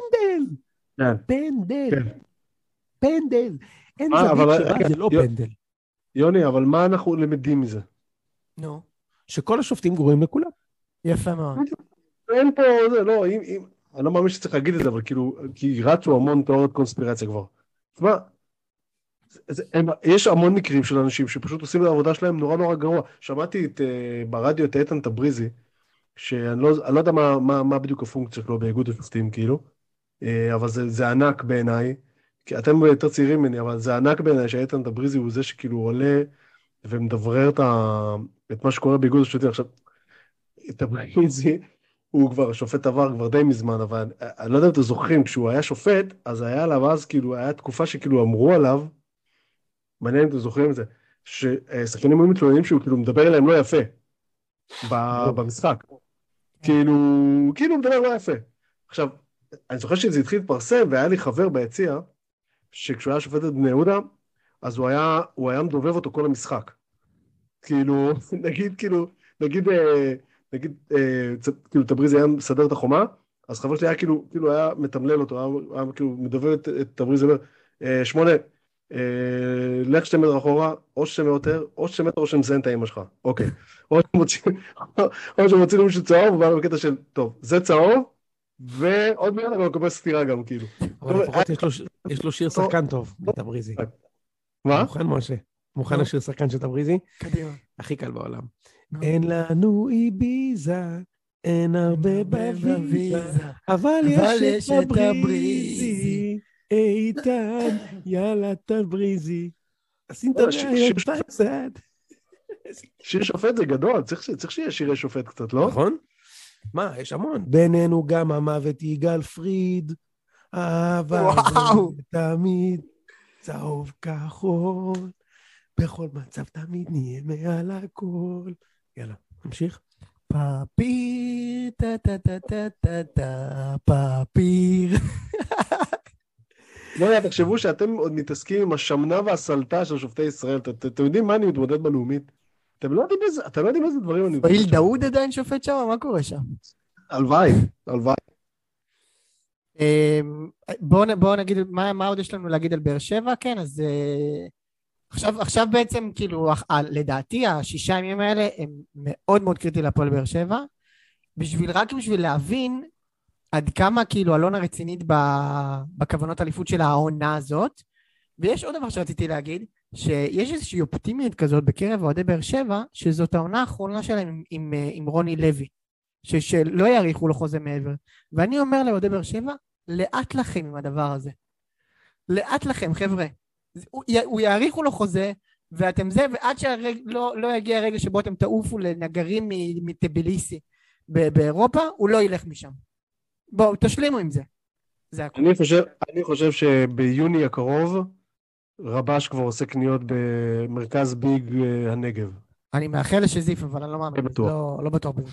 פנדל! אין זווית שבה זה לא פנדל. יוני, אבל מה אנחנו למדים מזה? נו. שכל השופטים גרועים לכולם. יפה מאוד. אין פה, זה לא, אני לא מאמין שצריך להגיד את זה, אבל כאילו, כי רצו המון תיאוריות קונספירציה כבר. תשמע, יש המון מקרים של אנשים שפשוט עושים את העבודה שלהם נורא נורא גרוע. שמעתי ברדיו את איתן תבריזי, שאני לא יודע מה בדיוק הפונקציה שלו באיגוד השופטים, כאילו, אבל זה ענק בעיניי, כי אתם יותר צעירים ממני, אבל זה ענק בעיניי שאיתן תבריזי הוא זה שכאילו עולה ומדברר את מה שקורה באיגוד השופטים. עכשיו, תבריזי, הוא כבר שופט עבר כבר די מזמן, אבל אני לא יודע אם אתם זוכרים, כשהוא היה שופט, אז היה עליו אז כאילו, היה תקופה שכאילו אמרו עליו, מעניין אם אתם זוכרים את זה, ששחקנים היו מתלוננים שהוא כאילו מדבר אליהם לא יפה, במשחק. כאילו הוא מדבר לא יפה. עכשיו, אני זוכר שזה התחיל להתפרסם, והיה לי חבר ביציע, שכשהוא היה שופט את בני יהודה, אז הוא היה מדובב אותו כל המשחק. כאילו, נגיד, תבריזי היה מסדר את החומה, אז חבר שלי היה כאילו היה מתמלל אותו, היה כאילו מדובב את תבריזי, אומר, 8, לך 2 מטר אחורה, או 2 מטר, או 2 מטר, או שמזיין את האמא שלך, אוקיי. או שמוצאים מישהו צהוב, ובא בקטע של, טוב, זה צהוב, ועוד מיד אני מקבל סתירה גם, כאילו. אבל לפחות יש לו שיר שחקן טוב, תבריזי. מה? מוכן, משה? מוכן לשיר שחקן של תבריזי? קדימה. הכי קל בעולם. אין לנו איביזה, אין הרבה בוויזה, אבל יש את תבריזי, איתן, יאללה תבריזי. עשית רעיון בצד. שיר שופט זה גדול, צריך שיהיה שירי שופט קצת, לא? נכון? מה, יש המון. בינינו גם המוות יגאל פריד, אהבה תמיד, צהוב כחול, בכל מצב תמיד נהיה מעל הכל. יאללה, נמשיך. פפיר, פפיר. לא יודע, תחשבו שאתם עוד מתעסקים עם השמנה והסלטה של שופטי ישראל, אתם יודעים מה אני מתמודד בלאומית? אתם לא יודעים איזה דברים אני מתמודד. פעיל דאוד עדיין שופט שם? מה קורה שם? הלוואי. בואו נגיד, מה עוד יש לנו להגיד על באר שבע? כן, אז עכשיו בעצם, כאילו, לדעתי, 6 ימים האלה הם מאוד מאוד קריטיים להפועל באר שבע, רק בשביל להבין עד כמה כאילו אלונה רצינית בכוונות אליפות של העונה הזאת. ויש עוד דבר שרציתי להגיד, שיש איזושהי אופטימיות כזאת בקרב אוהדי באר שבע, שזאת העונה האחרונה שלהם עם רוני לוי, שלא יאריכו לו חוזה מעבר. ואני אומר לאוהדי באר שבע, לאט לכם עם הדבר הזה. לאט לכם, חבר'ה. הוא יאריכו לו חוזה, ואתם זה, ועד שלא יגיע הרגע שבו אתם תעופו לנגרים מטביליסי באירופה, הוא לא ילך משם. בואו, תשלימו עם זה. זה הכל. אני חושב שביוני הקרוב, רבש כבר עושה קניות במרכז ביג הנגב. אני מאחל לשזיף, אבל אני לא מאמין. לא בטוח בזה.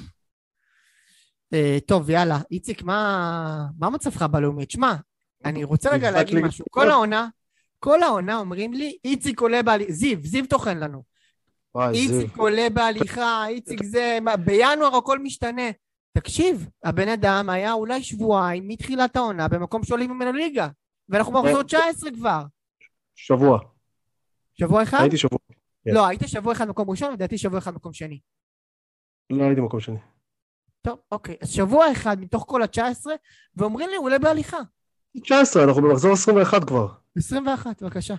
טוב, יאללה. איציק, מה מצבך בלאומית? שמע, אני רוצה רגע להגיד משהו. כל העונה אומרים לי, איציק עולה בהליכה, זיו תוכן לנו. איציק עולה בהליכה, איציק זה, בינואר הכל משתנה. תקשיב, הבן אדם היה אולי שבועיים מתחילת העונה במקום שעולים ממנו ליגה, ואנחנו במחזור 19 כבר. שבוע אחד? הייתי שבוע. לא, היית שבוע אחד מקום ראשון, ודעתי שבוע אחד מקום שני. לא הייתי מקום שני. טוב, אוקיי. אז שבוע אחד מתוך כל ה-19, ואומרים לי, הוא עולה בהליכה. 19, אנחנו במחזור 21 כבר. 21, בבקשה.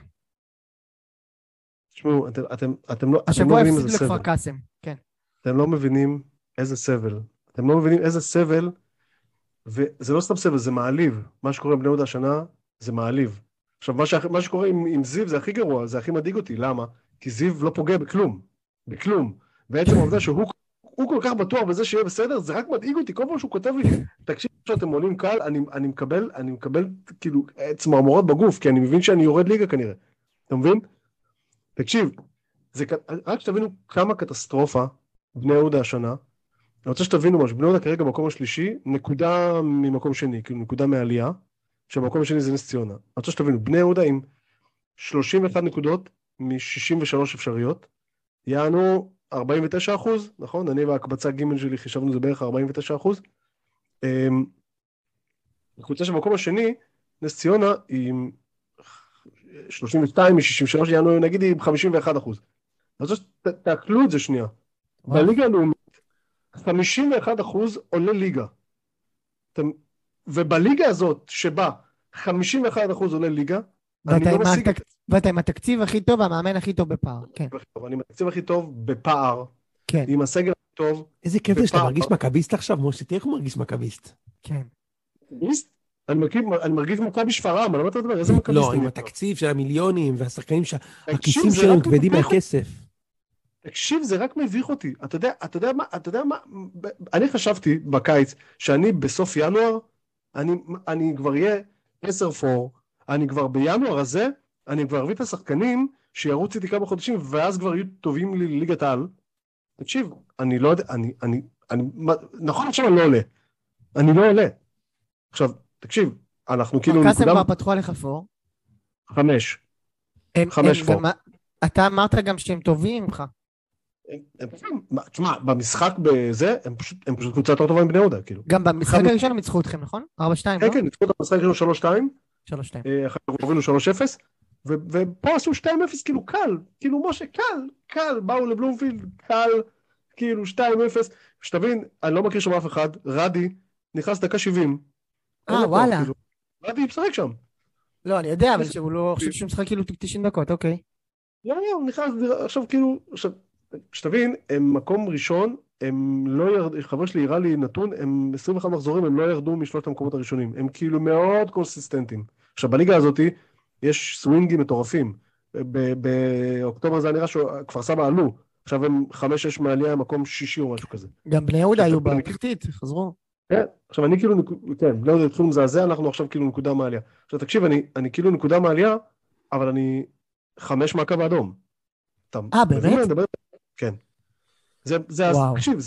תשמעו, אתם לא השבוע מבינים הפסיד לכפר קאסם, כן. אתם לא מבינים איזה סבל. אתם לא מבינים איזה סבל, וזה לא סתם סבל, זה מעליב. מה שקורה עם בני יהודה השנה, זה מעליב. עכשיו, מה שקורה עם זיו זה הכי גרוע, זה הכי מדאיג אותי. למה? כי זיו לא פוגע בכלום. בעצם העובדה שהוא כל כך בטוח בזה שיהיה בסדר, זה רק מדאיג אותי. כל פעם שהוא כותב לי, תקשיב שאתם עולים קל, אני מקבל כאילו צמרמורות בגוף, כי אני מבין שאני יורד ליגה כנראה. אתה מבין? תקשיב, רק שתבינו כמה קטסטרופה בני יהודה השנה. אני רוצה שתבינו משהו, בני יהודה כרגע במקום השלישי, נקודה ממקום שני, כאילו נקודה מעלייה, שבמקום השני זה נס ציונה. אני רוצה שתבינו, בני יהודה עם 31 נקודות מ-63 אפשריות, יענו 49%, נכון? אני והקבצה ג' שלי חישבנו זה בערך 49%. הקבוצה שבמקום השני, נס ציונה עם 32 מ-63, יענו נגיד עם 51%. אני רוצה שתעכלו את זה שנייה. בליגה הלאומית, 51% עולה ליגה. ובליגה הזאת שבה 51% עולה ליגה, ואתה עם התקציב הכי טוב, המאמן הכי טוב בפער. כן. אני עם התקציב הכי טוב בפער, כן. עם הסגל הכי טוב. איזה כיף זה שאתה מרגיש מכביסט עכשיו, משה, תראה איך הוא מרגיש מכביסט. כן. מכביסט? אני מרגיש מכבי שפרעם, אני לא יודעת איזה מכביסט. לא, עם התקציב של המיליונים והשחקנים שהכיסים שלהם כבדים מהכסף. תקשיב, זה רק מביך אותי. אתה יודע מה, אני חשבתי בקיץ שאני בסוף ינואר, אני כבר אהיה 10-4, אני כבר בינואר הזה, אני כבר אביא את השחקנים שירוץ איתי כמה חודשים, ואז כבר יהיו טובים לי ליגת העל. תקשיב, אני לא יודע, נכון עכשיו אני לא עולה. אני לא עולה. עכשיו, תקשיב, אנחנו כאילו... קאסם כבר פתחו עליך 5. 5 4. אתה אמרת גם שהם טובים ממך. תשמע, במשחק בזה, הם פשוט קבוצה יותר טובה עם בני יהודה, כאילו. גם במשחק הראשון הם ניצחו אתכם, נכון? 4-2, לא? כן, ניצחו את המשחק הראשון 3-2. 3-2. אחר כך הובילו 3-0, ופה עשו 2-0, כאילו קל, כאילו משה, קל, באו לבלומפילד, קל, כאילו 2-0, שתבין, אני לא מכיר שם אף אחד, רדי, נכנס דקה 70. וואלה. רדי יפשחק שם. לא, אני יודע, אבל שהוא לא חושב שהוא משחק כאילו 90 דקות, אוקיי. הוא נכנס, עכשיו כאילו, שתבין, הם מקום ראשון, הם לא ירדו, חבר שלי הראה לי נתון, הם 21 מחזורים, הם לא ירדו משלושת המקומות הראשונים, הם כאילו מאוד קונסיסטנטים. עכשיו, בליגה הזאת יש סווינגים מטורפים, באוקטובר זה נראה שכפר סבא עלו, עכשיו הם 5-6 מעלייה, מקום שישי או משהו כזה. גם בני יהודה היו בתחתית, חזרו. כן, עכשיו אני כאילו, כן, בני יהודה התחילו מזעזע, אנחנו עכשיו כאילו נקודה מעלייה. עכשיו תקשיב, אני כאילו נקודה מעלייה, אבל אני 5 מהקו האדום. באמת? כן. תקשיב,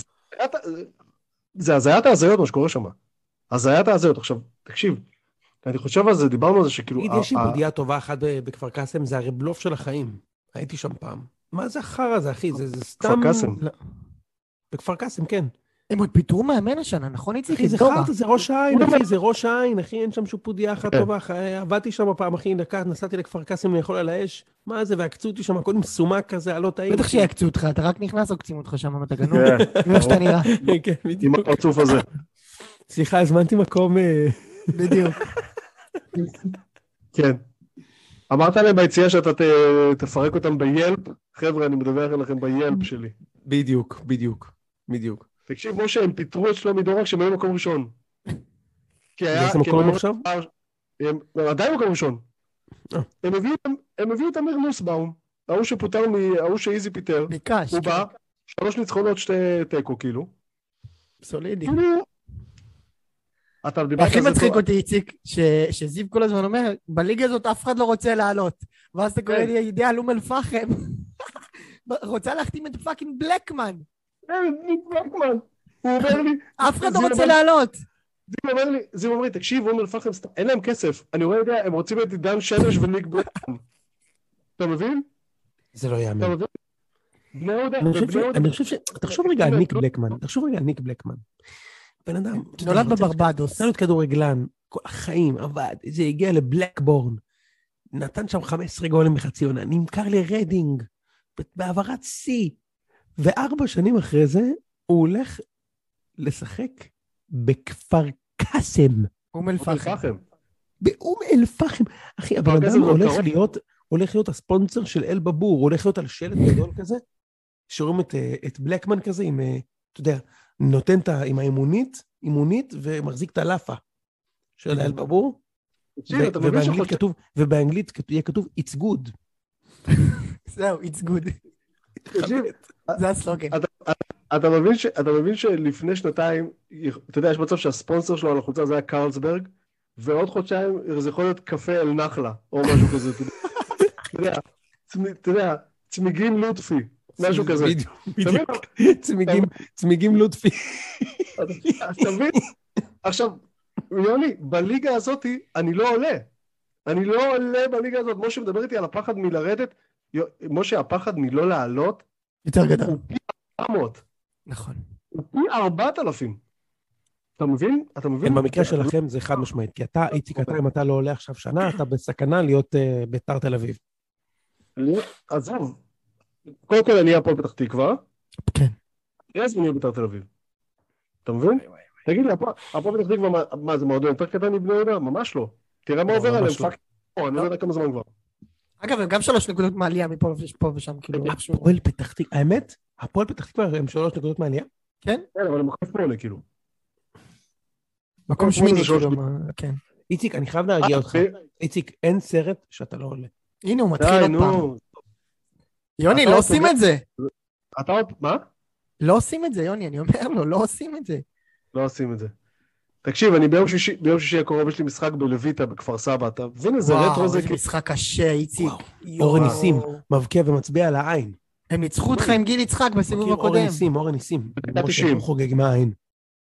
זה הזיית ההזיות מה שקורה שם. הזיית ההזיות. עכשיו, תקשיב, אני חושב על זה, דיברנו על זה שכאילו... יש לי פודיה טובה אחת בכפר קאסם, זה הרי בלוף של החיים. הייתי שם פעם. מה זה החרא הזה, אחי? זה סתם... בכפר קאסם? בכפר קאסם, כן. הם עוד פיתרו מאמן השנה, נכון איציק? אחי, זה חרטה, זה ראש העין, אחי, זה ראש העין, אחי, אין שם שום פודיה אחת טובה, עבדתי שם פעם, אחי, דקה, נסעתי לכפר קאסם לאכול על האש, מה זה, והקצו אותי שם, קודם סומק כזה, עלות טעים. בטח שיקצו אותך, אתה רק נכנס או קצים אותך שם, אתה גנוב, ואיך שאתה נראה. כן, בדיוק. עם הפרצוף הזה. סליחה, הזמנתי מקום... בדיוק. כן. אמרת להם ביציאה שאתה תפרק אותם ביילפ? חבר'ה, אני מדבר לכם ביילפ שלי. בדיוק. תקשיב, משה, הם פיתרו את שלומי דורק שהם היו מקום ראשון. באיזה מקום הם עכשיו? הם עדיין מקום ראשון. הם הביאו את אמיר נוסבאום, ההוא שפוטר ההוא שאיזי פיטר. ביקש. הוא בא, 3 ניצחונות, 2 תיקו, כאילו. סולידי. אתה דיברת הכי על זה מצחיק פה. אותי, איציק, שזיו כל הזמן אומר, בליגה הזאת אף אחד לא רוצה לעלות. ואז אתה קורא לי ידיעה על אום אל-פחם. רוצה להחתים את פאקינג בלקמן. בלקמן. הוא אומר לי... אף אחד לא רוצה לעלות. זיו אומר לי, תקשיב, אום אל-פחם, אין להם כסף. אני רואה, יודע, הם רוצים את עידן שמש וניק בלקמן. אתה מבין? זה לא יאמן. אתה מבין? אני חושב ש... תחשוב רגע על ניק בלקמן. בן אדם... נולד בברבדוס. נתן לו את כדורגלן, כל החיים, עבד, זה הגיע לבלקבורן, נתן שם 15 גולים בחצי עונה, נמכר לרדינג, בעברת C, ו4 שנים אחרי זה, הוא הולך לשחק בכפר קאסם. אום אל-פחם. באום אל-פחם. אחי, הבן אדם הולך להיות הספונסר של אל בבור, הוא הולך להיות על שלט גדול כזה, שרואים את בלקמן כזה, עם, אתה יודע, נותן עם האימונית, ומחזיק את הלאפה של אל בבור, ובאנגלית יהיה כתוב, it's good. זהו, it's good. זה הסלוגן. אתה מבין שלפני שנתיים, אתה יודע, יש מצב שהספונסר שלו על החולצה זה היה קרלסברג, ועוד חודשיים זה יכול להיות קפה אל נחלה, או משהו כזה, אתה יודע, צמיגים לוטפי, משהו כזה. בדיוק, צמיגים לוטפי. אז תבין, עכשיו, יוני, בליגה הזאת אני לא עולה בליגה הזאת, משה מדבר איתי על הפחד מלרדת, משה, הפחד מלא לעלות, יותר גדול. הוא פי 400. נכון. הוא פי 4,000. אתה מבין? כן, במקרה שלכם זה חד משמעית, כי אתה, איציק, אם אתה לא עולה עכשיו שנה, אתה בסכנה להיות בית"ר תל אביב. עזוב. קודם כל אני הפועל פתח תקווה. כן. אז אני בית"ר תל אביב. אתה מבין? תגיד לי, הפועל פתח תקווה, מה זה מועדון יותר קטן מבני יהודה? ממש לא. תראה מה עובר עליהם, פאק. אני לא יודע כמה זמן כבר. אגב, הם גם 3 נקודות מעלייה מפה ושם, כאילו. הפועל פתח תקווה, האמת? הפועל פתח תקווה הם 3 נקודות מעלייה? כן? כן, אבל הם מקום 8, כאילו. מקום 8, כאילו, כן. איציק, אני חייב להרגיע אותך. איציק, אין סרט שאתה לא עולה. הנה, הוא מתחיל עוד פעם. יוני, לא עושים את זה. אתה עוד, מה? לא עושים את זה, יוני, אני אומר לו, לא עושים את זה. לא עושים את זה. תקשיב, אני ביום שישי הקרוב יש לי משחק בלויטה בכפר סבא, אתה מבין איזה רטרו זה? וואו, איזה משחק קשה, איציק. אורן ניסים, מבקיע ומצביע על העין. הם ניצחו אותך עם גיל יצחק בסיבוב הקודם. אורן ניסים. הוא חוגג מהעין.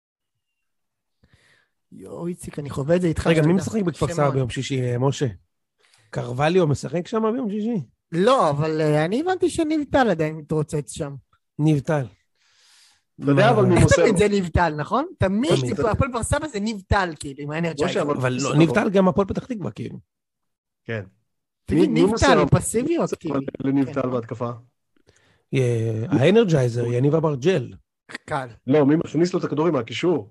יואו, איציק, אני חווה את זה איתך. רגע, מי משחק בכפר סבא ביום שישי, משה? קרווליו משחק שם ביום שישי? לא, אבל אני הבנתי שניב-טל עדיין מתרוצץ שם. ניב-טל. אתה יודע, אבל ממוסר. תמיד זה ניב-טל, נכון? תמיד הפועל כפר סבא זה ניב-טל, כאילו, עם האנרג'ייזר. אבל ניב-טל גם הפועל פתח תקווה, כאילו. כן. תגיד, ניב-טל, הוא פסיבי או אקטיבי? לניב-טל בהתקפה. האנרג'ייזר, יניב אברג'ל. קל. לא, מי מכניס לו את הכדורים מהקישור?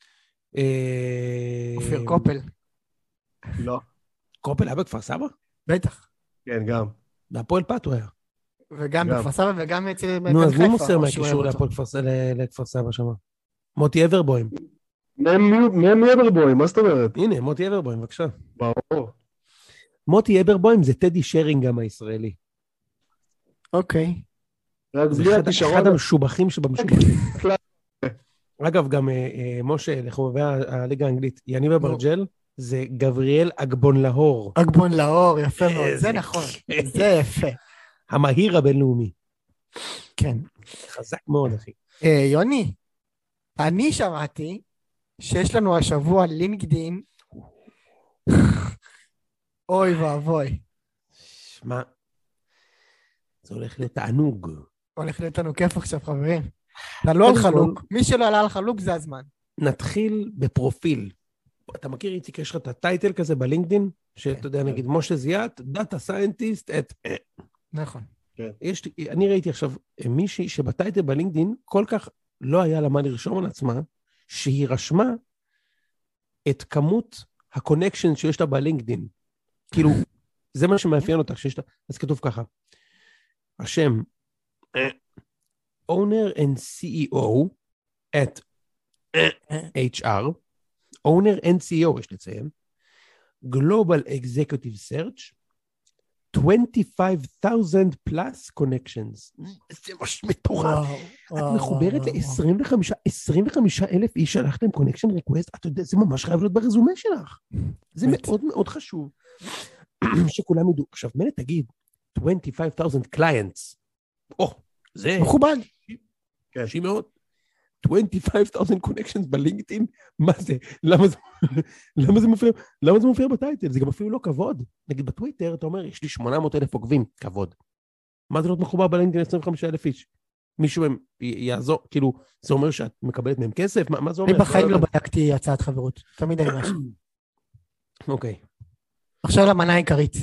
אופיר קופל. לא. קופל היה בכפר סבא? בטח. כן, גם. בהפועל פת הוא היה. וגם בכפר סבא וגם אצל בן חיפה. נו, אז מי מוסר מהקישור לכפר סבא שם? מוטי אברבוים. מי אברבוים? מה זאת אומרת? הנה, מוטי אברבוים, בבקשה. ברור. מוטי אברבוים זה טדי שרינגהם הישראלי. אוקיי. אחד המשובחים שבמשובחים. אגב, גם משה, לחובבי הליגה האנגלית, יניב אברג'ל, זה גבריאל אגבון להור. אגבון להור, יפה מאוד, זה נכון, זה יפה. המהיר הבינלאומי. כן. חזק מאוד, אחי. יוני, אני שמעתי שיש לנו השבוע לינקדין, אוי ואבוי. שמע, זה הולך להיות תענוג. הולך להיות לנו כיף עכשיו, חברים. תעלו על חלוק, מי שלא עלה על חלוק זה הזמן. נתחיל בפרופיל. אתה מכיר, איציק, יש לך את הטייטל כזה בלינקדין, שאתה יודע, נגיד, משה זיאת, דאטה סיינטיסט, נכון. אני ראיתי עכשיו מישהי שבטייטל בלינקדין כל כך לא היה לה מה לרשום על עצמה, שהיא רשמה את כמות הקונקשן שיש לה בלינקדין. כאילו, זה מה שמאפיין אותך, שיש לה, אז כתוב ככה, השם, owner and CEO at HR, owner and CEO, יש לציין, Global Executive Search, 25,000 plus connections. זה ממש מטורף. את מחוברת ל-25,000 איש שלחתם connection request, אתה יודע, זה ממש חייב להיות ברזומה שלך. זה מאוד מאוד חשוב. שכולם ידעו. עכשיו, מנה תגיד, 25,000 clients. זה... מכובד. קשי מאוד. 25,000 connections בלינקדאין, מה זה? למה זה מופיע בטייטל? זה גם אפילו לא כבוד. נגיד בטוויטר, אתה אומר, יש לי 800,000 עוקבים, כבוד. מה זה לא מחובר בלינקדאין 25,000 איש? מישהו מהם יעזור, כאילו, זה אומר שאת מקבלת מהם כסף? מה זה אומר? אני בחיים לא בדקתי הצעת חברות, תמיד אני משהו. אוקיי. עכשיו למנה העיקרית.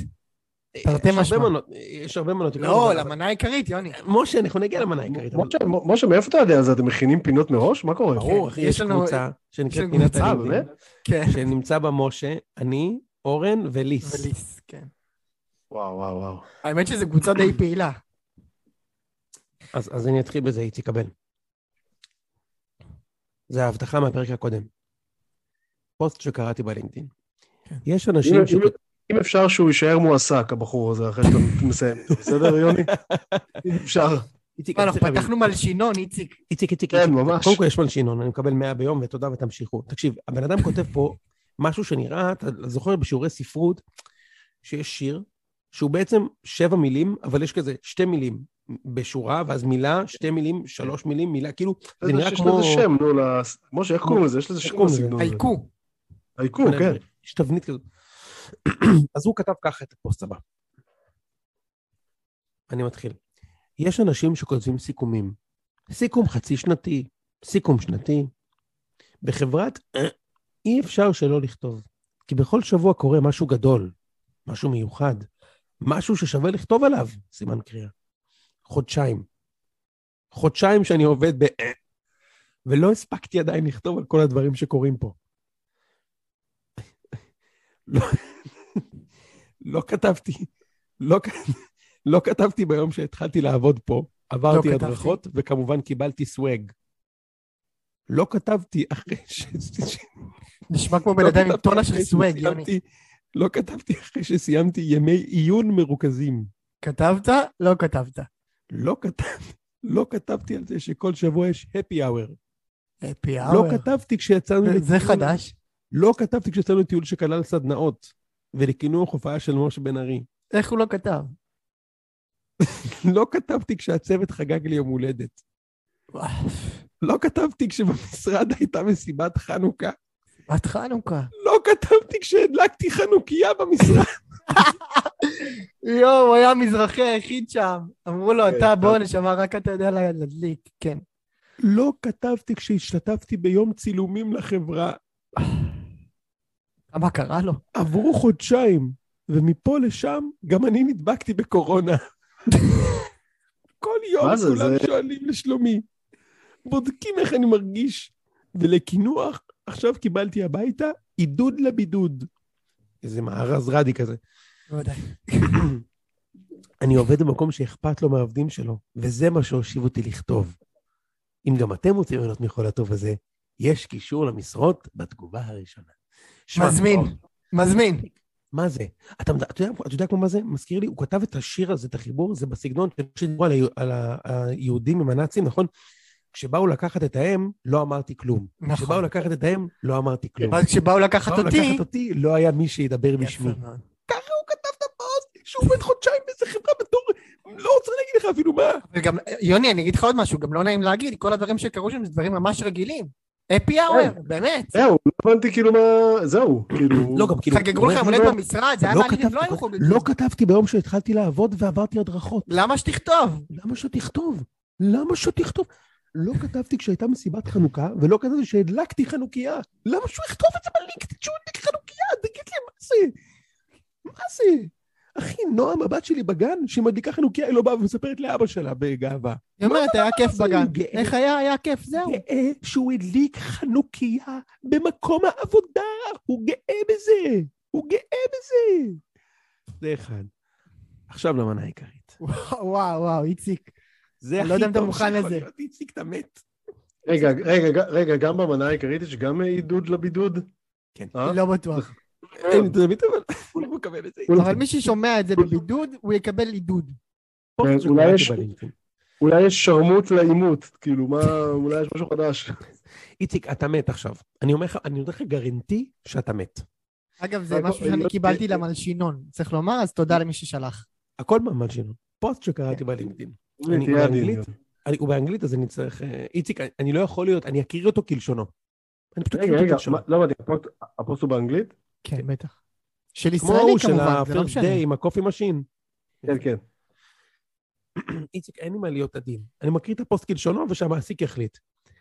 יש הרבה מנות. לא, למנה העיקרית, יוני. משה, אנחנו נגיע למנה העיקרית. משה, מאיפה אתה יודע על זה? אתם מכינים פינות מראש? מה קורה? ברור, אחי, יש קבוצה שנקראת פינת הלינקדאין, שנמצא בה משה, אני, אורן וליס. וליס, כן. וואו. האמת שזו קבוצה די פעילה. אז אני אתחיל בזה, איציק קבל. זה ההבטחה מהפרק הקודם. פוסט שקראתי בלינקדאין. יש אנשים אם אפשר שהוא יישאר מועסק, הבחור הזה, אחרי שאתה מסיים. בסדר, יוני? אם אפשר. אנחנו פתחנו מלשינון, איציק. איציק. כן, ממש. קודם כל יש מלשינון, אני מקבל 100 ביום, ותודה ותמשיכו. תקשיב, הבן אדם כותב פה משהו שנראה, אתה זוכר בשיעורי ספרות, שיש שיר, שהוא בעצם 7 מילים, אבל יש כזה 2 מילים בשורה, ואז מילה, 2 מילים, 3 מילים, מילה, כאילו, זה נראה כמו... יש לזה שם, נו, משה, איך קוראים לזה? יש לזה שם לסגנון. הייקו, כן. יש תבנית כזאת. אז הוא כתב ככה את הפוסט הבא. אני מתחיל. יש אנשים שכותבים סיכומים. סיכום חצי שנתי, סיכום שנתי. בחברת אי אפשר שלא לכתוב. כי בכל שבוע קורה משהו גדול, משהו מיוחד, משהו ששווה לכתוב עליו, סימן קריאה. חודשיים שאני עובד ולא הספקתי עדיין לכתוב על כל הדברים שקורים פה. לא כתבתי ביום שהתחלתי לעבוד פה, עברתי הדרכות וכמובן קיבלתי סווג. לא כתבתי אחרי נשמע כמו בן אדם עם טונה של סווג, יוני. לא כתבתי אחרי שסיימתי ימי עיון מרוכזים. כתבת? לא כתבת. לא כתבתי על זה שכל שבוע יש happy hour. happy hour? לא כתבתי כשיצאנו... זה חדש. לא כתבתי כשיצאנו טיול שכלל סדנאות, ולכינוח הופעה של משה בן ארי. איך הוא לא כתב? לא כתבתי כשהצוות חגג לי יום הולדת. לא כתבתי כשבמשרד הייתה מסיבת חנוכה. מסיבת חנוכה? לא כתבתי כשהדלקתי חנוכיה במשרד. הוא היה המזרחי היחיד שם. אמרו לו, אתה בוא נשמע, רק אתה יודע להדליק, כן. לא כתבתי כשהשתתפתי ביום צילומים לחברה. מה קרה לו? עברו חודשיים, ומפה לשם גם אני נדבקתי בקורונה. כל יום כולם שואלים לשלומי. בודקים איך אני מרגיש. ולכינוח, עכשיו קיבלתי הביתה עידוד לבידוד. איזה מארז רדי כזה. אני עובד במקום שאכפת לו מהעובדים שלו, וזה מה שהושיב אותי לכתוב. אם גם אתם רוצים לנות מכל הטוב הזה, יש קישור למשרות בתגובה הראשונה. מזמין. מה זה? אתה יודע כמו מה זה? מזכיר לי, הוא כתב את השיר הזה, את החיבור, זה בסגנון שדיברו על היהודים עם הנאצים, נכון? כשבאו לקחת את האם, לא אמרתי כלום. כשבאו לקחת את האם, לא אמרתי כלום. אז כשבאו לקחת אותי, לא היה מי שידבר בשמי. ככה הוא כתב את הפוסט, שהוא עובד חודשיים באיזה חברה בתור, לא רוצה להגיד לך אפילו מה. וגם, יוני, אני אגיד לך עוד משהו, גם לא נעים להגיד, כל הדברים שקרו שם זה דברים ממש רגילים. happy hour, באמת. זהו, לא הבנתי כאילו מה, זהו, כאילו... לא, גם כאילו... חגגו לך מולד במשרד, זה היה מעניין, לא היו חוגגים. לא כתבתי ביום שהתחלתי לעבוד ועברתי הדרכות. למה שתכתוב? למה שתכתוב? לא כתבתי כשהייתה מסיבת חנוכה, ולא כתבתי שהדלקתי חנוכיה. למה שהוא יכתוב את זה בלינקדאין שהוא הדליק חנוכיה? תגיד לי, מה זה? אחי, נועם, הבת שלי בגן, שהיא מדליקה חנוכיה, היא לא באה ומספרת לאבא שלה בגאווה. היא אומרת, היה כיף זה? בגן. הוא גאה. איך היה כיף, זהו. גאה שהוא הדליק חנוכיה במקום העבודה, הוא גאה בזה, הוא גאה בזה. זה אחד. עכשיו למנה העיקרית. וואו, איציק. זה אני לא יודע אם אתה מוכן שיכול לזה. להיות, איציק, אתה מת. רגע, גם במנה העיקרית יש גם עידוד לבידוד? כן. לא בטוח. אין, אתה מבין, אבל הוא לא מקבל את זה. אבל מי ששומע את זה בבידוד, הוא יקבל עידוד. אולי יש שרמוט לאימות, כאילו, אולי יש משהו חדש. איציק, אתה מת עכשיו. אני אומר לך גרנטי שאתה מת. אגב, זה משהו שאני קיבלתי למלשינון. צריך לומר, אז תודה למי ששלח. הכל ממלשינון. פוסט שקראתי בלינקדאין. הוא באנגלית, אז אני צריך... איציק, אני לא יכול להיות, אני אקריא אותו כלשונו. רגע, לא מדהים, הפוסט הוא באנגלית? כן, בטח. של כמו ישראלי הוא של כמובן, זה לא ה-first משנה. day עם הקופי משין. כן. איציק, אין לי מה להיות עדין. אני מקריא את הפוסט כלשונו ושהמעסיק יחליט.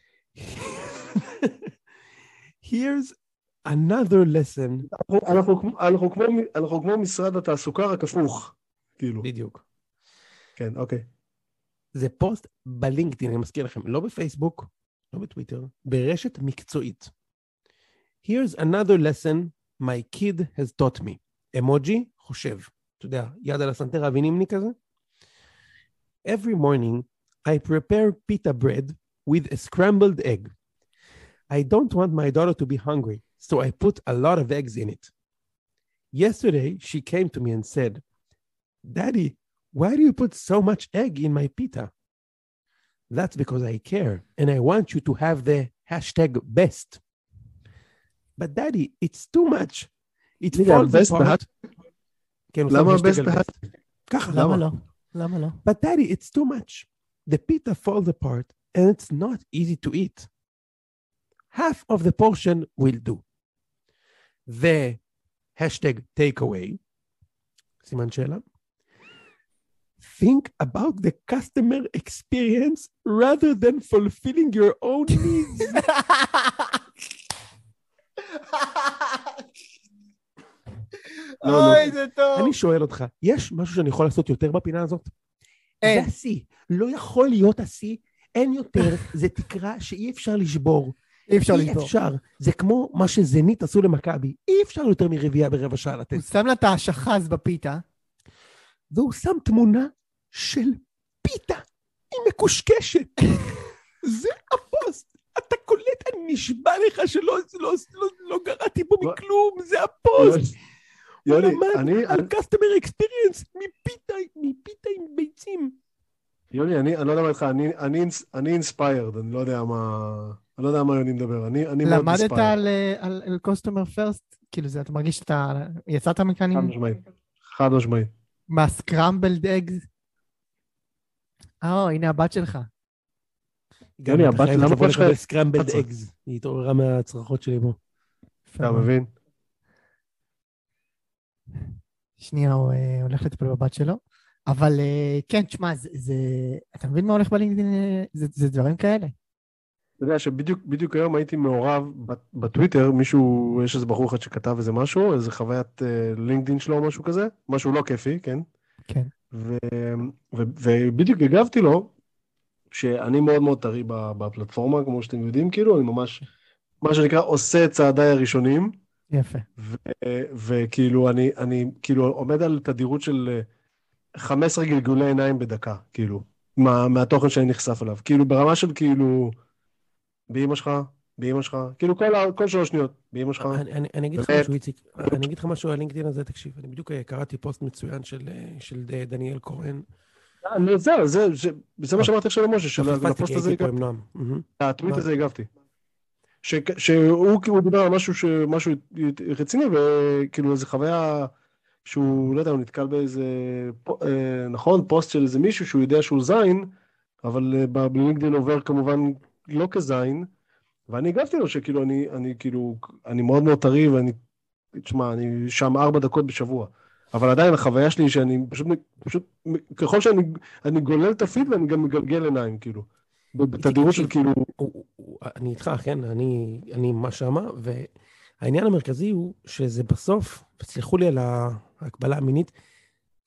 Here's another lesson. אנחנו כמו משרד התעסוקה, רק הפוך, כאילו. בדיוק. כן, אוקיי. זה פוסט בלינקדאין, אני מזכיר לכם, לא בפייסבוק, לא בטוויטר, ברשת מקצועית. Here's another lesson my kid has taught me. אמוג'י, חושב. אתה יודע, יד על הסנטר אבינימני כזה. Every morning, I prepare pita bread with a scrambled egg. I don't want my daughter to be hungry, so I put a lot of eggs in it. Yesterday, she came to me and said, Daddy, why do you put so much egg in my pita? That's because I care, and I want you to have the #best. But Daddy, it's too much. It falls apart. למה best בהט? ככה. למה לא? But Daddy, it's too much. The pita falls apart, and it's not easy to eat. Half of the portion will do. The #takeaway. סימן שאלה. Think about the customer experience rather than fulfilling your own needs. אוי, זה טוב. אני שואל אותך, יש משהו שאני יכול לעשות יותר בפינה הזאת? אין. זה השיא. לא יכול להיות השיא. אין יותר. זה תקרה שאי אפשר לשבור. אי אפשר אי לשבור. אפשר. זה כמו מה שזנית עשו למכבי. אי אפשר יותר מרביעה ברבע שעה לתת. הוא שם לה את השחז בפיתה. והוא שם תמונה של פיתה. היא מקושקשת. זה הפוסט. אתה קולט, אני נשבע לך שלא לא גרעתי פה מכלום. זה הפוסט. הוא למד על customer experience מפיתה עם ביצים. יוני, אני לא יודע מה איתך, אני inspired, אני לא יודע מה יוני מדבר, אני מאוד inspired. למדת על customer first? כאילו זה, אתה מרגיש שאתה יצאת מכאן עם... חד משמעית. מהסקרמבלד אגז? הנה הבת שלך. יוני, הבת למה פה שלך? סקרמבלד אגז. היא התעוררה מהצרחות שלי בו. אתה מבין? שנייה, הוא הולך לטפל בבת שלו. אבל כן, תשמע, אתה מבין מה הולך בלינקדאין? זה דברים כאלה. אתה יודע שבדיוק היום הייתי מעורב בטוויטר, יש איזה בחור אחד שכתב איזה משהו, איזה חוויית לינקדאין שלו או משהו כזה, משהו לא כיפי, כן? כן. ובדיוק הגבתי לו, שאני מאוד מאוד טרי בפלטפורמה, כמו שאתם יודעים, כאילו, אני ממש, מה שנקרא, עושה את צעדיי הראשונים. יפה. וכאילו, אני כאילו עומד על תדירות של 15 גלגולי עיניים בדקה, כאילו, מהתוכן שאני נחשף אליו. כאילו, ברמה של כאילו, באמא שלך, כאילו כל 3 שניות, באמא שלך. אני אגיד לך משהו, איציק, אני אגיד לך משהו על לינקדאין הזה, תקשיב, אני בדיוק קראתי פוסט מצוין של דניאל קורן. זה מה שאמרתי עכשיו למשה, של הפוסט הזה הגבתי. הטוויט הזה הגבתי. שהוא דיבר על משהו רציני, וכאילו איזו חוויה שהוא, לא יודע, הוא נתקל באיזה, נכון, פוסט של איזה מישהו שהוא יודע שהוא זין, אבל בלינקדאין עובר כמובן לא כזין, ואני הגבתי לו שכאילו אני מאוד מאוד טרי, ואני, תשמע, אני שם 4 דקות בשבוע, אבל עדיין החוויה שלי שאני פשוט ככל שאני גולל את הפיד ואני גם מגלגל עיניים, כאילו, בתדירות של כאילו... אני איתך, כן, אני מה שמה, והעניין המרכזי הוא שזה בסוף, וסליחו לי על ההקבלה המינית,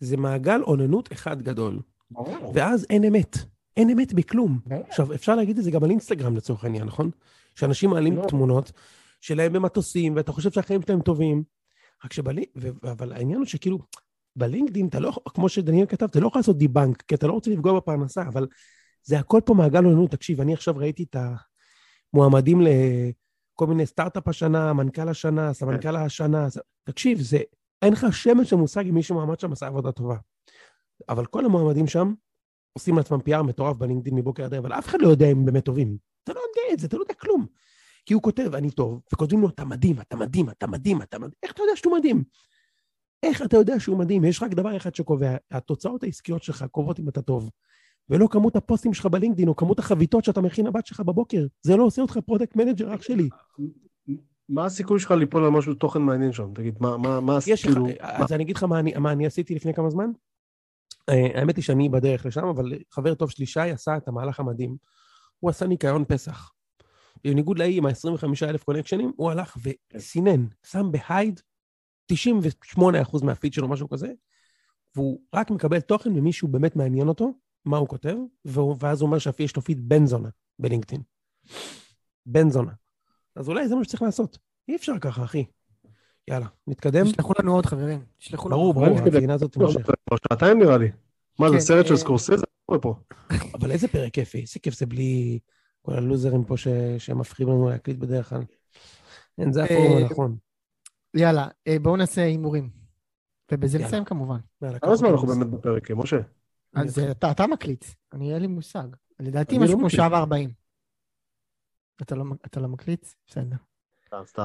זה מעגל עוננות אחד גדול. ואז אין אמת. אין אמת בכלום. עכשיו, אפשר להגיד את זה גם על אינסטגרם לצורך העניין, נכון? שאנשים מעלים תמונות שלהם במטוסים, ואתה חושב שהחיים שלהם טובים. רק אבל העניין הוא שכאילו, בלינקדין, אתה לא, כמו שדניאל כתב, אתה לא יכול לעשות דיבנק, כי אתה לא רוצה לפגוע בפרנסה, אבל זה הכל פה מעגל עוננות. תקשיב, אני עכשיו ראיתי את המועמדים לכל מיני סטארט-אפ השנה, מנכ"ל השנה, סמנכ"ל השנה. תקשיב, אין לך שמץ של מושג אם מישהו מועמד שם עשה עבודה טובה. אבל כל המועמדים שם עושים לעצמם PR מטורף בלינקדין מבוקר עד ערב, אבל אף אחד לא יודע אם באמת טובים. אתה לא יודע את זה, אתה לא יודע כלום. כי הוא כותב, אני טוב, וכותבים לו, אתה מדהים, אתה מדהים, אתה מדהים, אתה מדהים. איך אתה יודע שהוא מדהים? איך אתה יודע שהוא מדהים? יש רק דבר אחד שקובע, התוצאות העסקיות שלך קובעות אם אתה טוב, ולא כמות הפוסטים שלך בלינקדין, או כמות החביתות שאתה מכין לבת שלך בבוקר. זה לא עושה אותך פרודקט מנג'ר, אח שלי. מה הסיכוי שלך ליפול על משהו תוכן מעניין שם? תגיד, מה כאילו... אז אני אגיד לך מה אני עשיתי לפני כמה זמן. האמת היא שאני בדרך לשם, אבל חבר טוב שלי שי עשה את המהלך המדהים. הוא עשה ניקיון פסח. בניגוד לאי עם ה-25,000 קונקשנים, הוא הלך וסינן, שם בהייד 98% מהפיד שלו, משהו כזה, והוא רק מקבל תוכן ממישהו באמת מעניין אותו, מה הוא כותב, ואז הוא אומר שאפי יש לו פיד בן זונה בלינקדאין. בן זונה. אז אולי זה מה שצריך לעשות. אי אפשר ככה, אחי. יאללה, נתקדם. תשלחו לנו עוד חברים. ברור, התחינה הזאת תמשך. שעתיים נראה לי. מה, זה סרט של סקורסזה? פה. אבל איזה פרק כיפי, איזה כיף זה בלי כל הלוזרים פה שמפחידים לנו להקליט בדרך כלל. אין, זה הפורום הנכון. יאללה, בואו נעשה הימורים. ובזה נסיים כמובן. כמה זמן אנחנו באמת בפרק, משה? אז אתה מקליט, אני אין לי מושג. לדעתי משהו כמו שעה ו40. אתה לא מקליט? בסדר. סתם.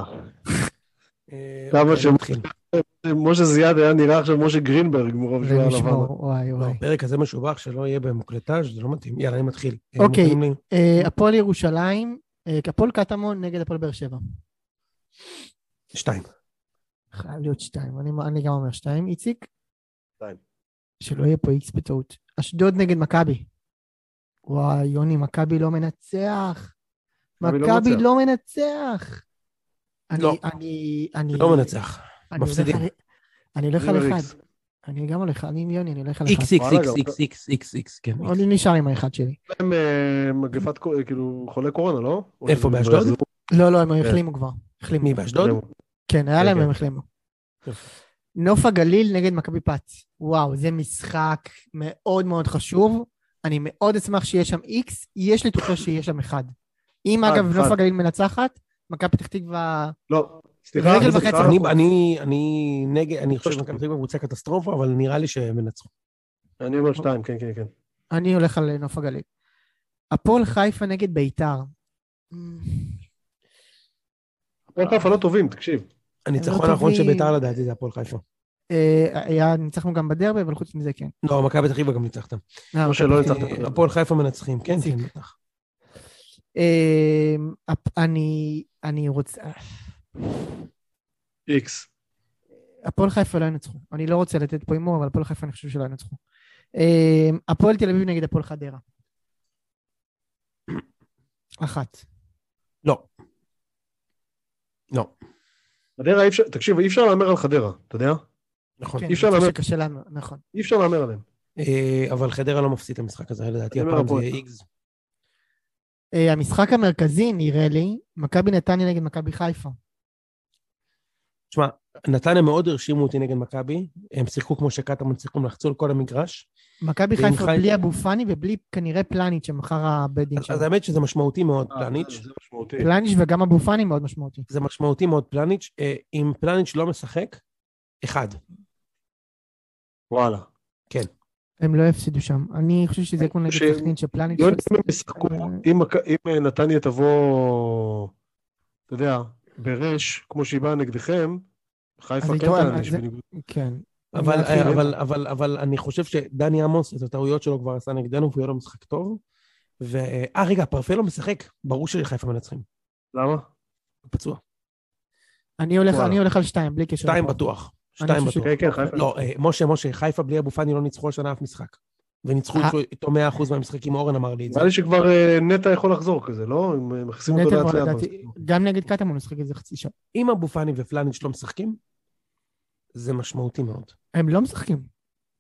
משה זיאד היה נראה עכשיו משה גרינברג מרוב שהוא היה לבן. וואי. הפרק הזה משובח שלא יהיה במוקלטאז' זה לא מתאים. יאללה, אני מתחיל. אוקיי, הפועל ירושלים, הפועל קטמון נגד הפועל באר שבע. 2. חייב להיות 2, אני גם אומר 2. איציק? 2. שלא יהיה פה איקס בטעות. אשדוד נגד מכבי. וואי, יוני, מכבי לא מנצח. מכבי לא מנצח. לא מנצח. מפסידים. אני הולך על אחד. אני גם הולך, אני עם יוני, אני הולך על אחד. איקס, כן. אני נשאר עם האחד שלי. הם מגפת, כאילו, חולי קורונה, לא? איפה, באשדוד? לא, הם החלימו כבר. מי, באשדוד? כן, היה להם, הם החלימו. נוף הגליל נגד מכבי פת. וואו, זה משחק מאוד מאוד חשוב. אני מאוד אשמח שיש שם איקס, יש לי תחושה שיש שם אחד. אם אגב נוף הגליל מנצחת, מכבי פתח תקווה... לא, סליחה. אני נגד, אני חושב שמכבי פתח תקווה קבוצה קטסטרופה, אבל נראה לי שהם ינצחו. אני אומר 2, כן. אני הולך על נוף הגליל. הפועל חיפה נגד ביתר. הפועל חיפה לא טובים, תקשיב. הניצחון האחרון של ביתר לדעתי זה הפועל חיפה. ניצחנו גם בדרבי, אבל חוץ מזה כן. לא, מכבי פתח תקווה גם ניצחתם. או שלא ניצחתם. הפועל חיפה מנצחים, כן, בטח. אני רוצה... איקס. הפועל חיפה לא ינצחו. אני לא רוצה לתת פה אימור, אבל הפועל חיפה אני חושב שלא ינצחו. הפועל תל אביב נגד הפועל חדרה. 1. לא. חדרה אי אפשר, תקשיב, אי אפשר לאמר על חדרה, אתה יודע? נכון. אי אפשר לאמר. שקשה לנו, נכון. אי אפשר לאמר עליהם. אבל חדרה לא מפסיד למשחק הזה, לדעתי הפעם זה איקס. המשחק המרכזי נראה לי, מכבי נתניה נגד מכבי חיפה. תשמע, נתניה מאוד הרשימו אותי נגד מכבי, הם שיחקו כמו שקטמון צריכים לחצו על כל המגרש. מכבי חיפה בלי אבו פאני ובלי כנראה פלניץ' שמחר הבדין שלו. אז האמת שזה משמעותי מאוד פלניץ'. פלניץ' וגם אבו פאני מאוד משמעותי. זה משמעותי מאוד פלניץ', אם פלניץ' לא משחק, 1. וואלה. כן. הם לא יפסידו שם. אני חושב שזה כמו נגד סכנין שפלניץ' אם נתניה תבוא, אתה יודע, ברש, כמו שהיא באה נגדכם, חיפה כן. אבל אני חושב שדני עמוס, את הטעויות שלו כבר עשה נגדנו, והוא יהיה לו משחק טוב. רגע, פרפה לא משחק, ברור שחיפה מנצחים. למה? הוא פצוע. אני הולך על 2, בלי קשר. 2 בטוח. 2 בטוח. לא, משה, חיפה בלי אבו פאני לא ניצחו השנה אף משחק. וניצחו איתו 100% מהמשחקים, אורן אמר לי את זה. נראה לי שכבר נטע יכול לחזור כזה, לא? הם מכניסים אותו לאט לאט. גם נגד קטמון משחק איזה חצי שעה. אם אבו פאני ופלניץ' לא משחקים, זה משמעותי מאוד. הם לא משחקים.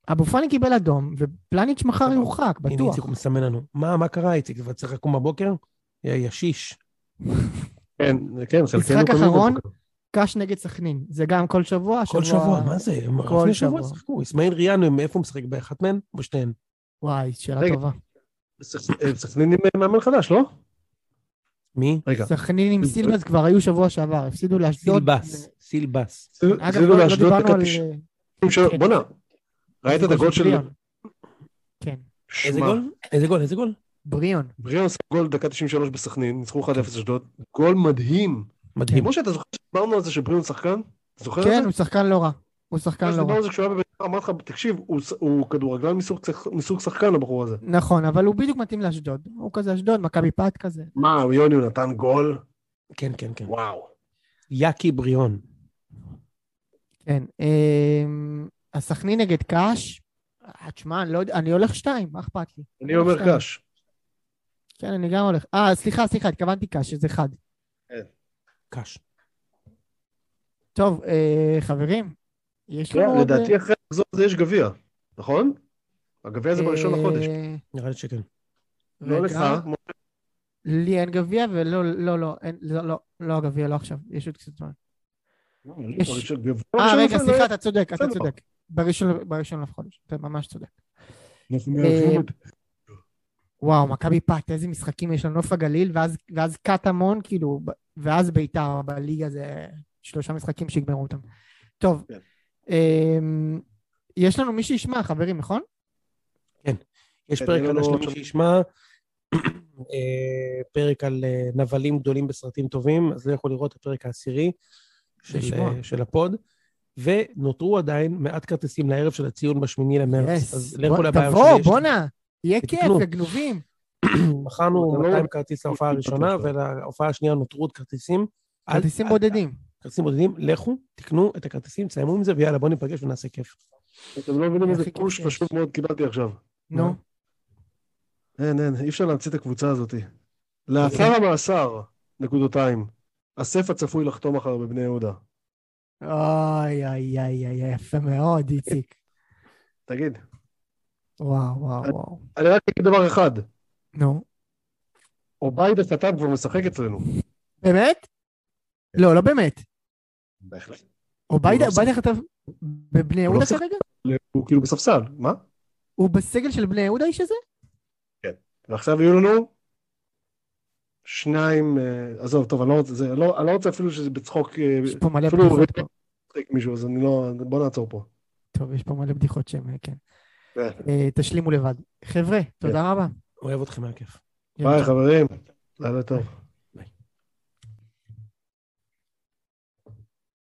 אבו פאני קיבל אדום, ופלניץ' מחר יורחק, הנה בטוח. איציק הוא מסמן לנו. מה קרה איציק? אתה צריך לקום בבוקר? ישיש. כן, כן, חלקנו משחק קמים אחרון, בבוקר. קש נגד סכנין. זה גם כל שבוע? כל שבוע, מה זה? לפני שבוע שחקו. אסמאעיל ריאן, מאיפה הוא משחק? באחת מהן? בשתיהן? וואי, שאלה רגע. טובה. סכנין עם מאמן חדש, לא? מי? רגע. סכנין עם סילבס כבר היו שבוע שעבר, הפסידו לאשדוד. סילבס. אגב, הפסידו לא לאשדוד דיברנו על... דקה בוא'נה, ראית את הגול של... בריאון. כן. איזה גול? בריאון. בריאון עשה גול דקה 93 בסכנין, ניצחו 1-0 אשדוד. גול מדהים. מדהים. משה, אתה זוכר שדיברנו על זה שבריאון שחקן? אתה זוכר את זה? כן, הוא שחקן לא רע. הוא שחקן לא רע. דיברנו על זה כשהוא היה בבית"ר, אמרתי לך, תקשיב, הוא כדורגלן מסוג שחקן הבחור הזה. נכון, אבל הוא בדיוק מתאים לאשדוד. הוא כזה אשדוד, מכבי פת כזה. מה, יוני הוא נתן גול? כן. וואו. יאקי בריאון. כן. הסכנין נגד קש. תשמע, אני הולך 2, מה אכפת לי? אני אומר קש. כן, אני גם הולך. סליחה, התכוונתי קש, שזה 1. קש. טוב, חברים, יש לנו עוד... לדעתי אחרי המחזור הזה יש גביע, נכון? הגביע זה בראשון לחודש. נראה לי שכן. לא לך. לי אין גביע, לא הגביע, לא עכשיו, יש עוד קצת זמן. רגע, סליחה, אתה צודק. בראשון לחודש, אתה ממש צודק. וואו, מכבי פת, איזה משחקים יש לנו, נוף הגליל, ואז קטמון, כאילו, ואז ביתר, בליגה זה 3 משחקים שיגמרו אותם. טוב, יש לנו מי שישמע, חברים, נכון? כן, יש פרק חדש למי שישמע, פרק על נבלים גדולים בסרטים טובים, אז לכו לראות את הפרק העשירי של הפוד, ונותרו עדיין מעט כרטיסים לערב של הציון ב8 למרץ, אז לכו לבעיה תבוא, בונה, יהיה כיף, לגנובים. מכרנו 200 כרטיס להופעה הראשונה, ולהופעה השנייה נותרו עוד כרטיסים. כרטיסים בודדים. לכו, תקנו את הכרטיסים, תסיימו עם זה, ויאללה, בוא ניפגש ונעשה כיף. אתם לא מבינים איזה פוש חשוב מאוד קיבלתי עכשיו. נו. אין, אי אפשר להמציא את הקבוצה הזאת. לאחר המאסר, נקודותיים, הסף הצפוי לחתום אחר בבני יהודה. אוי, יפה מאוד, איציק. תגיד. וואו. אני רק אגיד דבר אחד. נו. עוביידה קטן כבר משחק אצלנו. באמת? לא באמת. בהחלט. עוביידה כתב בבני יהודה כרגע? הוא כאילו בספסל, מה? הוא בסגל של בני יהודה איש הזה? כן. ועכשיו יהיו לנו 2, עזוב, טוב, אני לא רוצה אפילו שזה בצחוק, יש פה מלא בדיחות פה. מישהו, אז אני לא, בוא נעצור פה. טוב, יש פה מלא בדיחות שם, כן. תשלימו לבד. חבר'ה, תודה רבה. אוהב אתכם, היה כיף. ביי חברים, לילה טוב.